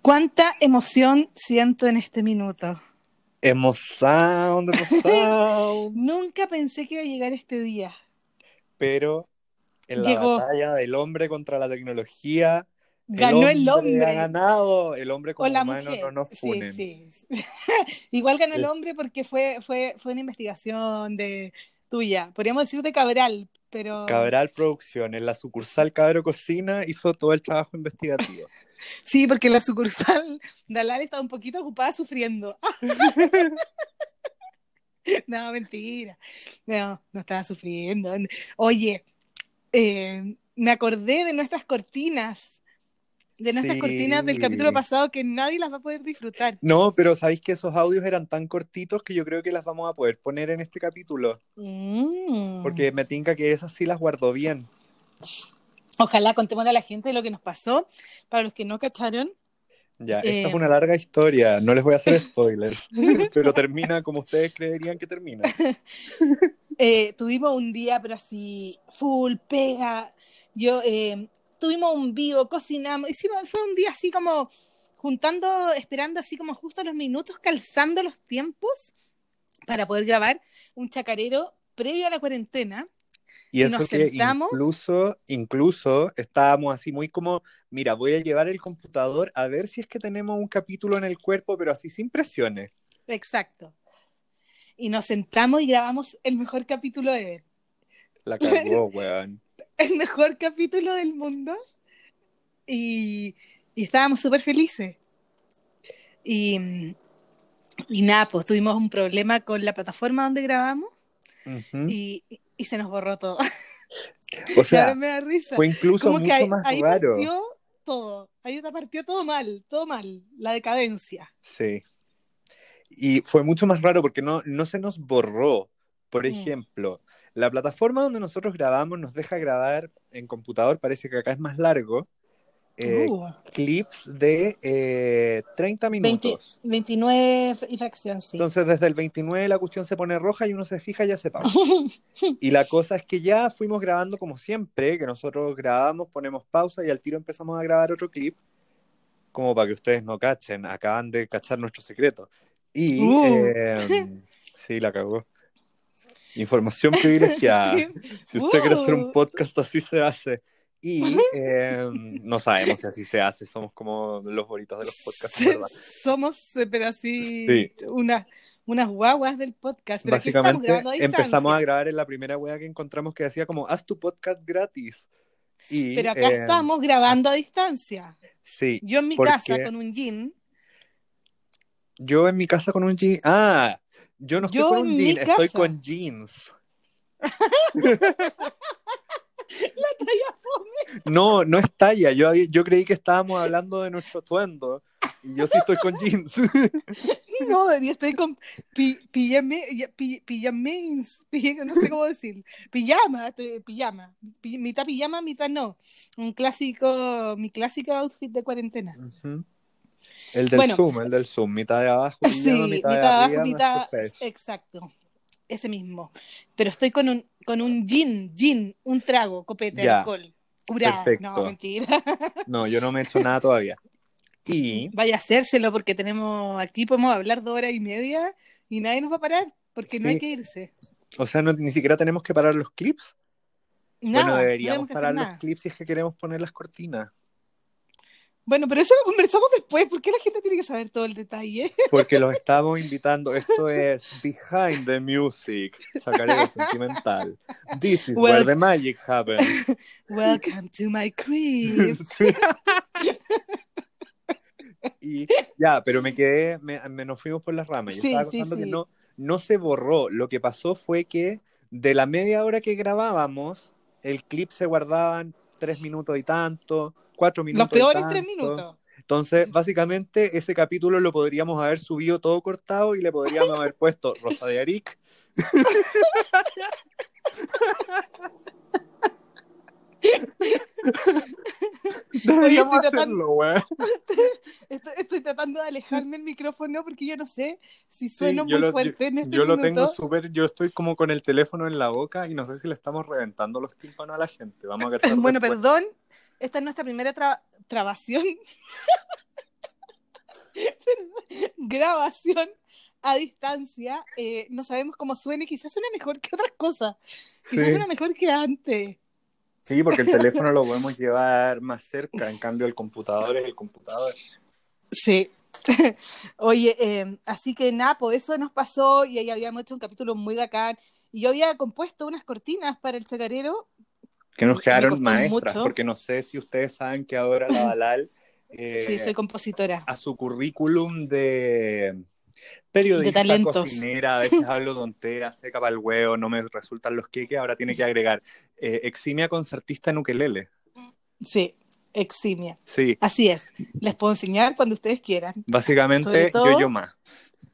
¿Cuánta emoción siento en este minuto? Emoción, emoción. Nunca pensé que iba a llegar este día. Pero en la Llegó, batalla del hombre contra la tecnología, el ganó el hombre ha hombre ganado. El hombre o como la humano no mujer. nos Sí, funen. sí. Igual ganó el Eh, hombre porque fue una investigación de tuya. Podríamos decir de Cabral, pero Cabral Producción, en la sucursal Cabro Cocina, hizo todo el trabajo investigativo. sí, porque la sucursal de Alal estaba un poquito ocupada sufriendo. No, mentira. No, no estaba sufriendo. Oye, me acordé de nuestras cortinas del capítulo Sí. pasado que nadie las va a poder disfrutar. No, pero sabéis que esos audios eran tan cortitos que yo creo que las vamos a poder poner en este capítulo. Mm. Porque me tinca que esas sí las guardó bien. Ojalá contémosle a la gente lo que nos pasó. Para los que no cacharon, Ya, esta es eh, una larga historia, no les voy a hacer spoilers, pero termina como ustedes creerían que termina. tuvimos un día, pero así, full, pega. Yo, tuvimos un vivo, cocinamos, fue un día así como juntando, esperando así como justo los minutos, calzando los tiempos para poder grabar un chacarero previo a la cuarentena. Y Y nos eso que sentamos, incluso estábamos así muy como, mira, voy a llevar el computador a ver si es que tenemos un capítulo en el cuerpo, pero así sin presiones. exacto, y nos sentamos y grabamos el mejor capítulo de él. La cagó, weón. El mejor capítulo del mundo y, y estábamos súper felices. Y, y nada, pues tuvimos un problema con la plataforma donde grabamos Ujú. y se nos borró todo. O Y ahora sea, me da risa. fue incluso Como que mucho más ahí raro. partió todo. Ahí partió todo mal. La decadencia. Sí. Y fue mucho más raro porque no se nos borró. Por Mm. ejemplo, la plataforma donde nosotros grabamos nos deja grabar en computador, parece que acá es más largo, eh, Uh. clips de 30 minutos. 29 y fracción, sí. Entonces, desde el 29 la cuestión se pone roja y uno se fija y hace pausa. Y la cosa es que ya fuimos grabando como siempre, que nosotros grabamos, ponemos pausa y al tiro empezamos a grabar otro clip, como para que ustedes no cachen, acaban de cachar nuestro secreto. Y Uh. sí, la cagó. Información privilegiada. Si usted quiere hacer un Uh. podcast, así se hace. Y no sabemos si así se hace, somos como los bonitos de los podcasts, en verdad. Somos, pero Sí, así, unas guaguas del podcast. Pero aquí estamos básicamente grabando a empezamos a distancia. grabar en la primera wea que encontramos que decía como, haz tu podcast gratis. Y Pero acá estamos grabando a distancia. sí, Yo en mi casa porque con un jean. yo en mi casa con un jean... Ah, yo no estoy Yo con un en jean, mi estoy casa. con jeans. La talla fome. No, no es talla, yo creí que estábamos hablando de nuestro atuendo. Y yo sí estoy con jeans. No, debería estar con pijamins, no sé cómo decir. Pijama. Mitad pijama, mitad no. Mi clásico outfit de cuarentena. Ujú. Bueno, El del Zoom, mitad de abajo pijama, sí, mitad de mitad abajo, arriba nuestro mitad, fresh. exacto, ese mismo. Pero estoy con un gin, un trago, copete, Ya, alcohol, curada. No, perfecto. mentira. No, yo no me he hecho nada todavía. Y, Vaya a hacérselo porque aquí podemos hablar 2 horas y media y nadie nos va a parar porque no hay sí, que irse. o sea, ni siquiera tenemos que parar los clips. Bueno, Nada, no tenemos deberíamos que hacer parar los nada. clips si es que queremos poner las cortinas. Bueno, pero eso lo conversamos después. ¿Por qué la gente tiene que saber todo el detalle? Porque los estamos invitando. Esto es Behind the Music, Chacarero Sentimental. This is where Well, the magic happens. welcome to my crib. Sí. Y ya, pero nos fuimos por las ramas. Yo Sí, estaba sí, contando que sí. no se borró. Lo que pasó fue que de la media hora que grabábamos, el clip se guardaban 3 minutos y tanto, cuatro Los minutos y peores tres tanto. minutos. Entonces, básicamente, ese capítulo lo podríamos haber subido todo cortado y le podríamos haber puesto Rosa de Aric. Oye, Deberíamos hacerlo, weón. estoy tratando de alejarme el micrófono porque yo no sé si Sí, sueno muy fuerte en este yo lo tengo minuto. súper, yo estoy como con el teléfono en la boca y no sé si le estamos reventando los tímpanos a la gente. Vamos a cachar Bueno, después. perdón, esta es nuestra primera trabación. grabación a distancia. No sabemos cómo suene, quizás suene mejor que otras cosas. Quizás Sí. suene mejor que antes. Sí, porque el teléfono lo podemos llevar más cerca, en cambio el computador es el computador. Sí. Oye, así que nada, pues eso nos pasó y ahí habíamos hecho un capítulo muy bacán. Y yo había compuesto unas cortinas para el chacarero. Que nos Me quedaron costó maestras, mucho. porque no sé si ustedes saben que ahora la Balal, Sí, soy compositora a su currículum de de periodista, talentos. cocinera, a veces hablo tonteras, seca para el huevo, no me resultan los queques, ahora tiene que agregar eximia concertista en ukelele. Sí, eximia. Sí, Así es. Les puedo enseñar cuando ustedes quieran. Sobre básicamente yo todo, más.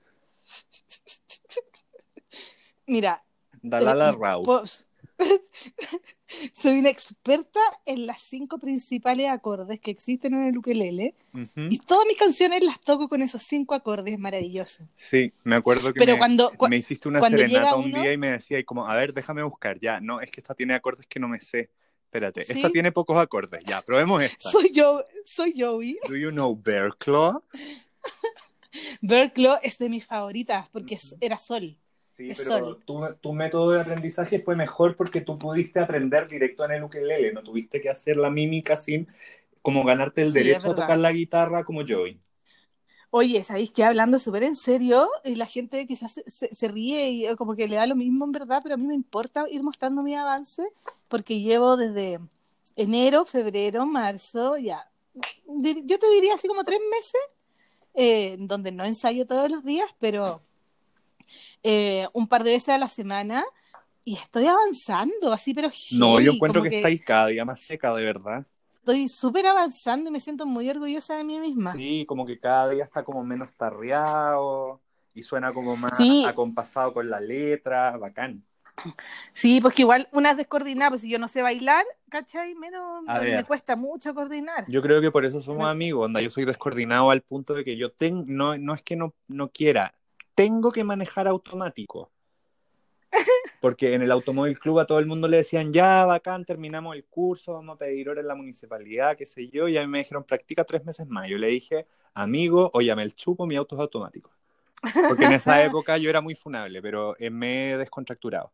mira, Dalala Rau. pues, soy una experta en las 5 principales acordes que existen en el ukelele Ujú. y todas mis canciones las toco con esos 5 acordes maravillosos. Sí, me acuerdo que Pero me hiciste una cuando llega serenata un uno, día y me decía, y como, a ver, déjame buscar, ya, no, es que esta tiene acordes que no me sé. Espérate, esta sí, tiene pocos acordes, ya, probemos esta. soy Joey. Do you know Bear Claw? Bear Claw es de mis favoritas porque era sol, Sí, es pero sol. tu método de aprendizaje fue mejor porque tú pudiste aprender directo en el ukelele, no tuviste que hacer la mímica sin como ganarte el Sí, es derecho a tocar verdad. la guitarra como Joey. Oye, ¿sabéis que hablando súper en serio? Y la gente quizás se ríe y como que le da lo mismo en verdad, pero a mí me importa ir mostrando mi avance porque llevo desde enero, febrero, marzo, ya. Yo te diría así como 3 meses, donde no ensayo todos los días, pero un par de veces a la semana y estoy avanzando, así, pero No, yo heavy, encuentro como que que estáis cada día más seca, de verdad. estoy súper avanzando y me siento muy orgullosa de mí misma. Sí, como que cada día está como menos tarreado y suena como más Sí, acompasado con la letra, bacán. sí, pues que igual una es descoordinada, pues si yo no sé bailar, ¿cachai? Menos A me ver, cuesta mucho coordinar. yo creo que por eso somos Me- amigos, onda, yo soy descoordinado al punto de que no, no es que no quiera, tengo que manejar automático. Porque en el Automóvil Club a todo el mundo le decían, ya, bacán, terminamos el curso, vamos a pedir hora en la municipalidad, qué sé yo, y a mí me dijeron, practica 3 meses más. Yo le dije, amigo, óyame el chupo, mi auto es automático. Porque en esa época yo era muy funable, pero me he descontracturado.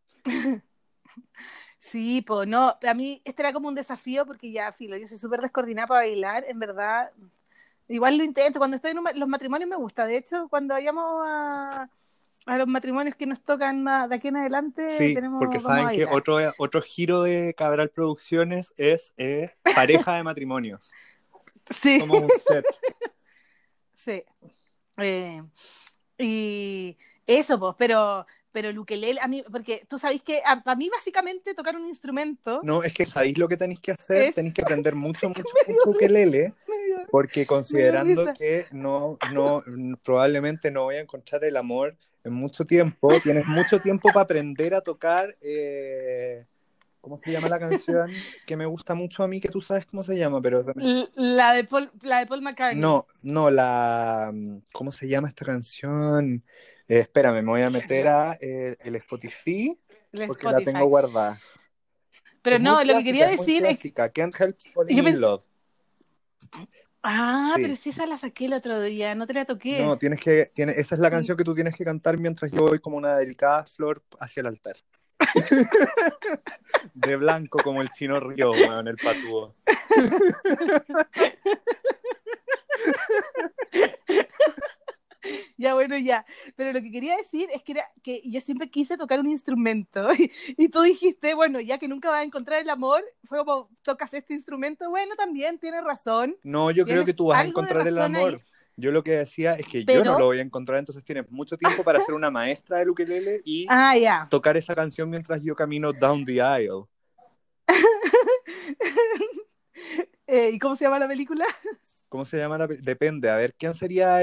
Sí, pues no, a mí este era como un desafío porque ya, filo, yo soy súper descoordinada para bailar, en verdad. Igual lo intento, cuando estoy en los matrimonios me gusta, de hecho, cuando vayamos a los matrimonios que nos tocan más de aquí en adelante, Sí, porque vamos a saben que bailar. otro giro de Cabral Producciones es pareja de matrimonios. Sí, Somos un set. sí. Eh, y eso, pues, pero el ukelele, a mí, porque tú sabes que a mí básicamente tocar un instrumento No, es que sabéis lo que tenéis que hacer, es, tenéis que aprender mucho, que mucho, me dio mucho risa, ukelele. me dio, Porque me dio considerando risa. que probablemente no voy a encontrar el amor en mucho tiempo, tienes mucho tiempo para aprender a tocar, ¿cómo se llama la canción? Que me gusta mucho a mí, que tú sabes cómo se llama, pero La de Paul McCartney, no, no, ¿cómo se llama esta canción? Espérame, me voy a meter la, a el Spotify, el porque la tengo Spotify. guardada. Pero no, lo que quería Es muy decir es que clásica, Can't Help Falling yo in pensé, Love. pero Sí. si esa la saqué el otro día, no te la toqué. No, esa es la canción que tú tienes que cantar mientras yo voy como una delicada flor hacia el altar. De blanco como el chino río, weón, el patúo. Ya, bueno, ya. Pero lo que quería decir es que era que yo siempre quise tocar un instrumento. Y tú dijiste, bueno, ya que nunca vas a encontrar el amor, fue como, tocas este instrumento. Bueno, también tienes razón. No, yo creo que Tienes tú vas a algo de encontrar el razón ahí. amor. Yo lo que decía es que yo no lo Pero, voy a encontrar, entonces tienes mucho tiempo para ser una maestra del ukelele y ya. tocar esa canción mientras yo camino down the aisle. ¿Y cómo se llama la película? ¿Cómo se llama Depende, a ver, ¿quién sería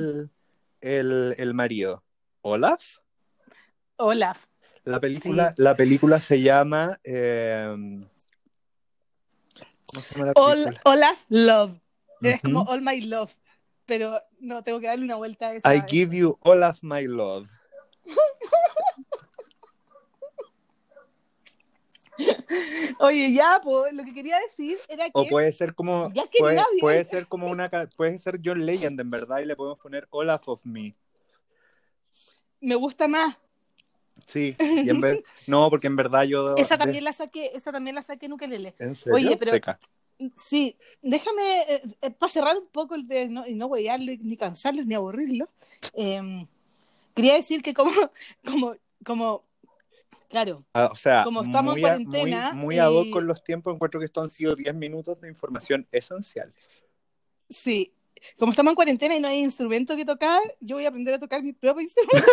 el marido? ¿Olaf? Olaf. Sí. La película se llama... ¿cómo se llama la película? Olaf Love. Es como Ujú. All My Love. Pero no, tengo que darle una vuelta a I eso. give you all of my love. Oye, ya, pues, lo que quería decir era O que, puede ser como, ya que puede nadie ser como puede ser John Legend, en verdad, y le podemos poner Olaf of Me. me gusta más. Sí, y en vez, no, porque en verdad Esa también la saqué en ukelele. ¿en serio? Oye, pero Seca. sí, déjame, para cerrar un poco y no huevearlo, ni cansarlos, ni aburrirlos, quería decir que como, como, claro, O sea, como estamos en cuarentena muy ad hoc con y los tiempos, encuentro que esto han sido 10 minutos de información esencial. sí, como estamos en cuarentena y no hay instrumento que tocar, yo voy a aprender a tocar mi propio instrumento.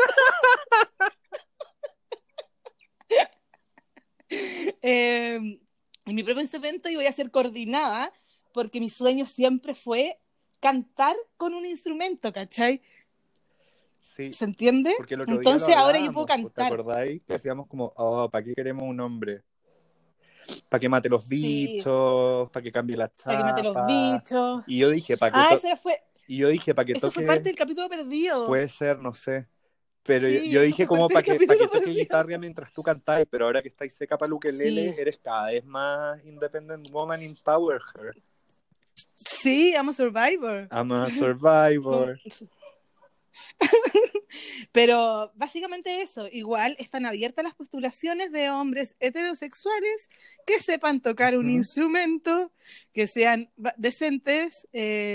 eh, en mi propio instrumento y voy a ser coordinada porque mi sueño siempre fue cantar con un instrumento, ¿cachai? Sí, ¿Se entiende? porque el otro día lo Entonces ahora yo puedo hablábamos, ¿te cantar. acordáis? Que decíamos como, oh, ¿para qué queremos un hombre? ¿Para que mate los Sí, bichos? ¿Para que cambie la para que mate los chapa? bichos. Y yo dije, ¿para que Ah, para que eso fue toque, parte del capítulo perdido. puede ser, no sé. Pero Sí, yo eso dije fue como parte del para que capítulo toque perdido. guitarra mientras tú cantáis, pero ahora que estáis seca para el ukelele, Sí, eres cada vez más independent woman, empower her. sí, I'm a survivor. I'm a Como- survivor. Pero básicamente eso, igual están abiertas las postulaciones de hombres heterosexuales que sepan tocar un Ujú. instrumento, que sean decentes.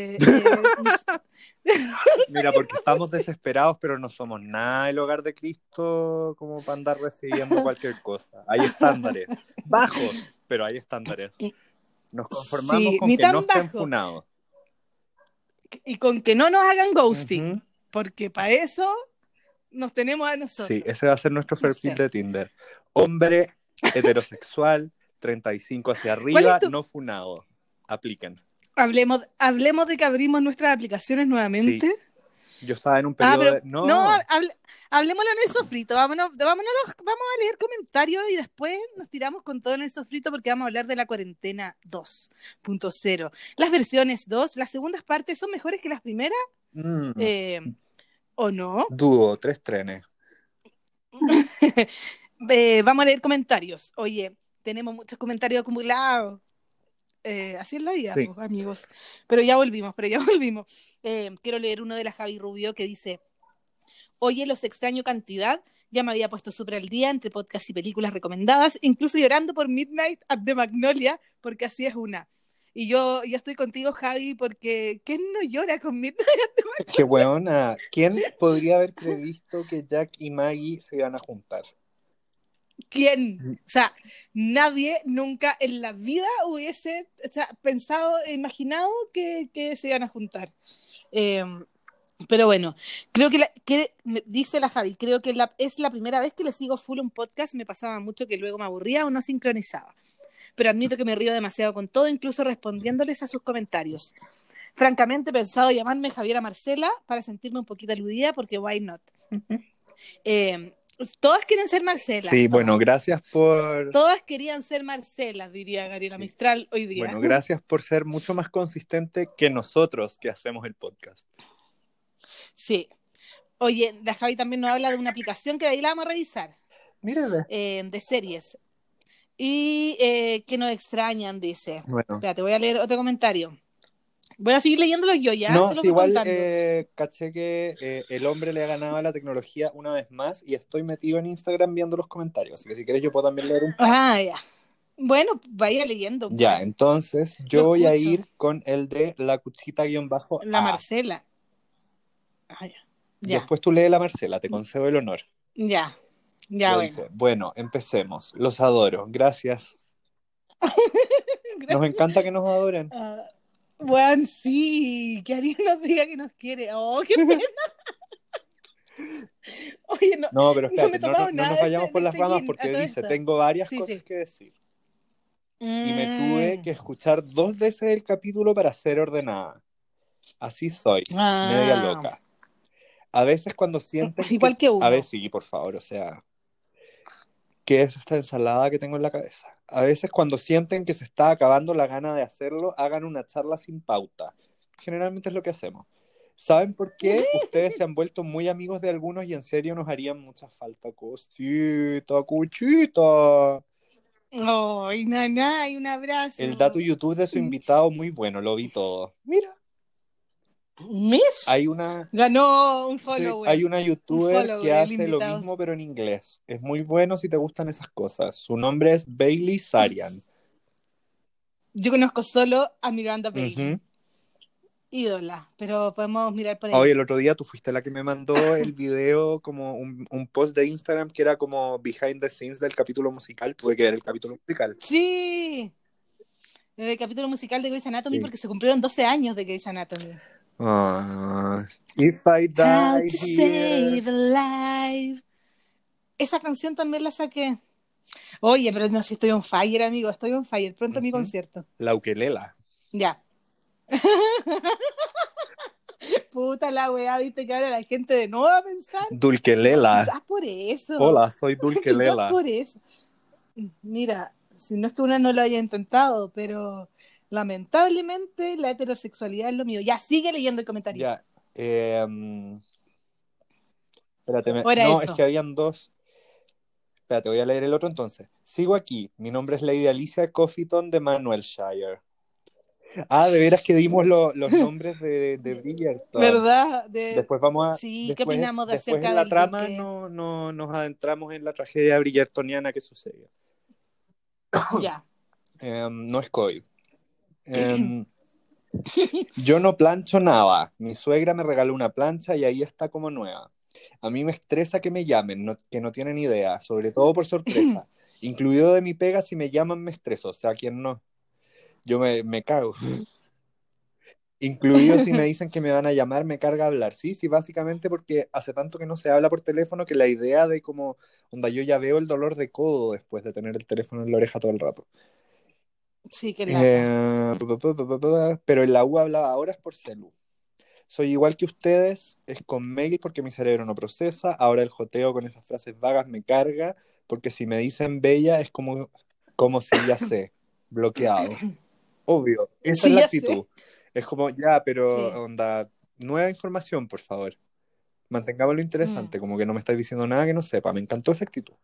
Mira, porque estamos desesperados, pero no somos nada el hogar de Cristo como para andar recibiendo cualquier cosa. Hay estándares bajos, pero hay estándares. Nos conformamos Sí, con ni que no tan estén bajo. funados. Y con que no nos hagan ghosting, Ujú. porque para eso nos tenemos a Sí, nosotros. ese va a ser nuestro No perfil sé. de Tinder. Hombre heterosexual, 35 hacia ¿Cuál es arriba, tu...? no funado. Apliquen. Hablemos de que abrimos nuestras aplicaciones Sí, nuevamente. yo estaba en un Ah, periodo pero de... no, No, hablemoslo en el sofrito. Vamos a leer comentarios y después nos tiramos con todo en el sofrito porque vamos a hablar de la cuarentena 2.0. Las versiones 2, las segundas partes son mejores que las primeras, mm, eh, ¿o no? dúo, 3 trenes. Vamos a leer comentarios. Oye, tenemos muchos comentarios acumulados. Así es la vida, Sí. pues, amigos. Pero ya volvimos. Quiero leer uno de la Javi Rubio que dice: Oye, los extraño cantidad. Ya me había puesto súper al día entre podcasts y películas recomendadas, incluso llorando por Midnight at the Magnolia, porque así es una. Y yo estoy contigo, Javi, porque ¿quién no llora con Midnight at the Es que, weona, ¿quién podría haber previsto que Jack y Maggie se iban a juntar? ¿Quién? O sea, nadie nunca en la vida hubiese, o sea, pensado, imaginado que se iban a juntar. Eh, pero bueno, creo dice la Javi, creo que es la primera vez que le sigo full un podcast, me pasaba mucho que luego me aburría o no sincronizaba. Pero admito que me río demasiado con todo, incluso respondiéndoles a sus comentarios. Francamente, he pensado llamarme Javiera Marcela para sentirme un poquito aludida, porque why not? Eh, Todas quieren ser Marcelas, Sí, bueno, todas. gracias por... Todas querían ser Marcelas, diría Gabriela Sí. Mistral hoy día. Bueno, gracias por ser mucho más consistente que nosotros que hacemos el podcast. Sí. Oye, la Javi también nos habla de una aplicación que de ahí la vamos a revisar, Mírale. de series. Y que nos extrañan, dice. Bueno, Espérate, voy a leer otro comentario. Voy a seguir leyéndolo yo, ¿ya? no, Te lo sí, voy igual contando. caché que el hombre le ha ganado a la tecnología una vez más y estoy metido en Instagram viendo los comentarios, así que si quieres yo puedo también leer un par. Ah, ya. Bueno, vaya leyendo, Ya, pues. entonces Yo yo voy a escucho. ir con el de la cuchita-a. La Marcela. Ah, ya. Ya, Después tú lee la Marcela, te concedo el honor. ya, ya, Ya bueno. dice, bueno, empecemos. Los adoro, gracias. Nos Gracias. encanta que nos adoren. Ah, bueno, sí, que alguien nos diga que nos quiere. Oh, qué pena. Oye, no, No, pero no me espérate, he tomado no nada nos vayamos por de las este ramas gin a porque todo dice, esto. tengo varias Sí, cosas sí. que decir. Y me tuve Mm. que escuchar 2 veces el capítulo para ser ordenada. Así soy, media Ah, loca. A veces cuando sienten igual que... que A ver, uno. sí, por favor, o sea, ¿qué es esta ensalada que tengo en la cabeza? A veces cuando sienten que se está acabando la gana de hacerlo, hagan una charla sin pauta. Generalmente es lo que hacemos. ¿Saben por qué? Ustedes se han vuelto muy amigos de algunos y en serio nos harían mucha falta. Cosita, cuchita. Ay, naná, y un El dato abrazo. YouTube de su invitado, muy bueno, lo vi todo. Mira, Mish hay una, ganó un sí, hay follower. una Un youtuber que follower, el hace lo invitado. mismo pero en inglés. Es muy bueno si te gustan esas cosas. Su nombre es Bailey Sarian. Yo conozco solo a Miranda Ujú. Bailey, ídola, pero podemos mirar por Hoy ahí. el otro día tú fuiste la que me mandó el video, como un post de Instagram que era como behind the scenes del capítulo musical. Tuve que ver el capítulo musical. Sí, el capítulo musical de Grey's Anatomy Sí. porque se cumplieron 12 años de Grey's Anatomy. Ah, If I How Die to Here. Save a Life. Esa canción también la saqué. Oye, pero no, si estoy on fire, amigo, estoy on fire. Pronto mi Ujú. concierto. La ukelela. Ya. Puta la weá, viste que ahora la gente de nuevo va a pensar. No, Dulkelela. quizás por eso. Hola, soy Quizás Dulkelela. por eso. Mira, si no es que una no lo haya intentado, pero lamentablemente la heterosexualidad es lo mío. Ya, sigue leyendo el comentario. Ya. em, espérate, ¿O era no, es eso? que habían dos. Espérate, voy a leer el otro entonces. Sigo aquí. Mi nombre es Lady Alicia Coffeeton de Manuelshire. Ah, de veras que dimos los nombres de Bridgerton. ¿Verdad? Después vamos a, Sí, ¿qué después, opinamos de después acerca en la del trama duque? no nos adentramos en la tragedia bridgertoniana que sucedió. Ya. No es COVID. Em, yo no plancho nada. Mi suegra me regaló una plancha y ahí está como nueva. A mí me estresa que me llamen, que no tienen idea, sobre todo por sorpresa. Incluido de mi pega, si me llaman me estreso, o sea, ¿quién no? Yo me cago. Incluido si me dicen que me van a llamar, me carga hablar. Sí, sí, básicamente porque hace tanto que no se habla por teléfono que la idea de como, onda, yo ya veo el dolor de codo después de tener el teléfono en la oreja todo el rato. Sí, qué lata. Pero en la U hablaba horas por celu. Soy igual que ustedes, es con mail porque mi cerebro no procesa. Ahora el joteo con esas frases vagas me carga porque si me dicen bella es como si ya sé, bloqueado. Obvio, esa es Sí, la ya actitud. sé. Es como, ya, pero Sí. onda, nueva información, por favor. Mantengámoslo Mm, interesante, como que no me estáis diciendo nada que no sepa. Me encantó esa actitud.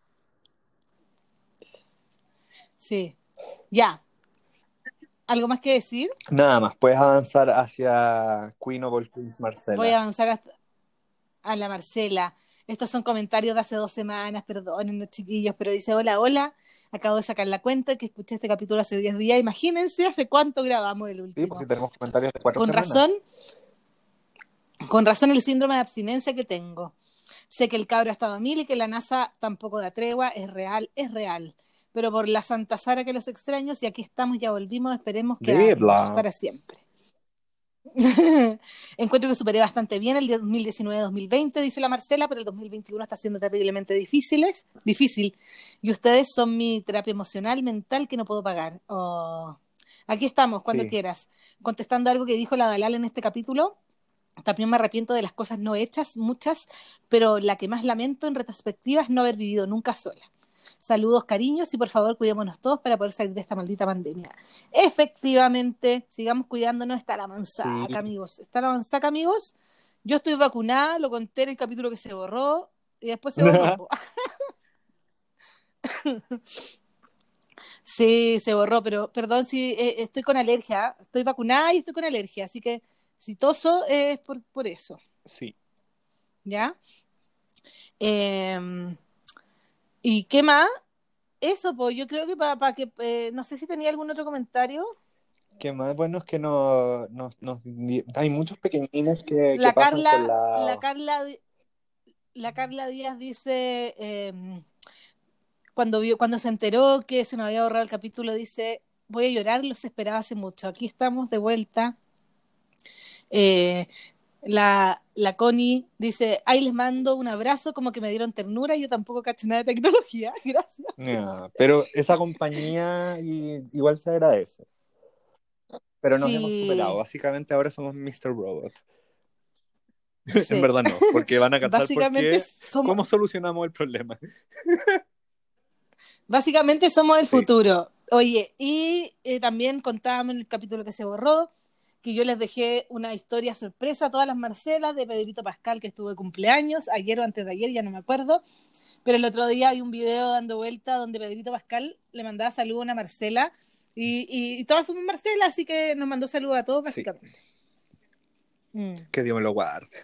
sí. Ya. ¿Algo más que decir? Nada más, puedes avanzar hacia Queen of All Queens, Voy Marcela. a avanzar hasta a la Marcela. Estos son comentarios de hace 2 semanas, perdonen los chiquillos, pero dice, hola, hola, acabo de sacar la cuenta que escuché este capítulo hace 10 días. Imagínense hace cuánto grabamos el Sí, pues sí último. tenemos comentarios de 4 Con semanas. razón, con razón el síndrome de abstinencia que tengo. Sé que el cabro ha estado a mil y que la NASA tampoco da tregua, es real, es real. Pero por la Santa Sara que los extraños, y aquí estamos, ya volvimos, esperemos quedarnos Dibla. para siempre. Encuentro que superé bastante bien el 2019-2020, dice la Marcela, pero el 2021 está siendo terriblemente difícil. Y ustedes son mi terapia emocional, mental que no puedo pagar. Oh. Aquí estamos, cuando Sí. quieras. Contestando algo que dijo la Dalal en este capítulo, también me arrepiento de las cosas no hechas, muchas, pero la que más lamento en retrospectiva es no haber vivido nunca sola. Saludos, cariños, y por favor cuidémonos todos para poder salir de esta maldita pandemia. Efectivamente, sigamos cuidándonos, está la Sí. manzaca, amigos. Está la manzaca, amigos. Yo estoy vacunada, lo conté en el capítulo que se borró, y después se borró. Po. Sí, se borró, pero perdón si estoy con alergia. Estoy vacunada y estoy con alergia, así que si toso es por eso, Sí. ¿ya? Eh, ¿Y qué más? Eso, pues yo creo que para que, no sé si tenía algún otro comentario. Qué más bueno es que hay muchos pequeñines que La pasan Carla, colado. la Carla Díaz dice, cuando se enteró que se nos había borrado el capítulo, dice, voy a llorar, los esperaba hace mucho. Aquí estamos de vuelta. Eh, la Connie dice, ahí les mando un abrazo, como que me dieron ternura, yo tampoco cacho nada de tecnología, gracias. Ya, pero esa compañía igual se agradece. Pero nos hemos superado. Sí, Básicamente ahora somos Mr. Robot. En sí. verdad no, porque van a cachar por Básicamente qué, somos, cómo solucionamos el problema. Básicamente somos el Sí. futuro. Oye, y también contábamos en el capítulo que se borró que yo les dejé una historia sorpresa a todas las Marcelas de Pedrito Pascal, que estuvo de cumpleaños, ayer o antes de ayer, ya no me acuerdo, pero el otro día hay un video dando vuelta donde Pedrito Pascal le mandaba saludos a una Marcela, y todas somos Marcela, así que nos mandó saludos a todos, Sí. básicamente. Que Dios me lo guarde.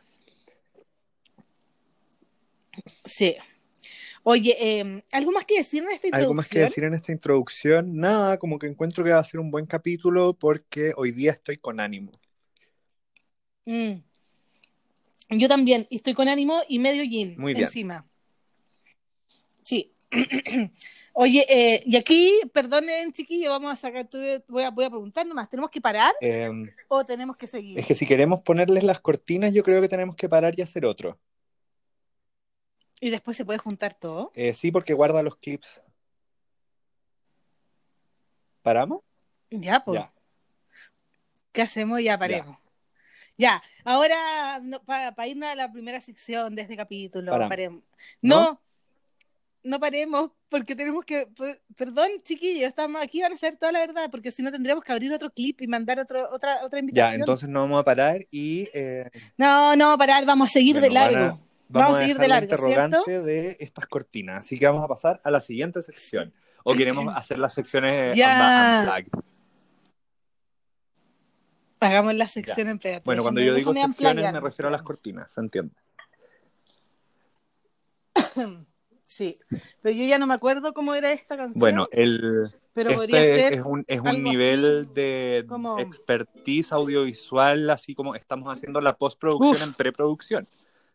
Sí. Oye, ¿algo más que decir en esta introducción? ¿Algo más que decir en esta introducción? Nada, como que encuentro que va a ser un buen capítulo porque hoy día estoy con ánimo. Yo también, y estoy con ánimo y medio yin Muy bien. encima. Sí. Oye, y aquí, perdonen, chiquillos, vamos a sacar, voy a preguntar nomás, ¿tenemos que parar o tenemos que seguir? Es que si queremos ponerles las cortinas, yo creo que tenemos que parar y hacer otro. ¿Y después se puede juntar todo? Sí, porque guarda los clips. ¿Paramos? Ya, pues. Ya. ¿Qué hacemos? Ya paremos. Ya, ahora para irnos a la primera sección de este capítulo, paremos. No paremos, porque tenemos que... Perdón, chiquillos, estamos aquí, van a hacer toda la verdad, porque si no tendríamos que abrir otro clip y mandar otra invitación. Ya, entonces no vamos a parar y... No, parar, vamos a seguir de largo. Vamos a seguir de largo, interrogante, ¿cierto? De estas cortinas, así que vamos a pasar a la siguiente sección. ¿O queremos hacer las secciones unplugged? Hagamos la sección en pedazo. Bueno, cuando yo digo secciones me refiero a las cortinas, ¿se entiende? Sí, pero yo ya no me acuerdo cómo era esta canción. Bueno, pero este es un nivel de como... expertise audiovisual, así como estamos haciendo la postproducción en preproducción.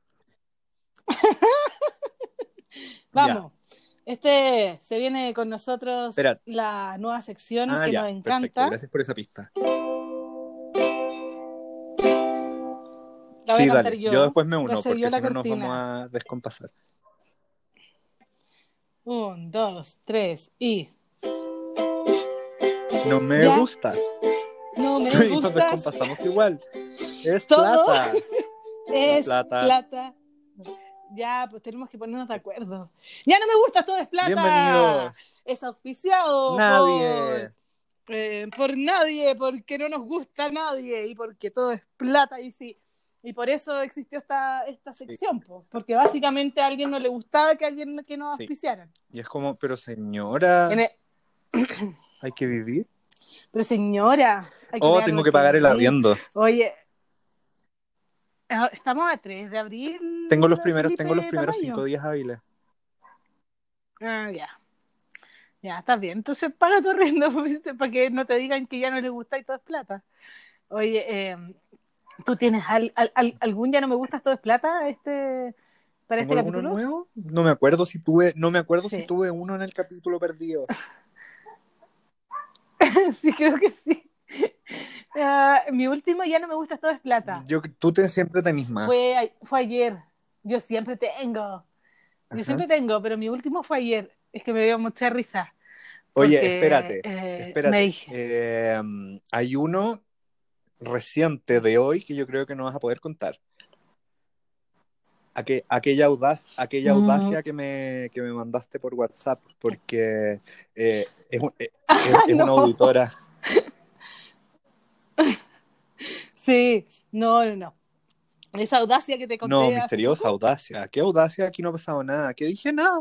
Vamos. Se viene con nosotros la nueva sección que nos encanta. Perfecto. Gracias por esa pista. La voy a cantar yo después me uno, porque si no nos vamos a descompasar. 1, 2, 3 y... No me gustas. No me y gustas. nos descompasamos igual. Es ¿todo? Plata. Es plata. Ya, pues tenemos que ponernos de acuerdo. Ya no me gusta, todo es plata. Bienvenidos. Es auspiciado por nadie, porque no nos gusta nadie y porque todo es plata y sí. Y por eso existió esta sección, porque básicamente a alguien no le gustaba que nos auspiciaran. Y es como, pero señora, hay que vivir. Pero señora, hay que tengo que pagar el arriendo. Oye, estamos a 3 de abril. Tengo los primeros 5 días hábiles. Ya, está bien. Entonces paga tu arriendo para que no te digan que ya no les gusta y todo es plata. Oye, ¿tú tienes algún ya no me gustas todo es plata para este capítulo? ¿Alguno nuevo? No me acuerdo si tuve uno en el capítulo perdido. Sí, creo que sí. Mi último ya no me gusta todo es plata. Tú siempre tenés más. Fue ayer. Yo siempre tengo. Pero mi último fue ayer. Es que me dio mucha risa. Oye, espérate. Me dije. Hay uno reciente de hoy que yo creo que no vas a poder contar. Aquella audacia que me mandaste por WhatsApp, porque es una auditora. Sí, no. Esa audacia que te conté. No, misteriosa audacia. ¿Qué audacia? Aquí no ha pasado nada. ¿Qué dije? Nada.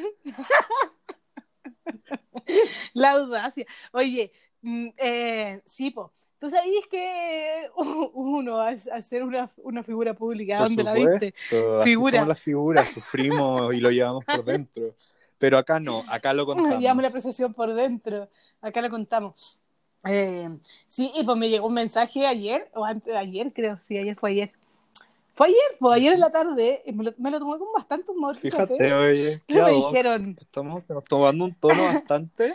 La audacia. Oye, sí, tú sabías que uno al ser una figura pública, por ¿dónde supuesto, la viste? Así somos las figuras, sufrimos y lo llevamos por dentro. Pero acá no, acá lo contamos. Llevamos la apreciación por dentro, acá lo contamos. Sí, y pues me llegó un mensaje ayer, o antes de ayer, creo, sí, ayer fue ayer. Fue ayer, pues ayer en la tarde, me lo tomé con bastante humor. Fíjate, oye, ¿qué me dijeron? Estamos tomando un tono bastante.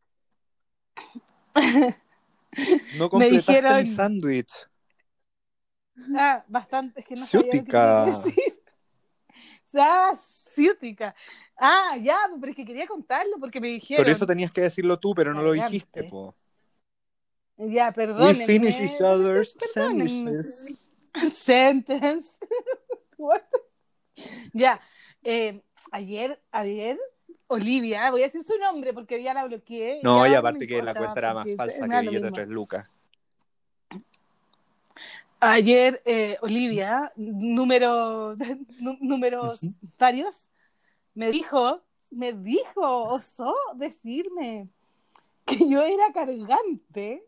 No completaste mi sándwich. Bastante, es que no ciútica. Sabía lo que quería decir. Ciútica. Ya, pero es que quería contarlo porque me dijeron. Por eso tenías que decirlo tú, pero no lo dijiste, po. Ya, perdón. We finish each other's sandwiches. Sentence. What? Ya. Ayer, Olivia, voy a decir su nombre porque ya la bloqueé. No, y aparte que la cuenta era más falsa que billete de 3 lucas. Ayer, Olivia, números Ujú. varios, osó decirme que yo era cargante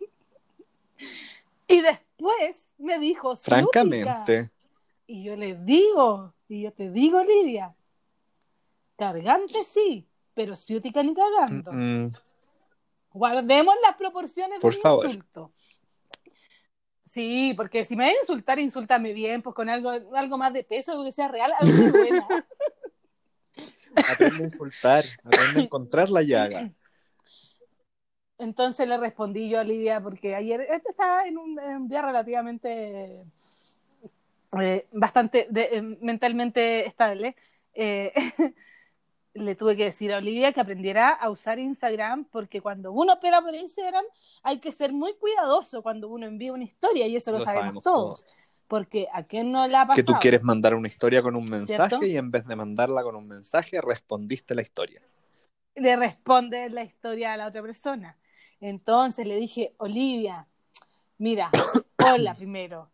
y después me dijo ciútica. Francamente. Y yo te digo, Olivia, cargante sí, pero ciútica ni Mm, cagando. mm, Guardemos las proporciones por del favor. insulto. Sí, porque si me vas a insultar, insúltame bien, pues con algo más de peso, algo que sea real, algo que duela. Aprende a insultar, aprende a encontrar la llaga. Entonces le respondí yo a Lidia, porque ayer estaba en un día relativamente bastante mentalmente estable. Eh, le tuve que decir a Olivia que aprendiera a usar Instagram, porque cuando uno opera por Instagram hay que ser muy cuidadoso cuando uno envía una historia, y eso lo Lo sabemos sabemos todos, todos. porque a quién no le ha Que tú pasado, quieres mandar una historia con un mensaje ¿cierto? y en vez de mandarla con un mensaje, respondiste la historia. Le responde la historia a la otra persona. Entonces le dije, Olivia, mira, hola primero.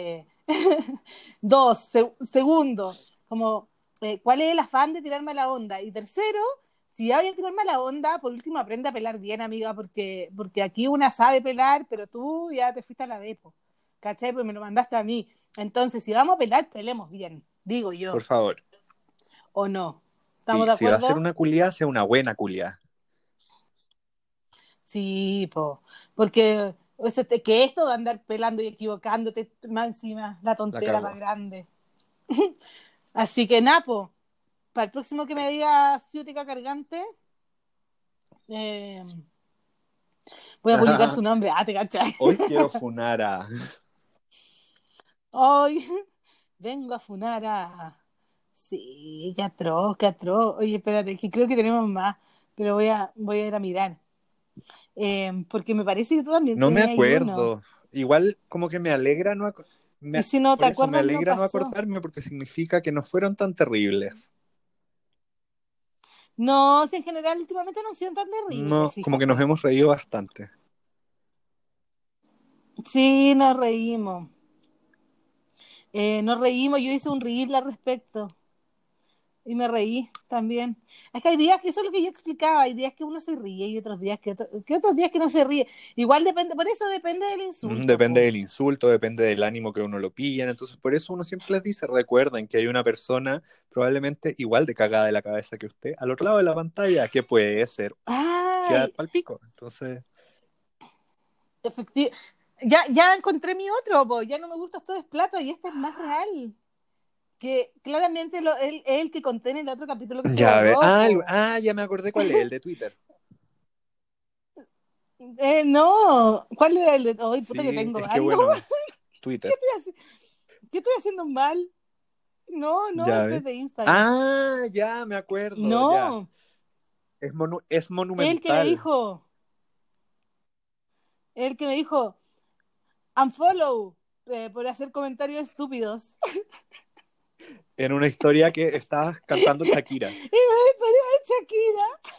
Dos, segundo, como, ¿cuál es el afán de tirarme a la onda? Y tercero, si ya voy a tirarme a la onda, por último aprende a pelar bien, amiga, porque aquí una sabe pelar, pero tú ya te fuiste a la depo, ¿cachai? Pues me lo mandaste a mí. Entonces, si vamos a pelar, pelemos bien, digo Por yo, favor. o no. ¿Estamos Sí, de si va a ser acuerdo? una culiada, sea una buena culiada. Sí, po, porque que esto de andar pelando y equivocándote más encima, la La tontera más cagó. grande. Así que Napo, para el próximo que me diga ciútica cargante, eh, voy a publicar su nombre. Ah, te cachai. Hoy quiero funar a... Hoy vengo a funar a. Sí, qué atroz, qué atroz. Oye, espérate, que creo que tenemos más, pero voy a ir a mirar. Porque me parece que tú también No me tenías ahí uno. acuerdo. Igual como que me alegra no... Y si no te Por eso me acuerdas, no alegra no pasó. acordarme porque significa que no fueron tan terribles. No, si en general últimamente no han sido tan terribles, No, como que nos fíjate. hemos reído bastante. Sí, nos reímos. Nos reímos, yo hice un reel al respecto y me reí también. Es que hay días que eso es lo que yo explicaba, hay días que uno se ríe y otros días que otros días que no se ríe. Igual depende, por eso depende del insulto, Depende po. del insulto, depende del ánimo que uno lo pillan. Entonces, por eso uno siempre les dice, recuerden que hay una persona probablemente igual de cagada de la cabeza que usted al otro lado de la pantalla, que puede ser, queda Ay, pal pico. Entonces, efectivo. Ya encontré mi otro, po. Ya no me gusta todo es plata y este es más real. Que claramente es el que conté en el otro capítulo que se ya ve. borró, po. Ya me acordé cuál es, el de Twitter. No, ¿cuál era el de hoy? Puta que Sí, tengo es que varios. bueno, ¿Qué Twitter. estoy, ¿Qué estoy haciendo mal? No, Ya este es ve. de Instagram. Ya me acuerdo, ya. No, Es el que me monumental. dijo, el que me dijo, unfollow, por hacer comentarios estúpidos. En una historia que estabas cantando Shakira. Y me ponía Shakira.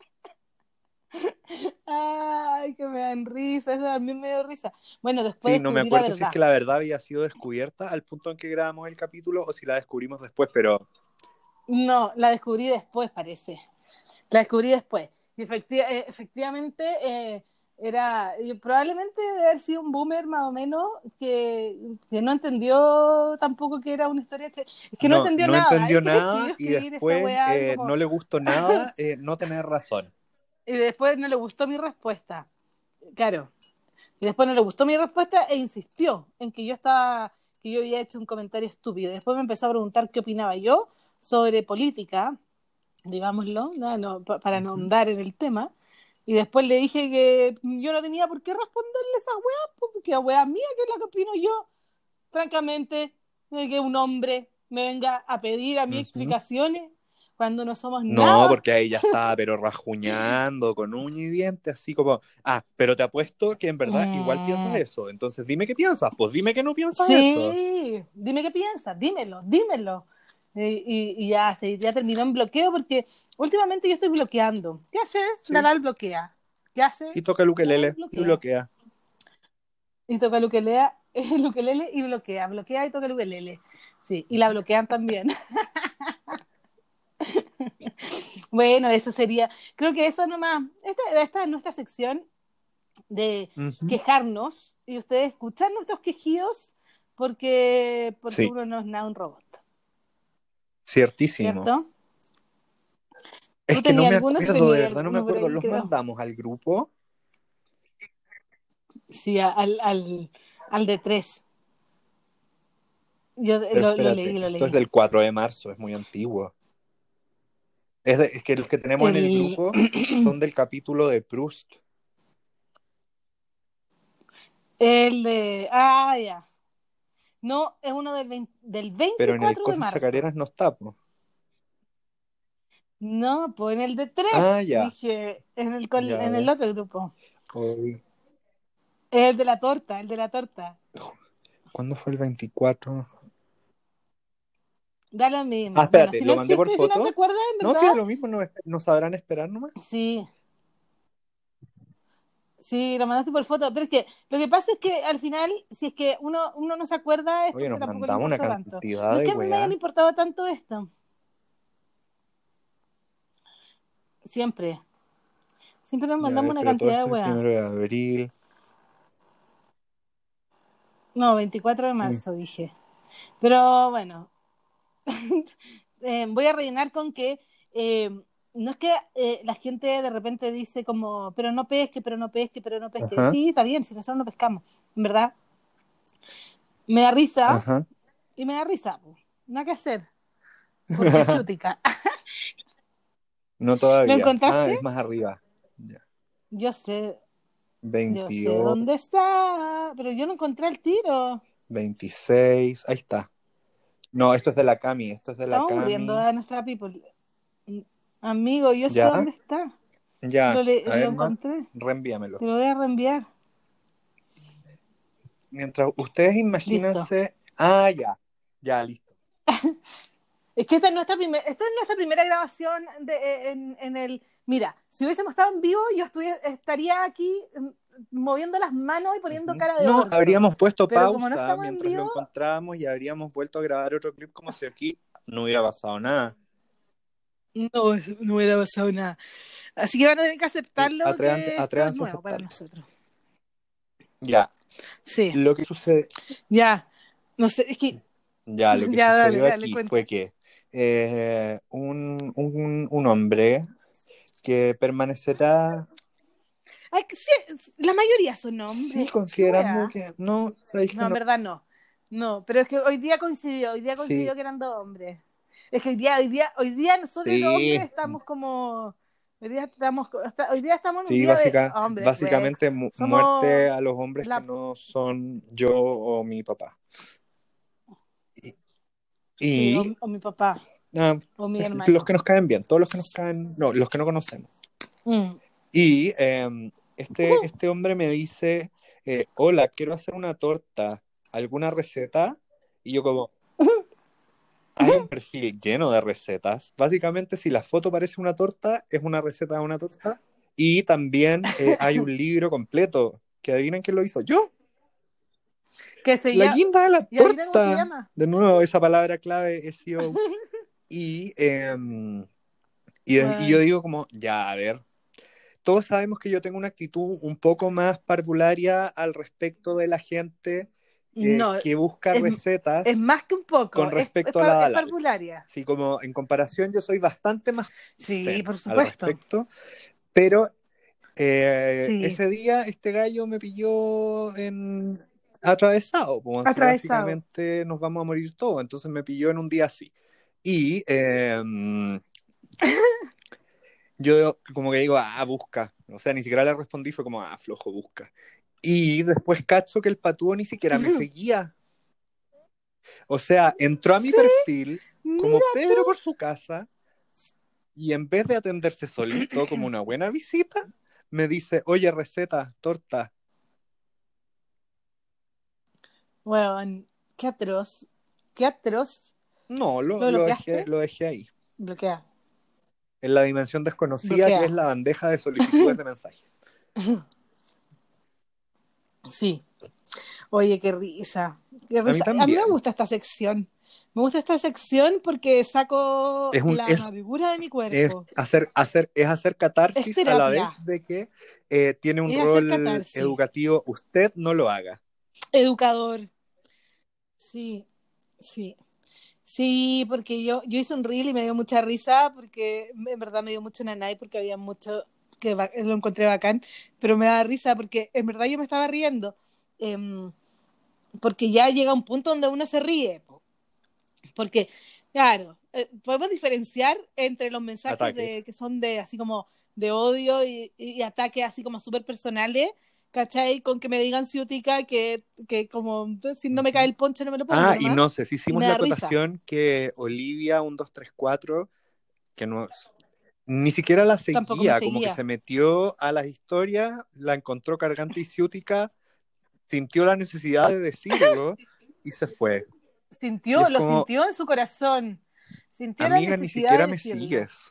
Ay, que me dan risa, eso a mí me dio risa. Bueno, después Sí, no me descubrí la acuerdo si es verdad. que la verdad había sido descubierta al punto en que grabamos el capítulo o si la descubrimos después, pero No, la descubrí después, parece. La descubrí después. Y efectivamente probablemente debe haber sido un boomer más o menos que no entendió tampoco que era una historia. Es que no no, entendió no nada. Es entendió que nada decidió y escribir esa después weá no como. le gustó nada no tener razón. Y después no le gustó mi respuesta. Claro. Y después no le gustó mi respuesta e insistió en que yo había hecho un comentario estúpido. Después me empezó a preguntar qué opinaba yo sobre política, digámoslo, para no Ujú. andar en el tema. Y después le dije que yo no tenía por qué responderle esa weá, porque la weá mía, que es la que opino yo, francamente, de que un hombre me venga a pedir a mí Ujú. explicaciones cuando no somos No, nada. porque ahí ya estaba, pero rajuñando con uña y diente, así como, pero te apuesto que en verdad igual piensas Mm, eso. Entonces dime qué piensas, pues dime que no piensas eso. sí, dime qué piensas, dímelo. Y ya, ya terminó en bloqueo porque últimamente yo estoy bloqueando. ¿Qué haces? Sí. Dalal bloquea. ¿Qué hace? Y toca el Dalal ukelele y bloquea. bloquea. Y toca lo que lea. el ukelele y bloquea y toca el ukelele. Sí, y la bloquean también. Bueno, eso sería, creo que eso nomás, esta es nuestra sección de Ujú. quejarnos y ustedes escuchar nuestros quejidos porque Sí, uno no es nada un robot, ciertísimo. ¿cierto? Es ¿Tú que no tenías me algunos? Sí, acuerdo, de tenía verdad no me alguno por acuerdo. ahí, ¿Los creo. mandamos al grupo? Sí, al de tres. Yo Pero lo espérate, leí, lo esto es leí. del 4 de marzo, es muy antiguo. Es que los que tenemos en el El, grupo son del capítulo de Proust, el de... Ah, ya. No, es uno del pero en el 24 de Cosas marzo. Chacareras no está, po. No, pues en el de Ah, tres, ya, dije, ya, a en el ver. otro grupo. Hoy- El de la torta, el de la torta. ¿Cuándo fue el 24? Da lo Ah, mismo. Bueno, espérate, si no ¿lo mandé por existe, si no te foto? acuerdas, en No, sí, verdad, da lo mismo, no, no sabrán esperar nomás. sí, sí, lo mandaste por foto. Pero es que lo que pasa es que al final, si es que uno no se acuerda, es Oye, porque nos tampoco le mandamos una importó tanto. cantidad No es de que a mí me hayan weá. importado tanto esto. Siempre. Siempre nos Ya, a mandamos ver, una pero todo cantidad de esto es el weá. 1 de abril. No, 24 de Uy, marzo dije. Pero bueno, voy a rellenar con que eh, no es que la gente de repente dice como, pero no pesque, pero no pesque, pero no pesque. ajá, Sí, está bien, si nosotros no pescamos, en verdad. Me da risa ajá. y me da risa, po. Nada que hacer, porque chútica. No ¿Lo todavía. Ah, encontraste? es más arriba. Ya. Yo sé, yo sé 28, dónde está, pero yo no encontré el tiro. 26, ahí está. No, esto es de la Cami, esto es de la Estamos aburriendo Cami. a nuestra people. Amigo, yo sé Ya, dónde está. ya. A Lo ver, más, encontré. reenvíamelo. Te lo voy a reenviar. Mientras ustedes Listo. imagínense. Ah, ya. Ya, listo. Es que esta es nuestra primera grabación en el... Mira, si hubiésemos estado en vivo, estaría aquí moviendo las manos y poniendo Ujú. cara de No, orto. habríamos puesto Pero como no pausa estamos en mientras lo vivo, encontrábamos y habríamos vuelto a grabar otro clip como si aquí no hubiera pasado nada. no, no hubiera pasado nada. Así que van a tener que Sí, aceptarlo que esto es atrévanse a nuevo para aceptarlo. nosotros. Ya, Sí, lo que sucede, ya. No sé, es que... ya, lo que Ya, dale, sucedió dale, aquí fue cuenta. que un hombre que permanecerá, Ay, que sí, la mayoría son sí, hombres. ¿Qué considerando wea? que no, sabéis que No, en no, verdad no. No, pero es que hoy día sí, coincidió que eran dos hombres. Es que hoy día nosotros los hombres sí, estamos como, hoy día estamos en un sí, día de hombres, Rex. básicamente Somos muerte a los hombres que la, no son yo o mi papá. Y, sí, y, o mi papá, ah, o mi los hermano. que nos caen bien, todos los que nos caen, no, los que no conocemos. Mm. Y este hombre me dice, hola, quiero hacer una torta, ¿alguna receta? Y yo como, hay un perfil lleno de recetas. Básicamente, si la foto parece una torta, es una receta de una torta. Y también hay un libro completo, que adivinen quién lo hizo. Yo, ¿Qué se la llama? guinda de la ¿Y adivina cómo se torta. llama? De nuevo, esa palabra clave es SEO. Y, y yo Bueno, digo como, ya, a ver, todos sabemos que yo tengo una actitud un poco más parvularia al respecto de la gente no, que busca es, es recetas más que un poco, con respecto a la es Dalal. parvularia. Sí, como en comparación yo soy bastante más Sí, zen por al supuesto. respecto, pero Sí, ese día este gallo me pilló atravesado, pues si atravesado. básicamente nos vamos a morir todos, entonces me pilló en un día así. Y yo como que digo, busca. O sea, ni siquiera le respondí, fue como, flojo, busca. Y después cacho que el patúo ni siquiera me seguía. O sea, entró a mi Sí, perfil como mira tú. Pedro por su casa y en vez de atenderse solito como una buena visita, me dice, oye, receta, torta. Weón, qué atroz. Qué atroz. No, ¿Lo bloqueaste? lo dejé ahí. Bloquea. En la dimensión desconocida que es Bloquea. la bandeja de solicitudes de mensaje. Sí. Oye, qué risa, qué A mí risa. A mí me también. gusta esta sección. Me gusta esta sección porque saco Es un, la amargura de mi es cuerpo. hacer Es catarsis a la terapia, vez de que tiene un es hacer rol catarsis. educativo. Usted no lo haga. Educador. Sí, sí. Sí, porque yo hice un reel y me dio mucha risa porque en verdad me dio mucho nanay porque había mucho que lo encontré bacán, pero me da risa porque en verdad yo me estaba riendo. em, Porque ya llega un punto donde uno se ríe. Porque, claro, podemos diferenciar entre los mensajes Ataques. que son de así como de odio y ataques así como súper personales, ¿cachai? Con que me digan ciútica que como si no me cae Ujú. el poncho no me lo pongo Ah, y nomás no sé si y hicimos me la da risa. acotación que Olivia 1234 que no, ni siquiera la Tampoco me seguía, como que seguía. se metió a las historias, la encontró cargante y ciútica, sintió la necesidad de decirlo y se fue. Y es Lo como, sintió en su corazón. Sintió la amiga, ni necesidad siquiera de me decirlo. sigues.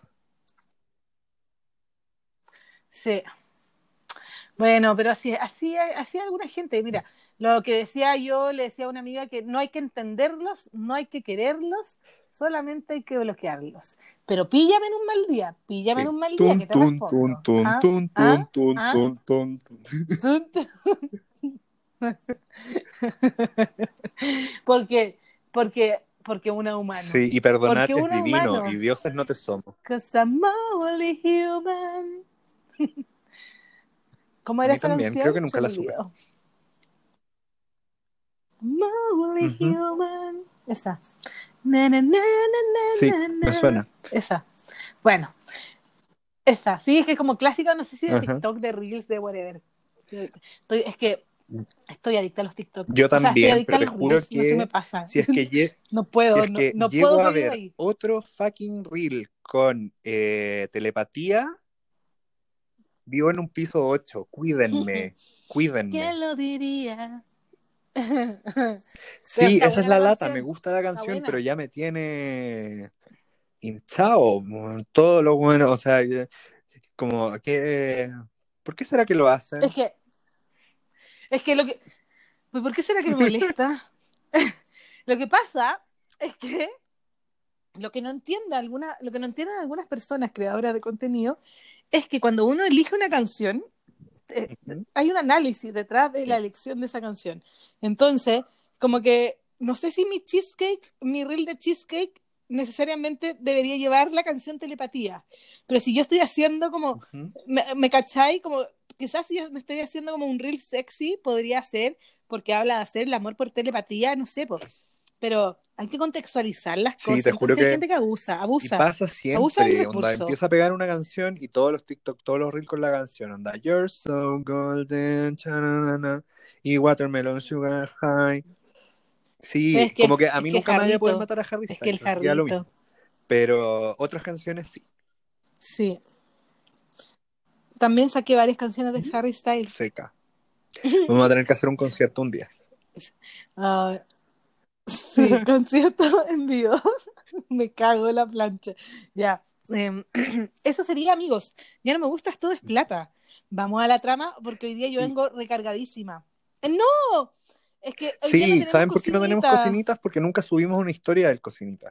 Sí. Bueno, pero así alguna gente. Mira, lo que decía yo, le decía a una amiga que no hay que entenderlos, no hay que quererlos, solamente hay que bloquearlos. Pero píllame en un mal día, píllame en Sí. un mal día Tun, que te tun, tun, respondo. tun, ¿Ah? tun, tun, ¿Ah? tun, ¿Ah? tun, tun, tun. ¿Tú? Porque, porque uno es humano. Sí, y perdonar Porque es uno es divino y humano. dioses no te somos. 'Cause I'm only human. ¿Cómo A era mí esa también, canción? creo que nunca Se me la supe. olvidó. I'm only Ujú. human. Esa. Na, na, na, na, Sí, na, me na, na. suena. Esa. Bueno, esa. Sí, es que es como clásica, no sé si de Ajá. TikTok, de Reels, de whatever. Es que estoy adicta a los TikTok. Yo O sea, estoy también, adicta pero a te los juro Reels. No sé, me que pasa. si es que, No si puedo, es que no llego puedo a salir de ver ahí. otro fucking reel con telepatía, vivo en un piso 8. Cuídenme, cuídenme. ¿Quién lo diría? Pero Sí, está esa es buena la la lata, me canción. gusta la Está canción, pero buena. ya me tiene hinchado. Todo lo bueno, o sea, como que... ¿Por qué será que lo Es hacen? que, es que lo que. Pues, ¿por qué será que me molesta? Lo que pasa es que lo que no entienden algunas personas creadoras de contenido es que cuando uno elige una canción, Ujú. hay un análisis detrás de la Sí. elección de esa canción. Entonces, como que no sé si mi reel de cheesecake, necesariamente debería llevar la canción Telepatía. Pero si yo estoy haciendo como, Ujú. me cachai, como, quizás si yo me estoy haciendo como un reel sexy, podría ser, porque habla de hacer el amor por telepatía, no sé, po. Pero hay que contextualizar las Sí, cosas. te juro Entonces hay que... gente que Y abusa, pasa abusa del siempre, onda, recurso. empieza a pegar una canción y todos los TikTok, todos los reels con la canción, onda, You're so golden, chanana, y Watermelon Sugar High. Sí, como que a Es mí que nunca me vaya a poder jarrito, matar a Harry es que el Styles, así que da lo jarrito, mismo. Pero otras canciones sí. sí. También saqué varias canciones de ¿Mm? Harry Styles. Seca. Vamos a tener que hacer un concierto un día. Ah, sí, concierto en vivo. Me cago en la plancha. Ya. Eso sería, amigos. Ya no me gusta, todo es plata. Vamos a la trama porque hoy día yo Y vengo recargadísima. ¡No! Es que hoy día no sí, tenemos ¿saben por qué no tenemos cocinita. cocinitas? Porque nunca subimos una historia del cocinita.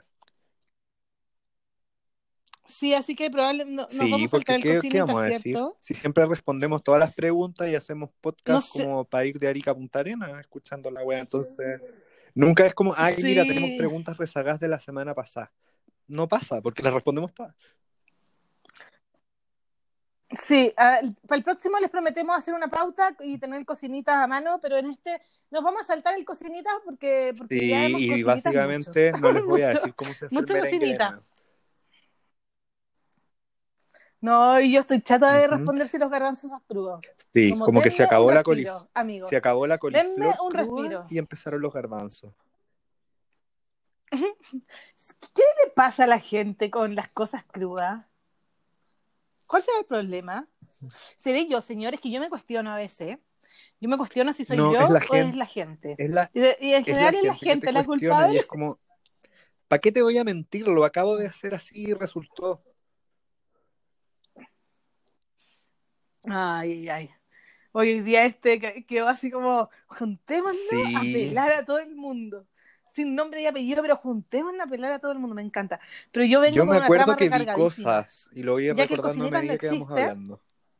Sí, así que probablemente nos Sí, vamos a saltar porque el ¿qué cocinita, vamos a decir? ¿cierto? Si siempre respondemos todas las preguntas y hacemos No podcast sé. como para ir de Arica a Punta Arenas escuchando la wea, entonces nunca es como, ay, mira, tenemos Sí. preguntas rezagadas de la semana pasada. No pasa, porque las respondemos todas. Sí, para el próximo les prometemos hacer una pauta y tener cocinitas a mano, pero en este nos vamos a saltar el cocinitas porque ya hemos Sí, y cocinitas muchos, básicamente no les voy a mucho, decir cómo se hace el mucho merengue de cocinita. nuevo. No, y yo estoy chata de Ujú. responder si los garbanzos son crudos. Sí, Como como que denme un respiro, se amigos. acabó la Denme coliflor un cruda respiro. y empezaron los garbanzos. ¿Qué le pasa a la gente con las cosas crudas? ¿Cuál será el problema? ¿Seré yo, señores, que yo me cuestiono a veces? Yo me cuestiono si soy No, es la yo o es gente, la gente. es la, Y en es la general es la gente que te gente la cuestiona y culpable. es como, ¿para qué te voy a mentir? Lo acabo de hacer así y resultó. Ay, ay. Hoy día quedó así como, juntémonos a Sí, pelar a todo el mundo. Sin nombre y apellido, pero juntémonos a pelar a todo el mundo, me encanta. Pero yo vengo yo con me una acuerdo trama que vi recargadísima. cosas y lo voy Ya que el recordando a Cocinetas no medida que vamos existe, hablando.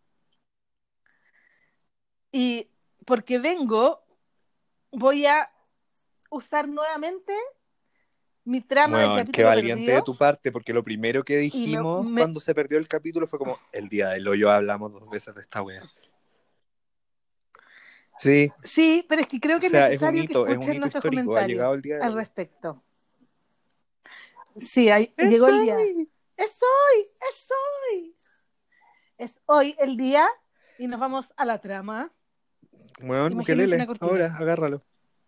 y porque vengo, voy a usar nuevamente mi trama del Bueno, qué capítulo valiente de perdido, tu parte, porque lo primero que y dijimos cuando se perdió el capítulo fue como, el día del hoyo hablamos 2 veces de esta wea. Sí, sí, pero es que o creo que es sea, necesario que es un escuchen hito nuestros histórico, ha comentarios llegado el día del al hoyo. respecto. Sí, llegó Eso. el día. Es hoy, es hoy. Es hoy el día y nos vamos a la trama. Bueno, Imagínense una ukelele, cortina. ahora, agárralo.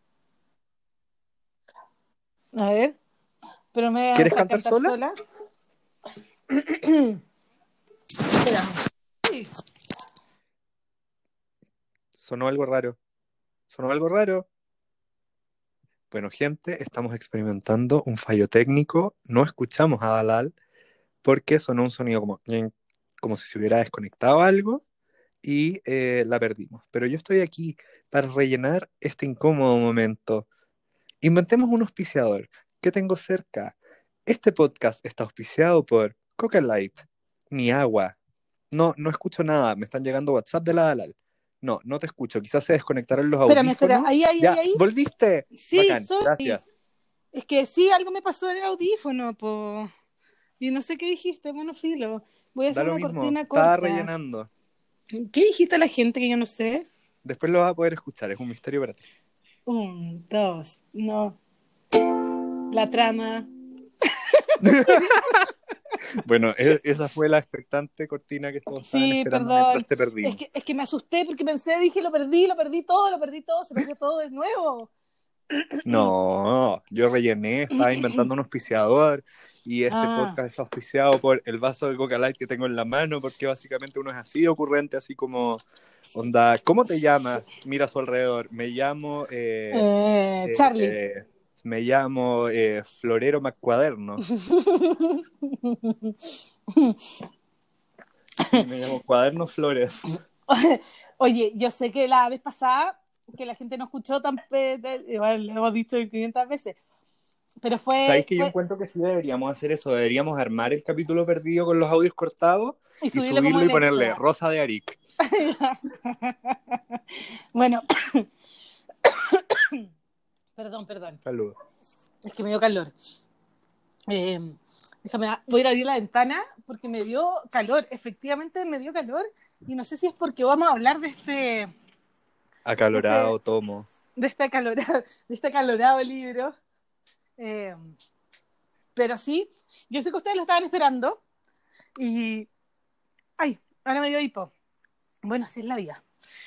A ver, pero me voy a ¿Quieres dejar cantar cantar sola? sola. Espera. Sonó algo raro. Sonó algo raro. Bueno, gente, estamos experimentando un fallo técnico. No escuchamos a Dalal porque sonó un sonido como, ñen, como si se hubiera desconectado algo y la perdimos. Pero yo estoy aquí para rellenar este incómodo momento. Inventemos un auspiciador que tengo cerca. Este podcast está auspiciado por Coca Light, mi agua. No, no escucho nada. Me están llegando WhatsApp de la Dalal. No, no te escucho. Quizás se desconectaron los Espérame, espera. audífonos. Ahí, ahí, ahí, Ya, ahí. volviste. Sí, Bacán, soy. gracias. Es que sí, algo me pasó en el audífono, po. Y no sé qué dijiste. Bueno, filo. Voy a Da hacer lo una mismo. cortina Estaba corta. rellenando. ¿Qué dijiste a la gente que yo no sé? Después lo vas a poder escuchar. Es un misterio para ti. Un, dos, no. La trama. Bueno, esa fue la expectante cortina que todos estaban Sí, esperando mientras perdón. te perdimos. Es que me asusté porque pensé, dije, lo perdí todo, se perdió todo de nuevo. No, yo rellené, estaba inventando un auspiciador y este Ah, podcast está auspiciado por el vaso de Coca Light que tengo en la mano porque básicamente uno es así de ocurrente, así como, onda, ¿cómo te llamas? Mira a su alrededor, Charlie. eh, me llamo Florero McCuaderno, sí, me llamo Cuaderno Flores. Oye, yo sé que la vez pasada, que la gente no escuchó igual lo hemos dicho 500 veces, pero ¿Sabéis que yo fue, encuentro que sí deberíamos hacer eso? Deberíamos armar el capítulo perdido con los audios cortados y y subirlo como subirlo y un ponerle extra. Rosa de Aric. Bueno, perdón, Saludos. es que me dio calor. Eh, voy a ir a abrir la ventana porque me dio calor, efectivamente me dio calor y no sé si es porque vamos a hablar de este, Acalorado, tomo. de este acalorado libro. Eh, pero sí, yo sé que ustedes lo estaban esperando y, ay, ahora me dio hipo. Bueno, así es la vida.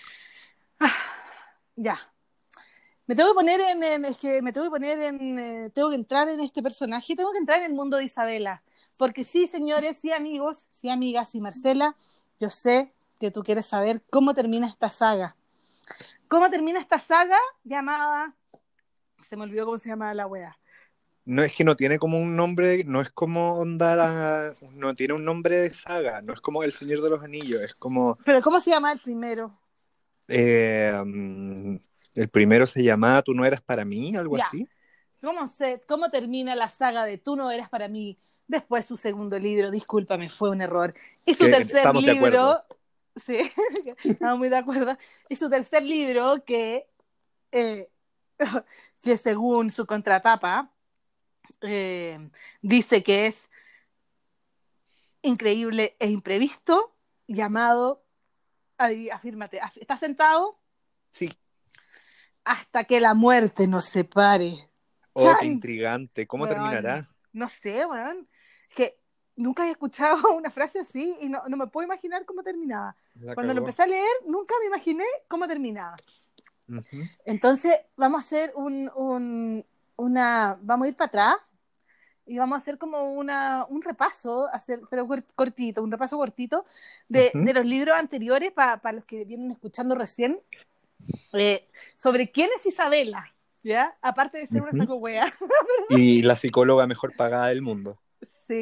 Ya, me tengo que poner es que me tengo que poner tengo que entrar en este personaje, tengo que entrar en el mundo de Isabela, porque sí, señores, sí, amigos, sí, amigas, y Marcela, yo sé que tú quieres saber cómo termina esta saga. ¿Cómo termina esta saga llamada, se me olvidó cómo se llama la wea? No es que no tiene como un nombre, no es como onda, no tiene un nombre de saga, no es como El Señor de los Anillos, es como, Pero ¿cómo se llama el primero? eh, el primero se llamaba Tú no eras para mí, algo Ya, así. ¿cómo termina la saga de Tú no eras para mí? Después su segundo libro, discúlpame, fue un error. Y su Que tercer estamos de acuerdo. libro, sí, estamos muy de acuerdo. Y su tercer libro, eh, que según su contratapa, eh, dice que es increíble e imprevisto, llamado, afírmate, ¿estás sentado? Sí. Hasta que la muerte nos separe. Oh, qué ¡Chan! intrigante. ¿Cómo Weón, terminará? no sé, weón. Es que nunca he escuchado una frase así y no me puedo imaginar cómo terminaba. La Cuando lo cagó. empecé a leer, nunca me imaginé cómo terminaba. Ujú, Entonces, vamos a hacer vamos a ir para atrás y vamos a hacer como un repaso, pero cortito, un repaso cortito ujú, de los libros anteriores para los que vienen escuchando recién, sobre quién es Isabela, ¿ya? Aparte de ser una ujú. saco wea, Y la psicóloga mejor pagada del mundo. ¿sí?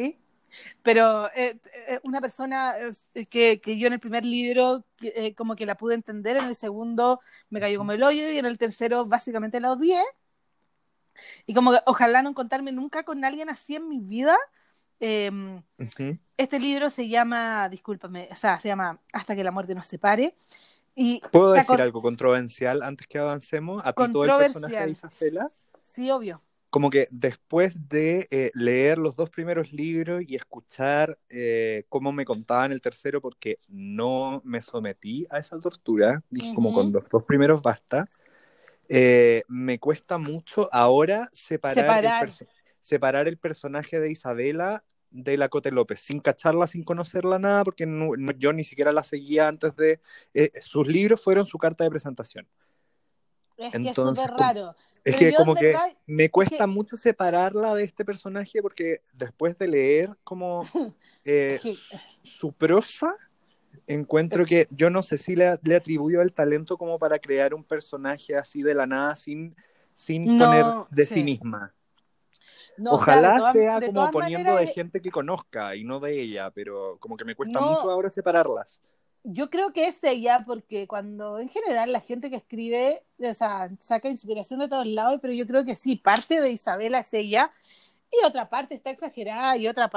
Pero una persona que yo en el primer libro como que la pude entender, en el segundo me cayó como el hoyo y en el tercero básicamente la odié. Y como que ojalá no encontrarme nunca con alguien así en mi vida. Eh, Ujú. este libro se llama, discúlpame, o sea, se llama Hasta que la muerte nos separe. Y ¿Puedo está decir algo controversial antes que avancemos? A ti todo el personaje de controversial. Isabela, Sí, obvio. como que después de leer los dos primeros libros y escuchar cómo me contaban el tercero, porque no me sometí a esa tortura, dije como con Ujú. los dos primeros basta, me cuesta mucho ahora Separar. separar el personaje de Isabela de la Cote López, sin cacharla, sin conocerla nada, porque yo ni siquiera la seguía antes de... sus libros fueron su carta de presentación. Es que es súper Entonces, raro. es Pero que yo, en como que verdad, me es cuesta que, mucho separarla de este personaje porque después de leer como es que, su prosa, encuentro que yo no sé si le atribuyo el talento como para crear un personaje así de la nada sin poner no de sí sé. misma. No, o sea, Ojalá sea de como todas poniendo maneras, de gente que conozca y no de ella, pero como que me cuesta mucho no, ahora separarlas. yo creo que es ella, porque cuando en general la gente que escribe, o sea, saca inspiración de todos lados, pero yo creo que sí, parte de Isabela es ella, y otra parte está exagerada,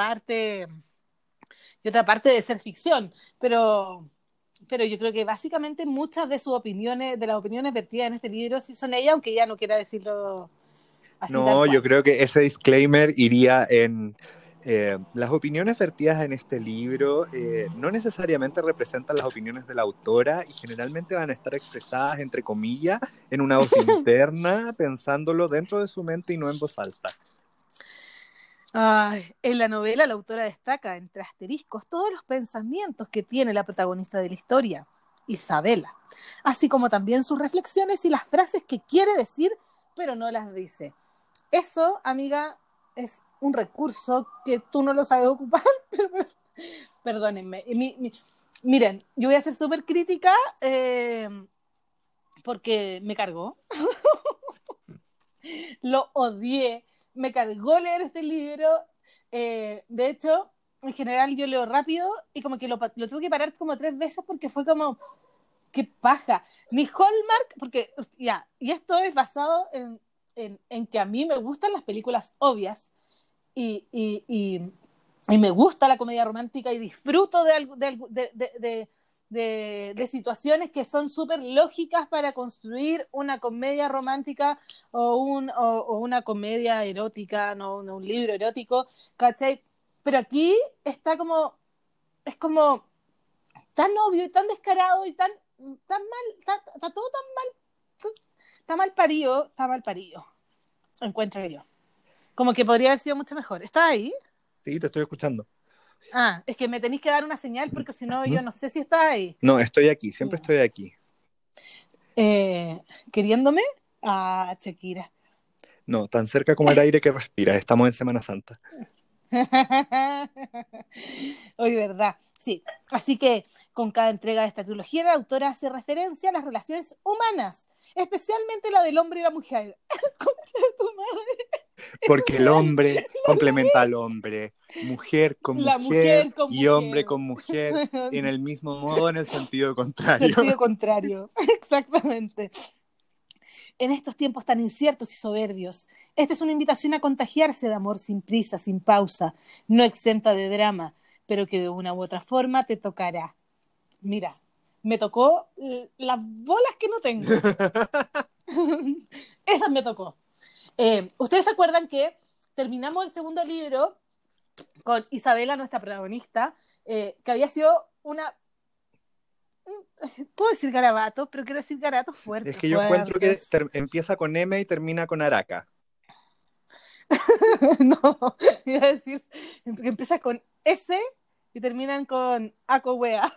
y otra parte de ser ficción, pero yo creo que básicamente muchas de sus opiniones, de las opiniones vertidas en este libro, sí son ella, aunque ella no quiera decirlo así tal No, yo cual. creo que ese disclaimer iría en las opiniones vertidas en este libro no necesariamente representan las opiniones de la autora y generalmente van a estar expresadas, entre comillas, en una voz interna, pensándolo dentro de su mente y no en voz alta. Ay, en la novela la autora destaca, entre asteriscos, todos los pensamientos que tiene la protagonista de la historia, Isabela, así como también sus reflexiones y las frases que quiere decir, pero no las dice. Eso, amiga, es un recurso que tú no lo sabes ocupar, pero, perdónenme. Miren, yo voy a ser súper crítica porque me cargó, lo odié, me cargó leer este libro. De hecho, en general yo leo rápido y como que lo tuve que parar como 3 veces porque fue como, qué paja. Ni Hallmark, porque ya, y esto es basado en que a mí me gustan las películas obvias y, y, y, y me gusta la comedia romántica y disfruto de situaciones que son súper lógicas para construir una comedia romántica o una comedia erótica, no un libro erótico, ¿cachai? Pero aquí está como, es como tan obvio y tan descarado y tan mal, está todo tan mal, está mal parido, encuentro yo. Como que podría haber sido mucho mejor. ¿Está ahí? Sí, te estoy escuchando. Ah, es que me tenéis que dar una señal porque si no, ¿Mm? yo no sé si está ahí. No, estoy aquí, siempre Ya. estoy aquí. ¿Queriéndome? Ah, Shakira. No, tan cerca como el aire que respiras, estamos en Semana Santa. Hoy, ¿verdad? Sí. Así que con cada entrega de esta trilogía, la autora hace referencia a las relaciones humanas, especialmente la del hombre y la mujer. Concha de tu madre, es Porque el real. hombre complementa al hombre, mujer con La mujer mujer con y hombre mujer. con mujer en el mismo modo, en el sentido contrario. Sentido contrario. Exactamente. En estos tiempos tan inciertos y soberbios, esta es una invitación a contagiarse de amor sin prisa, sin pausa, no exenta de drama, pero que de una u otra forma te tocará. Mira, me tocó las bolas que no tengo. Esas me tocó. ¿Ustedes se acuerdan que terminamos el segundo libro con Isabela, nuestra protagonista, que había sido una... Puedo decir garabatos, pero quiero decir garabatos Es fuertes, que yo encuentro que fuertes. empieza con M y termina con Araca. No, iba a decir que empieza con S y terminan con Acowea.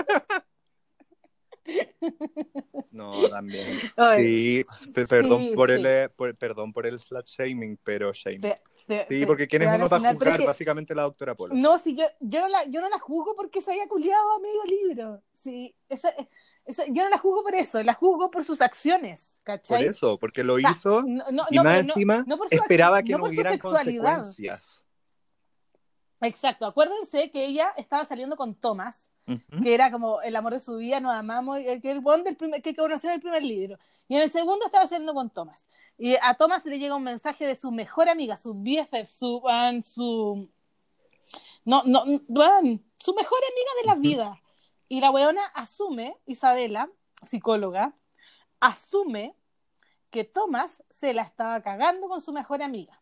No, también. Oye, Sí, perdón sí, por el, sí. perdón por el slut shaming, pero shame. Te, te, Sí, te, porque ¿quién te es van a uno para funar, pero es juzgar? que Básicamente la doctora Polo. no, si yo no la juzgo porque se haya culiado a medio libro. Sí, yo no la juzgo por eso, la juzgo por sus acciones, Por ¿cachai? eso, porque lo O sea, hizo y más pero encima no por esperaba que no no por su hubieran sexualidad. consecuencias. Exacto, acuérdense que ella estaba saliendo con Thomas, Ujú. que era como el amor de su vida, nos amamos, que el bond que conoció en el primer libro. Y en el segundo estaba saliendo con Thomas. Y a Thomas le llega un mensaje de su mejor amiga, su BFF, su no, no, su mejor amiga de la Ujú. vida. Y la weona asume, Isabela, psicóloga, asume que Thomas se la estaba cagando con su mejor amiga.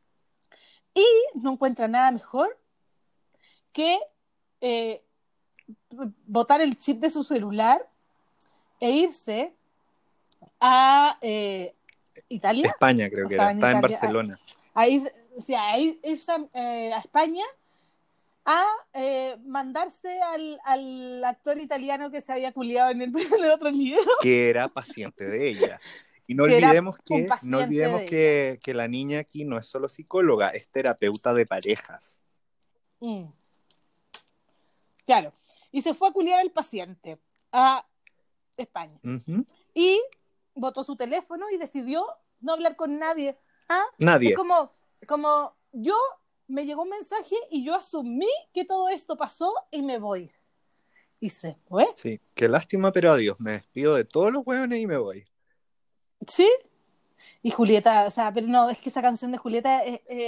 Y no encuentra nada mejor que eh, botar el chip de su celular e irse a Italia, España creo o que era, estaba en estaba en Italia, Barcelona. ahí, o sea, ahí irse a España a mandarse al actor italiano que se había culiado en el otro libro, Que era paciente de ella. Y que era un no paciente olvidemos de ella. que la niña aquí no es solo psicóloga, es terapeuta de parejas. Mm, claro. Y se fue a culiar al paciente a España. Ujú. Y botó su teléfono y decidió no hablar con nadie. ¿Ah? Es Nadie. como yo me llegó un mensaje y yo asumí que todo esto pasó y me voy. Y se fue. Sí, qué lástima, pero adiós. Me despido de todos los hueones y me voy. ¿Sí? Y Julieta, o sea, pero no, es que esa canción de Julieta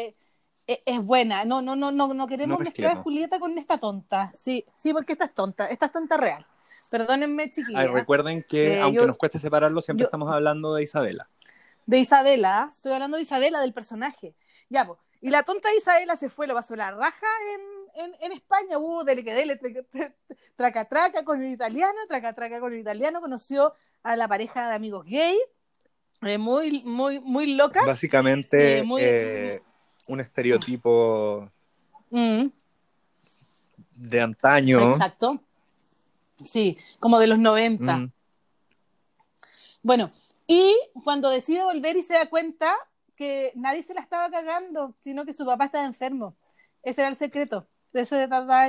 es buena. No, no, no, no, no No queremos mezclar a mezclemos. Julieta con esta tonta. Sí, sí, porque esta es tonta real. Perdónenme, Ay, chiquilla. recuerden que, aunque Yo, nos cueste separarlo, siempre yo, estamos hablando de Isabela. de Isabela, estoy hablando de Isabela, del personaje. Ya, pues. Y la tonta Isabela se fue, lo pasó la raja en España, dele que dele, traca traca con el italiano, traca traca con el italiano, conoció a la pareja de amigos gay, muy, muy, muy locas, Básicamente, muy... un estereotipo Mm, de antaño. exacto, sí, como de los 90. Mm, Bueno, y cuando decide volver y se da cuenta que nadie se la estaba cagando, sino que su papá estaba enfermo. Ese era el secreto. De eso se trataba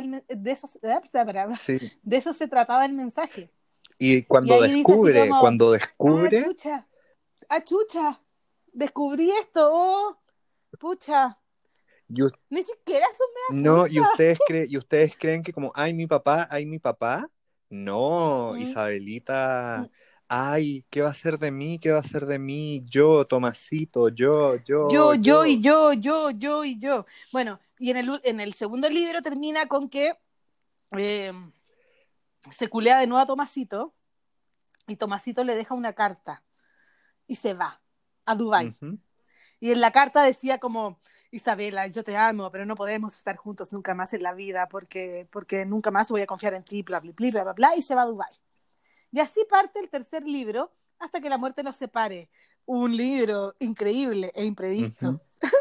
sí. de eso se trataba el mensaje. Y Y ahí dice así como, cuando descubre, chucha, chucha, descubrí esto, oh, pucha, y, us- ni siquiera eso me da no, culpa. y ustedes creen que como, ay, mi papá. No, Mm, Isabelita, mm, ay, ¿qué va a hacer de mí? ¿Qué va a hacer de mí? Yo, Tomasito, yo y yo. yo y yo. Bueno, y en el segundo libro termina con que eh, se culea de nuevo a Tomasito y Tomasito le deja una carta y se va a Dubái. Ujú, Y en la carta decía como, Isabela, yo te amo, pero no podemos estar juntos nunca más en la vida porque nunca más voy a confiar en ti, bla, bla, bla, bla, bla, bla, y se va a Dubái. Y así parte el tercer libro hasta que la muerte nos separe. Un libro increíble e ujú, imprevisto.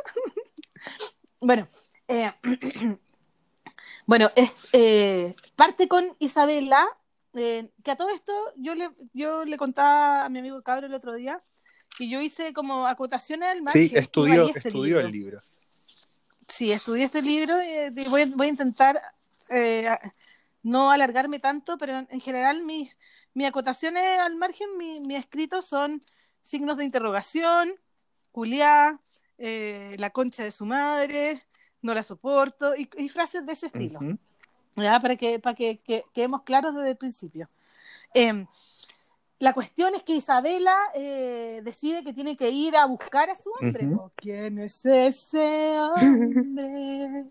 Bueno, eh, bueno, parte con Isabela, que a todo esto yo le contaba a mi amigo Cabro el otro día que yo hice como acotaciones al sí, margen y rayé este estudió el libro. libro. Sí, estudié este libro y voy a intentar eh, no alargarme tanto, pero en general mis acotaciones al margen, mis escritos son signos de interrogación, culiá, la concha de su madre, no la soporto, y frases de ese estilo. Ujú, ¿Ya? Para que quedemos claros desde el principio. Eh, la cuestión es que Isabela decide que tiene que ir a buscar a su hombre. ujú. Po. ¿Quién es ese hombre?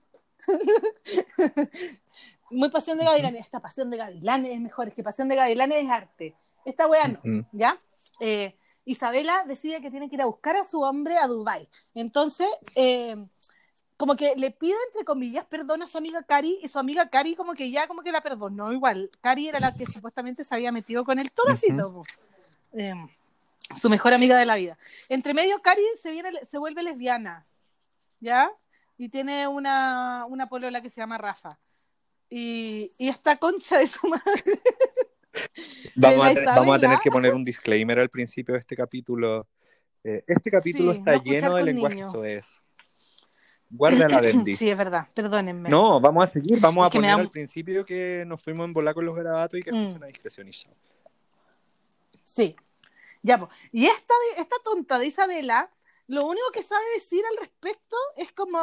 Muy Pasión de Ujú, Gavilanes. Esta Pasión de Gavilanes es mejor, es que Pasión de Gavilanes es arte. Esta wea no, ujú, ¿ya? Isabela decide que tiene que ir a buscar a su hombre a Dubái. Entonces, como que le pide, entre comillas, perdón a su amiga Cari, y su amiga Cari como que ya como que la perdonó igual. Cari era la que supuestamente se había metido con el ujú, Tomasito, su mejor amiga de la vida. Entre medio, Cari se vuelve lesbiana, ¿ya? Y tiene una polola que se llama Rafa. Y esta concha de su madre, la Vamos a tener Isabela, que poner un disclaimer al principio de este capítulo. Este capítulo sí, está no lleno escuchar de con lenguaje niños. soez. Guárdala, Dendi. Sí, es verdad, perdónenme. No, vamos a seguir, vamos Es a que me poner da... al principio que nos fuimos en volar con los garabatos y que Mm, escuchen a discreción y chao. sí, ya, pues. Y esta tonta de Isabela, lo único que sabe decir al respecto es como,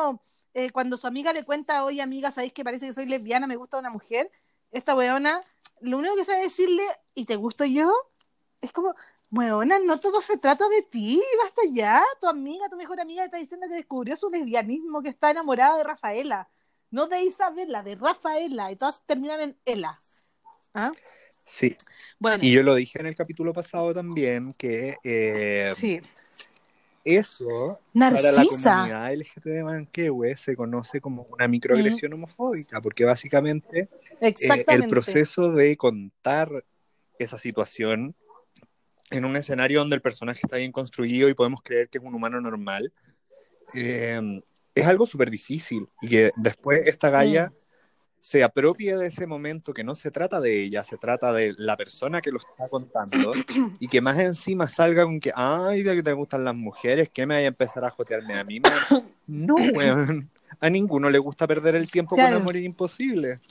cuando su amiga le cuenta, oye amiga, ¿sabéis que parece que soy lesbiana, me gusta una mujer? Esta weona, lo único que sabe decirle, ¿y te gusto yo? Es como, weona, no todo se trata de ti, basta ya. Tu amiga, tu mejor amiga está diciendo que descubrió su lesbianismo, que está enamorada de Rafaela. No de Isabela, de Rafaela. Y todas terminan en Ela. ¿Ah? Sí. Bueno, Y yo lo dije en el capítulo pasado también, que sí. eso para la Narcisa. comunidad LGTB manquehue se conoce como una Mm, microagresión homofóbica, porque básicamente el exactamente. proceso de contar esa situación en un escenario donde el personaje está bien construido y podemos creer que es un humano normal, es algo súper difícil. Y que después esta Mm. galla se apropie de ese momento, que no se trata de ella, se trata de la persona que lo está contando, y que más encima salga con que, ay, de que te gustan las mujeres, que me vaya a empezar a jotearme a mí, man. No, weón. A ninguno le gusta perder el tiempo con Claro, amor imposible.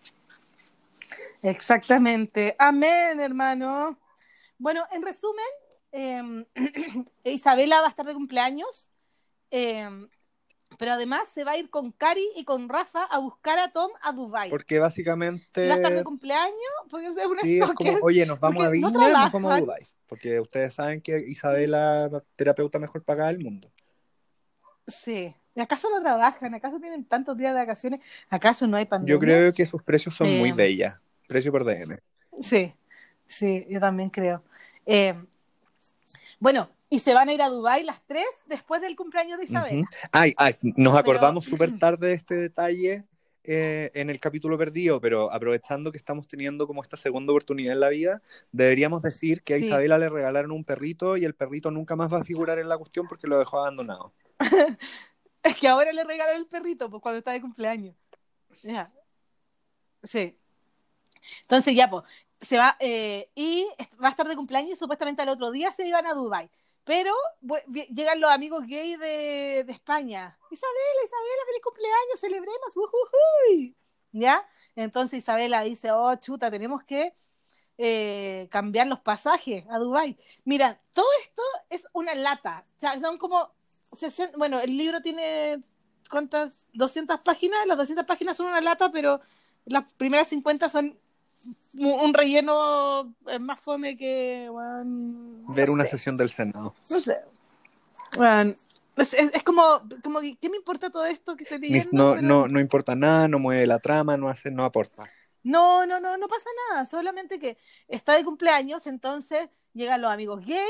exactamente. Amén, hermano. Bueno, en resumen, Isabela va a estar de cumpleaños. eh, pero además se va a ir con Cari y con Rafa a buscar a Tom a Dubai. Porque Y va a estar de básicamente, cumpleaños porque es una sí, es como, stalker, oye, nos vamos a porque no Viña, nos vamos a trabajan. Dubái. Porque ustedes saben que Y Isabela es la terapeuta mejor pagada del mundo. sí, ¿y acaso no trabajan? ¿Acaso tienen tantos días de vacaciones? ¿Acaso no hay Yo pandemia? creo que sus precios son muy Eh, bellas. Precio por DM. sí, sí, yo también creo. Eh, bueno, y se van a ir a Dubái las tres después del cumpleaños de Ujú. Isabela. Ay, ay, nos Pero acordamos súper tarde de este detalle en el capítulo perdido, pero aprovechando que estamos teniendo como esta segunda oportunidad en la vida, deberíamos decir que a sí, Isabela le regalaron un perrito y el perrito nunca más va a figurar en la cuestión porque lo dejó abandonado. es que ahora le regalan el perrito, pues cuando está de cumpleaños. Ya, sí. Entonces ya, pues, se va, y va a estar de cumpleaños y supuestamente al otro día se iban a Dubai. Pero llegan los amigos gay de España. Isabela, Isabela, feliz cumpleaños, celebremos. Ujujuy. ¿Ya? Entonces Isabela dice, oh, chuta, tenemos que cambiar los pasajes a Dubai. Mira, todo esto es una lata. O sea, son como 60, bueno, el libro tiene, ¿cuántas? 200 páginas. Las 200 páginas son una lata, pero las primeras 50 son un relleno más fome que, bueno, no Ver una sé, sesión del Senado. no sé. Bueno, es como que, ¿qué me importa todo esto que estoy leyendo? No, Pero no, no importa nada, no mueve la trama, no hace, no aporta. no, no, no, no pasa nada, solamente que está de cumpleaños, entonces llegan los amigos gay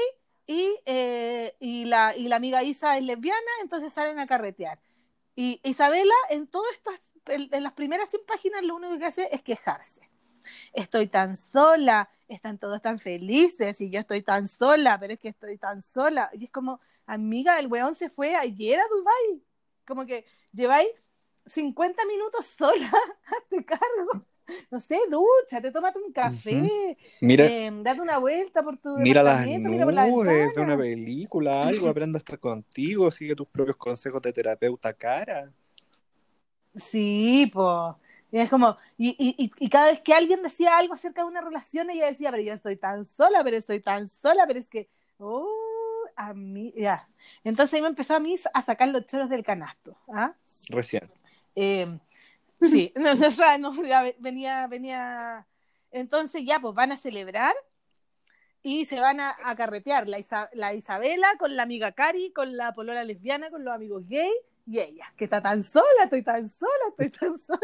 y la amiga Isa es lesbiana, entonces salen a carretear. Y Isabela, en todas en las primeras 100 páginas, lo único que hace es quejarse. Estoy tan sola, están todos tan felices y yo estoy tan sola, pero es que estoy tan sola. Y es como, amiga, el weón se fue ayer a Dubái. Como que lleváis 50 minutos sola, hazte cargo. No sé, dúchate, tómate un Ujú. café, Mira, date una vuelta por tu mira las departamento, mira por la nubes de una ventana. película, algo, aprende a estar contigo, sigue tus propios consejos de terapeuta cara. Sí, pues. Y es como, y cada vez que alguien decía algo acerca de una relación, ella decía, pero yo estoy tan sola, pero estoy tan sola, pero es que, oh, a mí, ya. Entonces ahí me empezó a mí a sacar los choros del canasto. ¿Ah? Recién. Eh, sí, no, o sea, no, ya venía. Entonces ya, pues van a celebrar y se van a carretear la Isabela con la amiga Cari, con la polola lesbiana, con los amigos gay y ella, que está tan sola, estoy tan sola, estoy tan sola.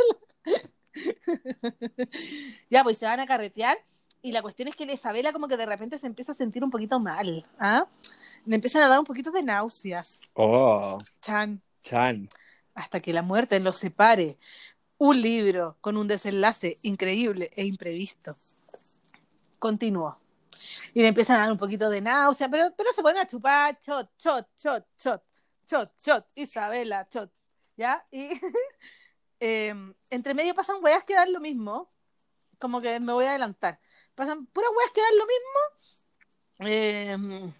Ya, pues se van a carretear y la cuestión es que la Isabela como que de repente se empieza a sentir un poquito mal, ¿ah? Le empiezan a dar un poquito de náuseas, Oh, Chan, Chan. hasta que la muerte los separe. Un libro con un desenlace increíble e imprevisto. Continuó. Y le empiezan a dar un poquito de náusea, pero se ponen a chupar, shot, shot, shot, shot, shot, shot, Isabela, shot, ¿ya? Y entre medio pasan weas que dan lo mismo, como que me voy a adelantar. Pasan puras weas que dan lo mismo,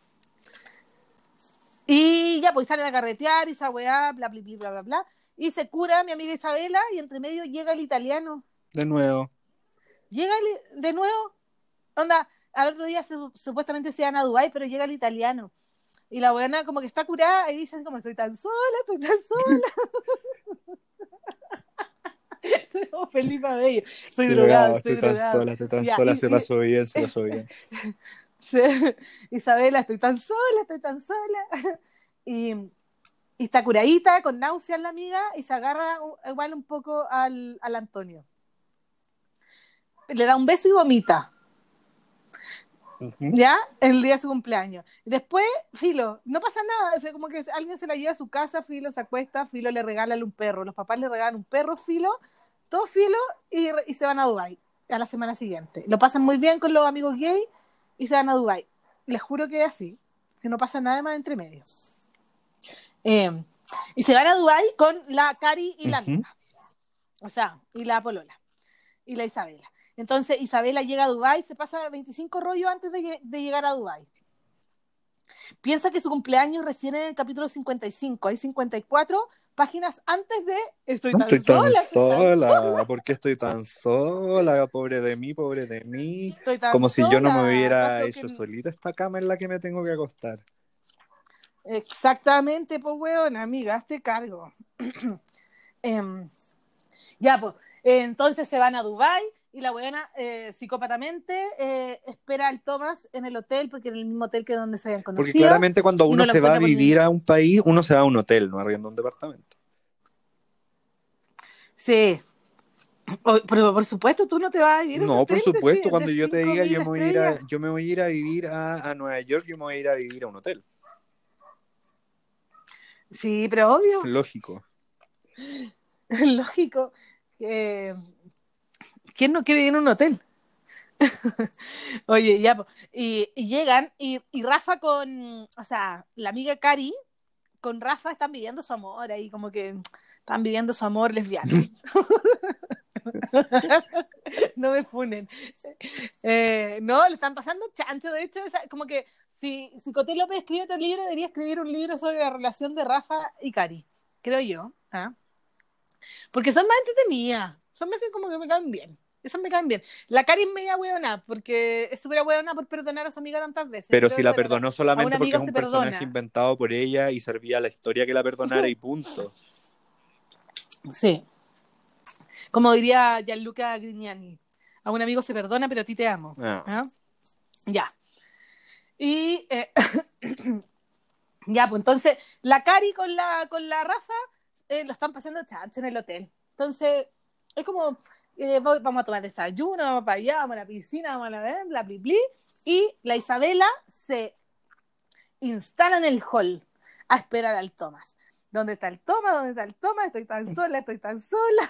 y ya, pues salen a carretear, y esa weá, bla, bla, bla, bla, bla, bla, y se cura mi amiga Isabela, y entre medio llega el italiano. De nuevo. Llega de nuevo, onda, al otro día supuestamente se van a Dubái, pero llega el italiano. Y la buena como que está curada y dicen como estoy tan sola, estoy tan sola. Como Felipe Abello. Estoy Estoy drogado, drogado, estoy drogado. estoy tan Ya, sola, se pasó bien, se pasó bien. Isabela, estoy tan sola, estoy tan sola. Y, y está curadita, con náuseas la amiga, y se agarra igual un poco al Antonio. Le da un beso y vomita, Ujú. ¿ya? El día de su cumpleaños. Después, Filo, no pasa nada, o sea, como que alguien se la lleva a su casa, Filo se acuesta, Filo le regala un perro, los papás le regalan un perro, Filo, todo Filo, y se van a Dubái a la semana siguiente. Lo pasan muy bien con los amigos gay y se van a Dubái. Les juro que es así, que no pasa nada más entre medio. Eh, y se van a Dubái con la Cari y la Ujú. amiga, o sea, y la polola, y la Isabela. Entonces Isabela llega a Dubái, se pasa 25 rollos antes de llegar a Dubái. Piensa que su cumpleaños recién en el capítulo 55, hay 54 páginas antes de Estoy tan estoy tan sola, sola, ¿por qué estoy tan sola? Pobre de mí. estoy tan Como si yo no me sola. hubiera ¿Acaso hecho que...? solita esta cama en la que me tengo que acostar. Exactamente, pues, weón, amiga, hazte cargo. eh, ya, pues, entonces se van a Dubái y la weona psicópatamente espera al Thomas en el hotel, porque en el mismo hotel que donde se habían Porque conocido, claramente cuando y uno no lo se va a encuentra por vivir ningún... a un país, uno se va a un hotel, no arrienda un departamento. Sí, pero por supuesto tú no te vas a ir a un No, por hotel supuesto, de cuando yo te diga 5.000 estrellas. yo me voy a ir a vivir a Nueva York, yo me voy a ir a vivir a un hotel. Sí, pero obvio, Lógico. lógico. ¿Quién no quiere ir a un hotel? Oye, ya, y llegan y Rafa o sea, la amiga Cari con Rafa están viviendo su amor ahí, como que están viviendo su amor lesbiano. No me funen. No, le están pasando chancho, de hecho, como que si Coté López escribe otro libro, debería escribir un libro sobre la relación de Rafa y Cari, creo yo. ¿Ah? Porque son más entretenidas, son más como que me caen bien. Esas me caen bien. La Cari es media hueona, porque es súper hueona por perdonar a su amiga tantas veces. Pero si Pero la bueno, perdonó a un solamente porque amigo es se un personaje perdona. inventado por ella y servía a la historia que la perdonara y punto. Sí. Como diría Gianluca Grignani, a un amigo se perdona, pero a ti te amo. Ah. ¿Ah? Ya. Y ya, pues entonces la Cari con la Rafa lo están pasando chancho en el hotel. Entonces, es como, vamos a tomar desayuno, vamos para allá, vamos a la piscina, vamos a la bla, bla, bla. Y la Isabela se instala en el hall a esperar al Tomás. ¿Dónde está el Tomás? ¿Dónde está el Tomás? Estoy tan sola, estoy tan sola.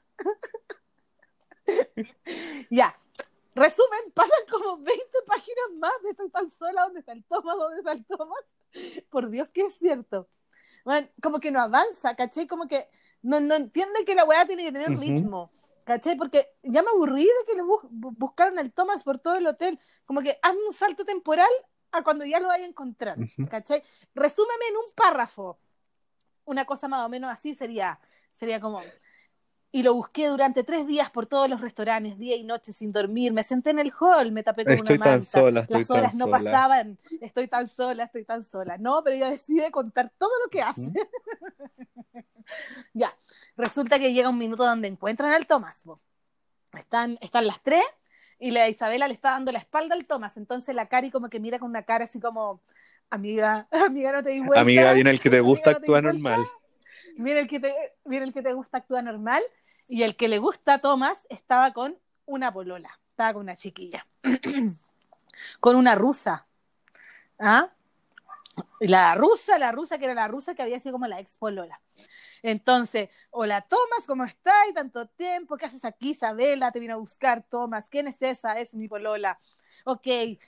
Ya, resumen, pasan como 20 páginas más de estoy tan sola, ¿dónde está el Tomás? ¿Dónde está el Tomás? Por Dios que es cierto. Bueno, como que no avanza, ¿cachai? Como que no entiende que la weá tiene que tener Ujú. ritmo, ¿cachai? Porque ya me aburrí de que le buscaron al Thomas por todo el hotel. Como que hazme un salto temporal a cuando ya lo vaya a encontrar, Ujú. ¿cachai? Resúmeme en un párrafo. Una cosa más o menos así sería como, y lo busqué durante 3 días por todos los restaurantes, día y noche sin dormir. Me senté en el hall, me tapé con una Estoy tan manta. sola, estoy Las tan horas no sola. pasaban. Estoy tan sola, estoy tan sola. No, pero ella decide contar todo lo que hace. Ujú. Ya. Resulta que llega un minuto donde encuentran al Tomás. Están las tres y la Isabela le está dando la espalda al Tomás. Entonces la Cari como que mira con una cara así como, amiga, amiga, no te di Amiga, vuelta. viene el que te gusta, Amiga, no te di actúa vuelta. normal. Mira el que te gusta actúa normal y el que le gusta a Tomás estaba con una polola, estaba con una chiquilla, con una rusa. ¿Ah? La rusa que era la rusa que había sido como la ex polola. Entonces, hola Tomás, ¿cómo estás? Tanto tiempo, ¿qué haces aquí? Isabela, te vino a buscar, Tomás, ¿quién es esa? Es mi polola. Ok,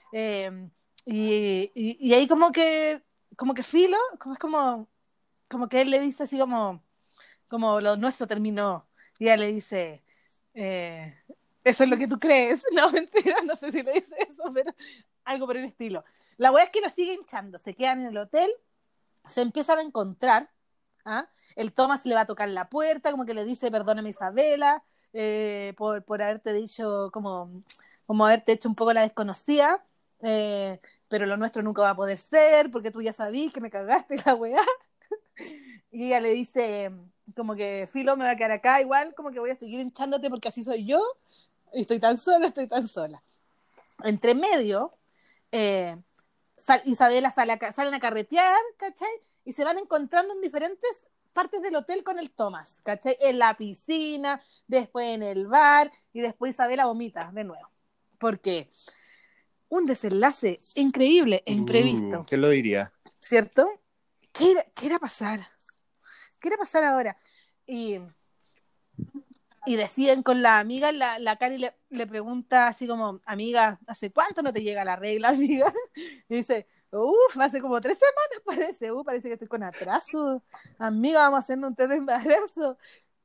y ahí como que filo, como es como que él le dice así como lo nuestro terminó. Y ella le dice, eh, eso es lo que tú crees. No, mentira, no sé si le dice eso, pero algo por el estilo. La wea es que lo sigue hinchando, se quedan en el hotel, se empiezan a encontrar. ¿Ah? El Thomas le va a tocar la puerta, como que le dice, perdóname Isabela, por haberte dicho, como haberte hecho un poco la desconocida, pero lo nuestro nunca va a poder ser, porque tú ya sabís que me cagaste la weá. y ella le dice como que filo, me voy a quedar acá igual, como que voy a seguir hinchándote porque así soy yo, y estoy tan sola, estoy tan sola. Entre medio, eh, Isabela salen a carretear, ¿cachai? Y se van encontrando en diferentes partes del hotel con el Tomás, ¿cachai? En la piscina, después en el bar, y después Isabela vomita de nuevo. Porque un desenlace increíble e imprevisto, ¿Quién lo diría? ¿cierto? ¿Qué era pasar? ¿Qué era pasar ahora? Y, y deciden con la amiga, la Cari le pregunta así como, amiga, ¿hace cuánto no te llega la regla, amiga? Y dice, hace como 3 semanas parece, parece que estoy con atraso. Amiga, vamos a hacernos un test de embarazo.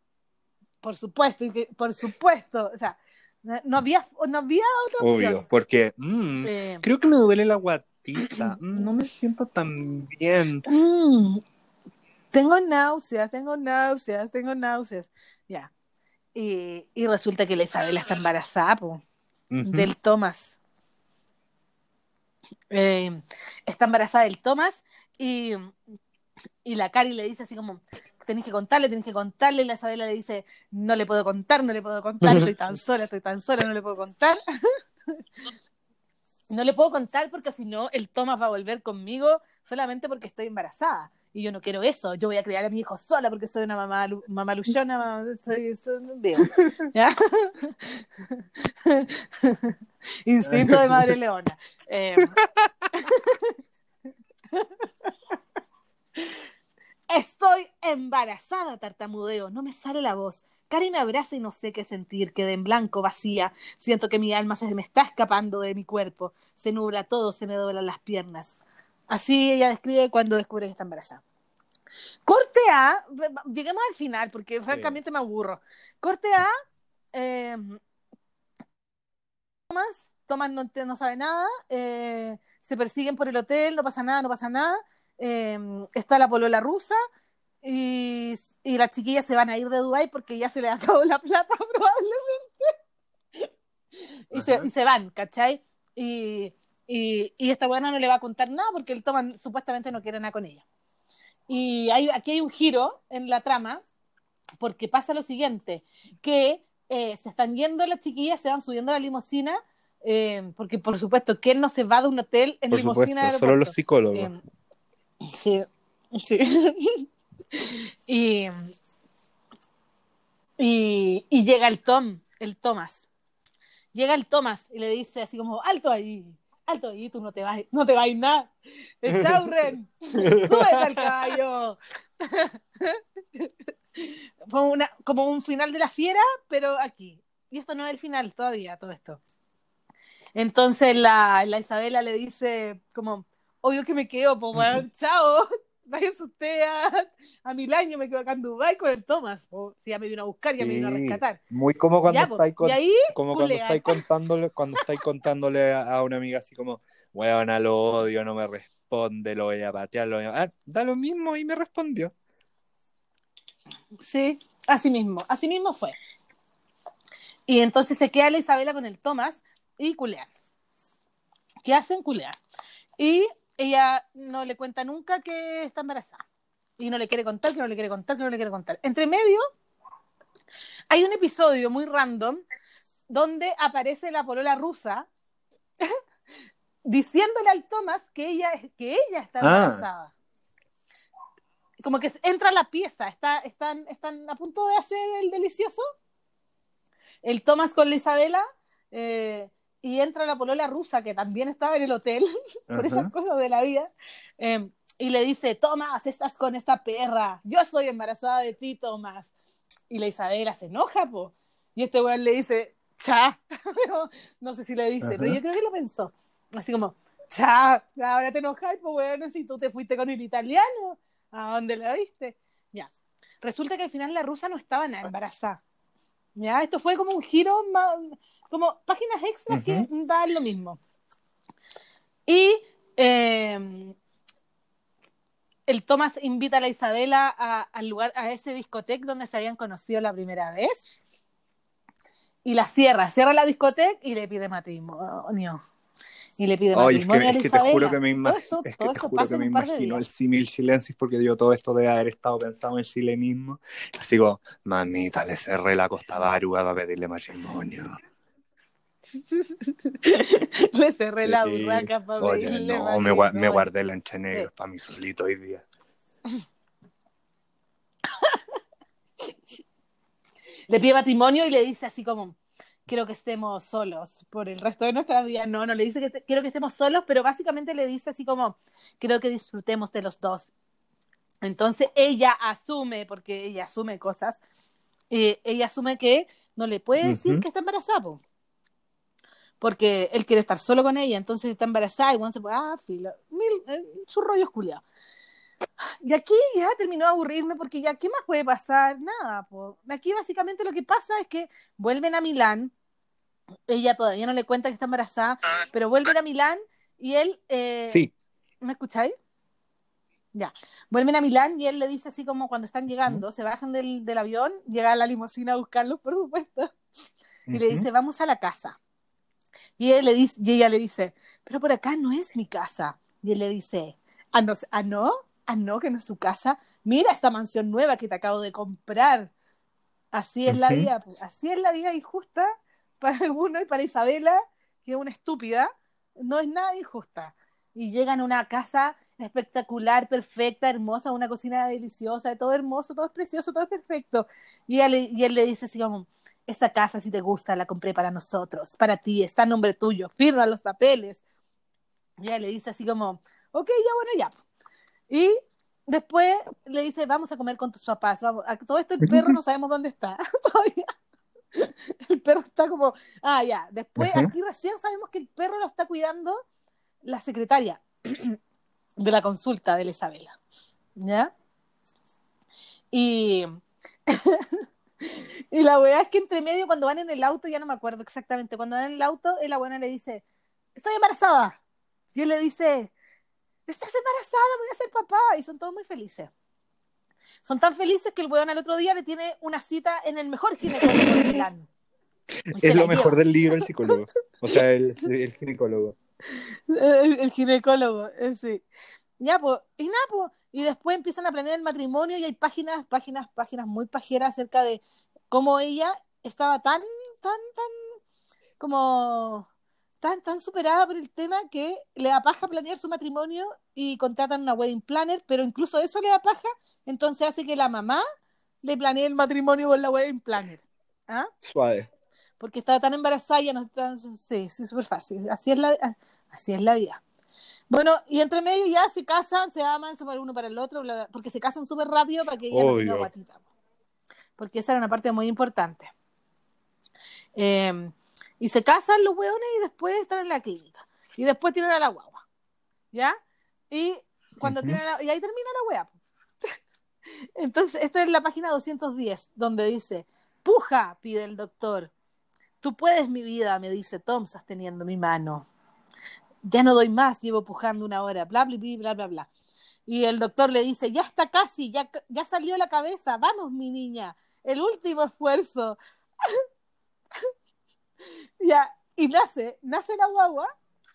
Por supuesto, o sea, no había otra Obvio, opción. porque Eh, creo que me duele la guatita. No me siento tan bien. mm, tengo náuseas. Ya. Y resulta que la Isabela está embarazada, po, Ujú. del Tomás. Está embarazada del Tomás y, y la Cari le dice así como, tenés que contarle, y la Isabela le dice, no le puedo contar, estoy tan sola, no le puedo contar. No le puedo contar porque si no, el Tomás va a volver conmigo solamente porque estoy embarazada. Y yo no quiero eso. Yo voy a criar a mi hijo sola porque soy una mamá luchona, soy veo. ¿Ya? Instinto de madre leona. Eh, Estoy embarazada, tartamudeo. No me sale la voz. Cari me abraza y no sé qué sentir. Quedé en blanco, vacía. Siento que mi alma se me está escapando de mi cuerpo. Se nubla todo, se me doblan las piernas. Así ella describe cuando descubre que está embarazada. Corte A, lleguemos al final porque Sí. francamente me aburro. Corte A, eh, Tomás no sabe nada, se persiguen por el hotel, no pasa nada, no pasa nada. Está la polola rusa y las chiquillas se van a ir de Dubái porque ya se les acabó la plata probablemente. Y Ajá. se van, ¿cachai? Y, y esta buena no le va a contar nada porque el Tomás supuestamente no quiere nada con ella. Aquí hay un giro en la trama porque pasa lo siguiente, que se están yendo las chiquillas, se van subiendo a la limusina, porque por supuesto, ¿quién no se va de un hotel en Por limusina de supuesto, solo los aeropuerto? psicólogos. Eh, sí, sí. y, y llega el Tomás. Llega el Tomás y le dice así como, alto ahí, tú no te vas a ir nada. Ren, súbete al caballo. Fue como un final de la fiera, pero aquí. Y esto no es el final todavía, todo esto. Entonces la Isabela le dice como, obvio que me quedo, pues bueno, chao, váyase usted a Milán, yo me quedo acá en Dubái con el Tomás. Si ya me vino a buscar, ya me vino a Sí, rescatar. muy como cuando Ya, pues, estáis y ahí como culean. cuando estáis contándole a una amiga así como, weona, lo odio, no me responde, lo voy a patear, da lo mismo y me respondió. Sí, así mismo fue. Y entonces se queda la Isabela con el Tomás y culean. ¿Qué hacen? Culean. Y ella no le cuenta nunca que está embarazada. Y no le quiere contar, que no le quiere contar, que no le quiere contar. Entre medio, hay un episodio muy random donde aparece la polola rusa diciéndole al Thomas que ella está Ah, embarazada. Como que entra a la pieza, están a punto de hacer el delicioso, el Thomas con la Isabela, eh, y entra la polola rusa, que también estaba en el hotel, por esas ajá. cosas de la vida, y le dice, Tomás, estás con esta perra, yo estoy embarazada de ti, Tomás. Y la Isabela se enoja, po. Y este weón le dice, cha. No sé si le dice, pero Ajá. yo creo que lo pensó. Así como, cha, ahora te enojas, pues weón, si tú te fuiste con el italiano, ¿a dónde la viste? Ya. Resulta que al final la rusa no estaba nada embarazada. Ya, esto fue como un giro, como páginas extras que Ujú. dan lo mismo. Y eh, el Tomás invita a la Isabela al lugar, a ese discoteca donde se habían conocido la primera vez. Y la cierra la discoteca y le pide matrimonio. y le pide Oye, matrimonio a la es que te juro que Isabela. Es te todo esto juro pasa que en me un par de imagino el días. símil chilensis, porque yo todo esto debe haber estado pensado en chilenismo. Así como, mamita, le cerré la Costa Varuga para pedirle matrimonio. Le cerré la Sí. burraca para Oye, pedirle no, me matrimonio. guardé el entre Sí. negros para mí solito hoy día. Le pide matrimonio y le dice así como, quiero que estemos solos por el resto de nuestra vida. No, no le dice que quiero que estemos solos, pero básicamente le dice así como, quiero que disfrutemos de los dos. Entonces ella asume, porque ella asume cosas, ella asume que no le puede decir Ujú. que está embarazada, po, porque él quiere estar solo con ella, entonces está embarazada y bueno, se puede, filo, su rollo es culiao. Y aquí ya terminó de aburrirme porque ya, ¿qué más puede pasar? Nada, po. Aquí básicamente lo que pasa es que vuelven a Milán, ella todavía no le cuenta que está embarazada, pero vuelven a Milán y él, Sí. ¿me escucháis? Ya, vuelven a Milán y él le dice así como cuando están Ujú. llegando, se bajan del avión, llega a la limusina a buscarlos, por supuesto, y le Ujú. dice, vamos a la casa. Y, él le dice, y ella le dice, pero por acá no es mi casa. Y él le dice, ah, no, que no es su casa. Mira esta mansión nueva que te acabo de comprar. Así es la Ujú. vida, así es la vida injusta para algunos y para Isabela, que es una estúpida, no es nada injusta. Y llegan a una casa espectacular, perfecta, hermosa, una cocina deliciosa, todo hermoso, todo es precioso, todo es perfecto. Y él le dice así como, esta casa si te gusta la compré para nosotros, para ti, está a nombre tuyo, firma los papeles. Y ella le dice así como, ok, ya bueno, ya. Y después le dice, vamos a comer con tus papás. Vamos. A todo esto el perro no sabemos dónde está. Todavía el perro está como, ya. Después Ujú. aquí recién sabemos que el perro lo está cuidando la secretaria de la consulta de la Isabela. ¿Ya? Y, y la weá es que entre medio, cuando van en el auto, ya no me acuerdo exactamente, cuando van en el auto, la buena le dice, estoy embarazada. Y él le dice, estás embarazada, voy a ser papá. Y son todos muy felices. Son tan felices que el weón al otro día le tiene una cita en el mejor ginecólogo de Milán. Y Es se la lo mejor lleva. del libro, el psicólogo. O sea, el ginecólogo. El ginecólogo, sí. Ya, pues, y nada, pues. Y después empiezan a aprender el matrimonio y hay páginas muy pajeras acerca de cómo ella estaba tan, como, tan superada por el tema que le da paja planear su matrimonio y contratan una wedding planner, pero incluso eso le da paja, entonces hace que la mamá le planee el matrimonio con la wedding planner. ¿Ah? Suave. Porque estaba tan embarazada y ya no está. Sí, sí, súper fácil. Así es la vida. Bueno, y entre medio ya se casan, se aman, se ponen uno para el otro, bla, bla, porque se casan súper rápido para que ella no tenga Obvio. guatita. Porque esa era una parte muy importante. Eh, y se casan los hueones y después están en la clínica. Y después tienen a la guagua. ¿Ya? Y cuando Ujú. y ahí termina la wea. Entonces, esta es la página 210, donde dice, puja, pide el doctor. Tú puedes, mi vida, me dice Tom, sosteniendo mi mano. Ya no doy más, llevo pujando una hora, bla, bla, bla, bla, bla, bla. Y el doctor le dice, ya está casi, ya salió la cabeza, vamos, mi niña, el último esfuerzo. Ya, y nace la guagua,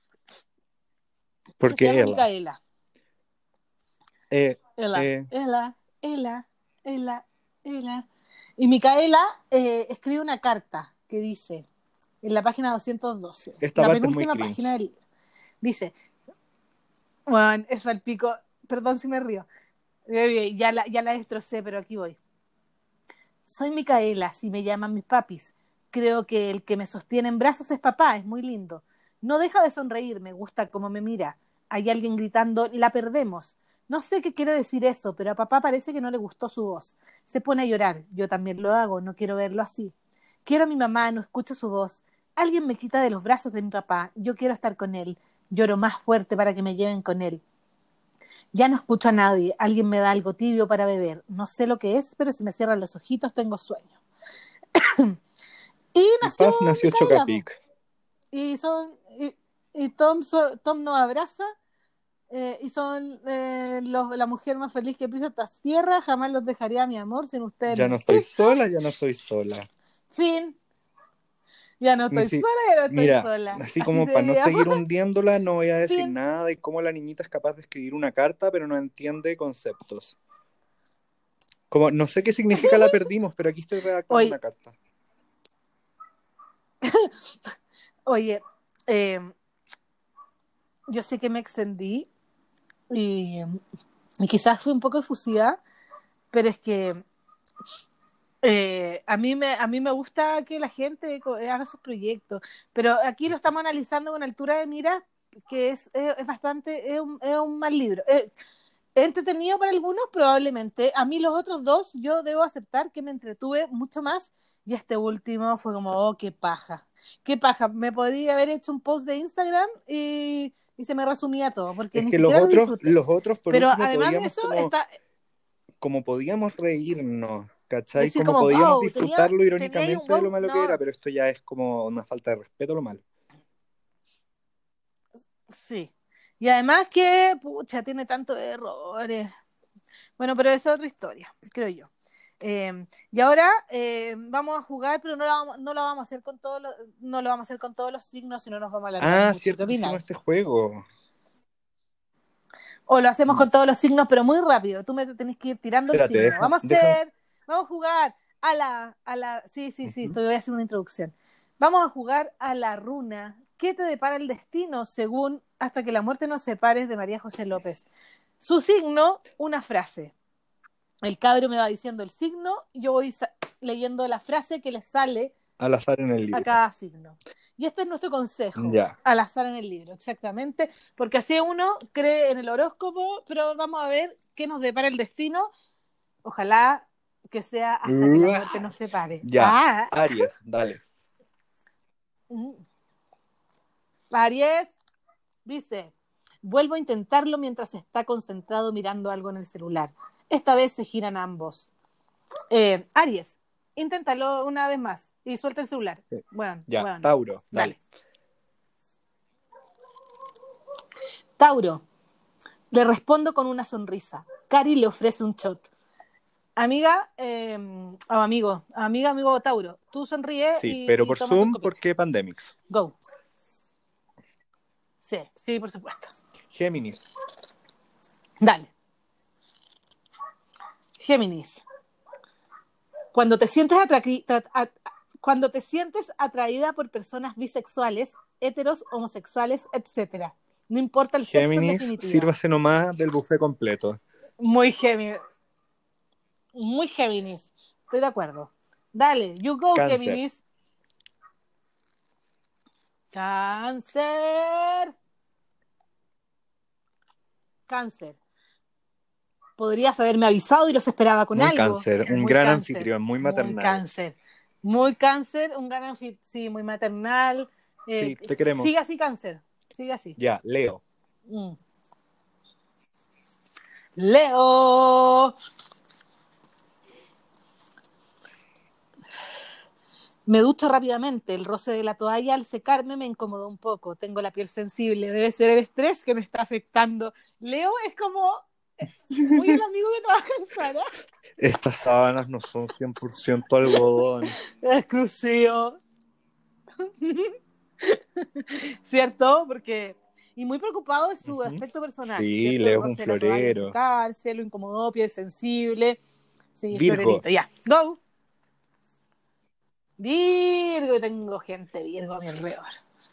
que se Porque llama Ela. Micaela. Eh, Ela, eh, Ela, Ela, Ela, Ela. Y Micaela escribe una carta que dice, en la página 212, esta la parte es muy penúltima página cringe. del libro, dice, bueno, es al pico, perdón si me río, ya la destrocé, pero aquí voy. Soy Micaela, así me llaman mis papis. Creo que el que me sostiene en brazos es papá, es muy lindo. No deja de sonreír, me gusta cómo me mira. Hay alguien gritando, la perdemos. No sé qué quiere decir eso, pero a papá parece que no le gustó su voz. Se pone a llorar. Yo también lo hago, no quiero verlo así. Quiero a mi mamá, no escucho su voz. Alguien me quita de los brazos de mi papá. Yo quiero estar con él. Lloro más fuerte para que me lleven con él. Ya no escucho a nadie. Alguien me da algo tibio para beber. No sé lo que es, pero si me cierran los ojitos tengo sueño. Y Y nació paf, nació Micaela, po. Chocapic. Y son y Tom nos abraza y son la mujer más feliz que pisa estas tierras. Jamás los dejaría, mi amor, sin ustedes Ya no no estoy existo. sola, ya no estoy sola. Fin. Ya no Ni estoy si- sola, ya no estoy Mira, sola. así Así como se para no llama. seguir hundiéndola, no voy a decir Fin. nada de cómo la niñita es capaz de escribir una carta, pero no entiende conceptos. Como, no sé qué significa la perdimos, pero aquí estoy redactando una Oye, carta. oye, yo sé que me extendí y, y quizás fui un poco efusiva, pero es que a mí me gusta que la gente haga sus proyectos, pero aquí lo estamos analizando con altura de mira, que es bastante, es un mal libro. Entretenido para algunos, probablemente. A mí los otros dos, yo debo aceptar que me entretuve mucho más y este último fue como, oh, qué paja. Qué paja. Me podría haber hecho un post de Instagram y se me resumía todo, porque Es ni que siquiera lo disfruté. los otros por Pero último además de podíamos eso, como, está como podíamos reírnos, ¿cachai? decir Como como, podíamos wow, disfrutarlo tenía ahí un irónicamente de lo wow. malo que era, No, pero esto ya es como una falta de respeto a lo malo. sí. Y además que, pucha, tiene tantos errores. Bueno, pero esa es otra historia, creo yo. Y ahora vamos a jugar, pero no lo vamos a hacer con no lo vamos a hacer con todos los signos, si no nos vamos a alargar Ah, mucho. ¿Qué cierto que hicimos opináis? este juego. O lo hacemos con todos los signos, pero muy rápido. Tú me tenés que ir tirando el Espérate, signo. déjame. Vamos a jugar sí, Ujú. te voy a hacer una introducción. Vamos a jugar a la runa. ¿Qué te depara el destino según Hasta que la muerte nos separe de María José López? Su signo, una frase. El cabro me va diciendo el signo y yo voy leyendo la frase que le sale Al azar en el a libro. cada signo. Y este es nuestro consejo, Ya. al azar en el libro, exactamente, porque así uno cree en el horóscopo, pero vamos a ver qué nos depara el destino. Ojalá que sea hasta que la muerte Uah. nos separe. Ya. Aries, dale. Aries dice, vuelvo a intentarlo mientras está concentrado mirando algo en el celular. Esta vez se giran ambos. Aries, inténtalo una vez más y suelta el celular. Bueno, Ya. bueno, Tauro, dale. dale. Tauro, le respondo con una sonrisa. Cari le ofrece un shot. Amiga, o amigo Tauro, tú sonríe Sí, pero y por toma tu Zoom, copita. porque Pandemics. Go. Sí, sí, por supuesto. Géminis. Dale. Géminis. Cuando te sientes cuando te sientes atraída por personas bisexuales, heteros, homosexuales, etcétera. No importa el sexo en Géminis, definitiva. sírvase nomás del buffet completo. Muy Géminis. Muy Géminis. Estoy de acuerdo. Dale, you go, Cáncer. Géminis. Cáncer. Cáncer. Podrías haberme avisado y los esperaba con Muy algo. cáncer. Un Muy gran cáncer. anfitrión, muy Muy maternal. cáncer. Muy cáncer, un gran sí, muy maternal. Sí, te queremos. Sigue así, cáncer. Sigue así. Ya, Leo. Mm. Leo. Me ducho rápidamente. El roce de la toalla al secarme me incomodó un poco. Tengo la piel sensible. Debe ser el estrés que me está afectando. Leo es como muy el amigo que trabaja en Sara. Estas sábanas no son 100% algodón. Exclusivo. ¿Cierto? Porque... Y muy preocupado de su Ujú. aspecto personal, Sí, ¿cierto? El Leo es un roce de la toalla al florero. secarse, lo incomodó, piel sensible. Sí, Virgo. florerito. Ya, go. Virgo, tengo gente Virgo a mi alrededor.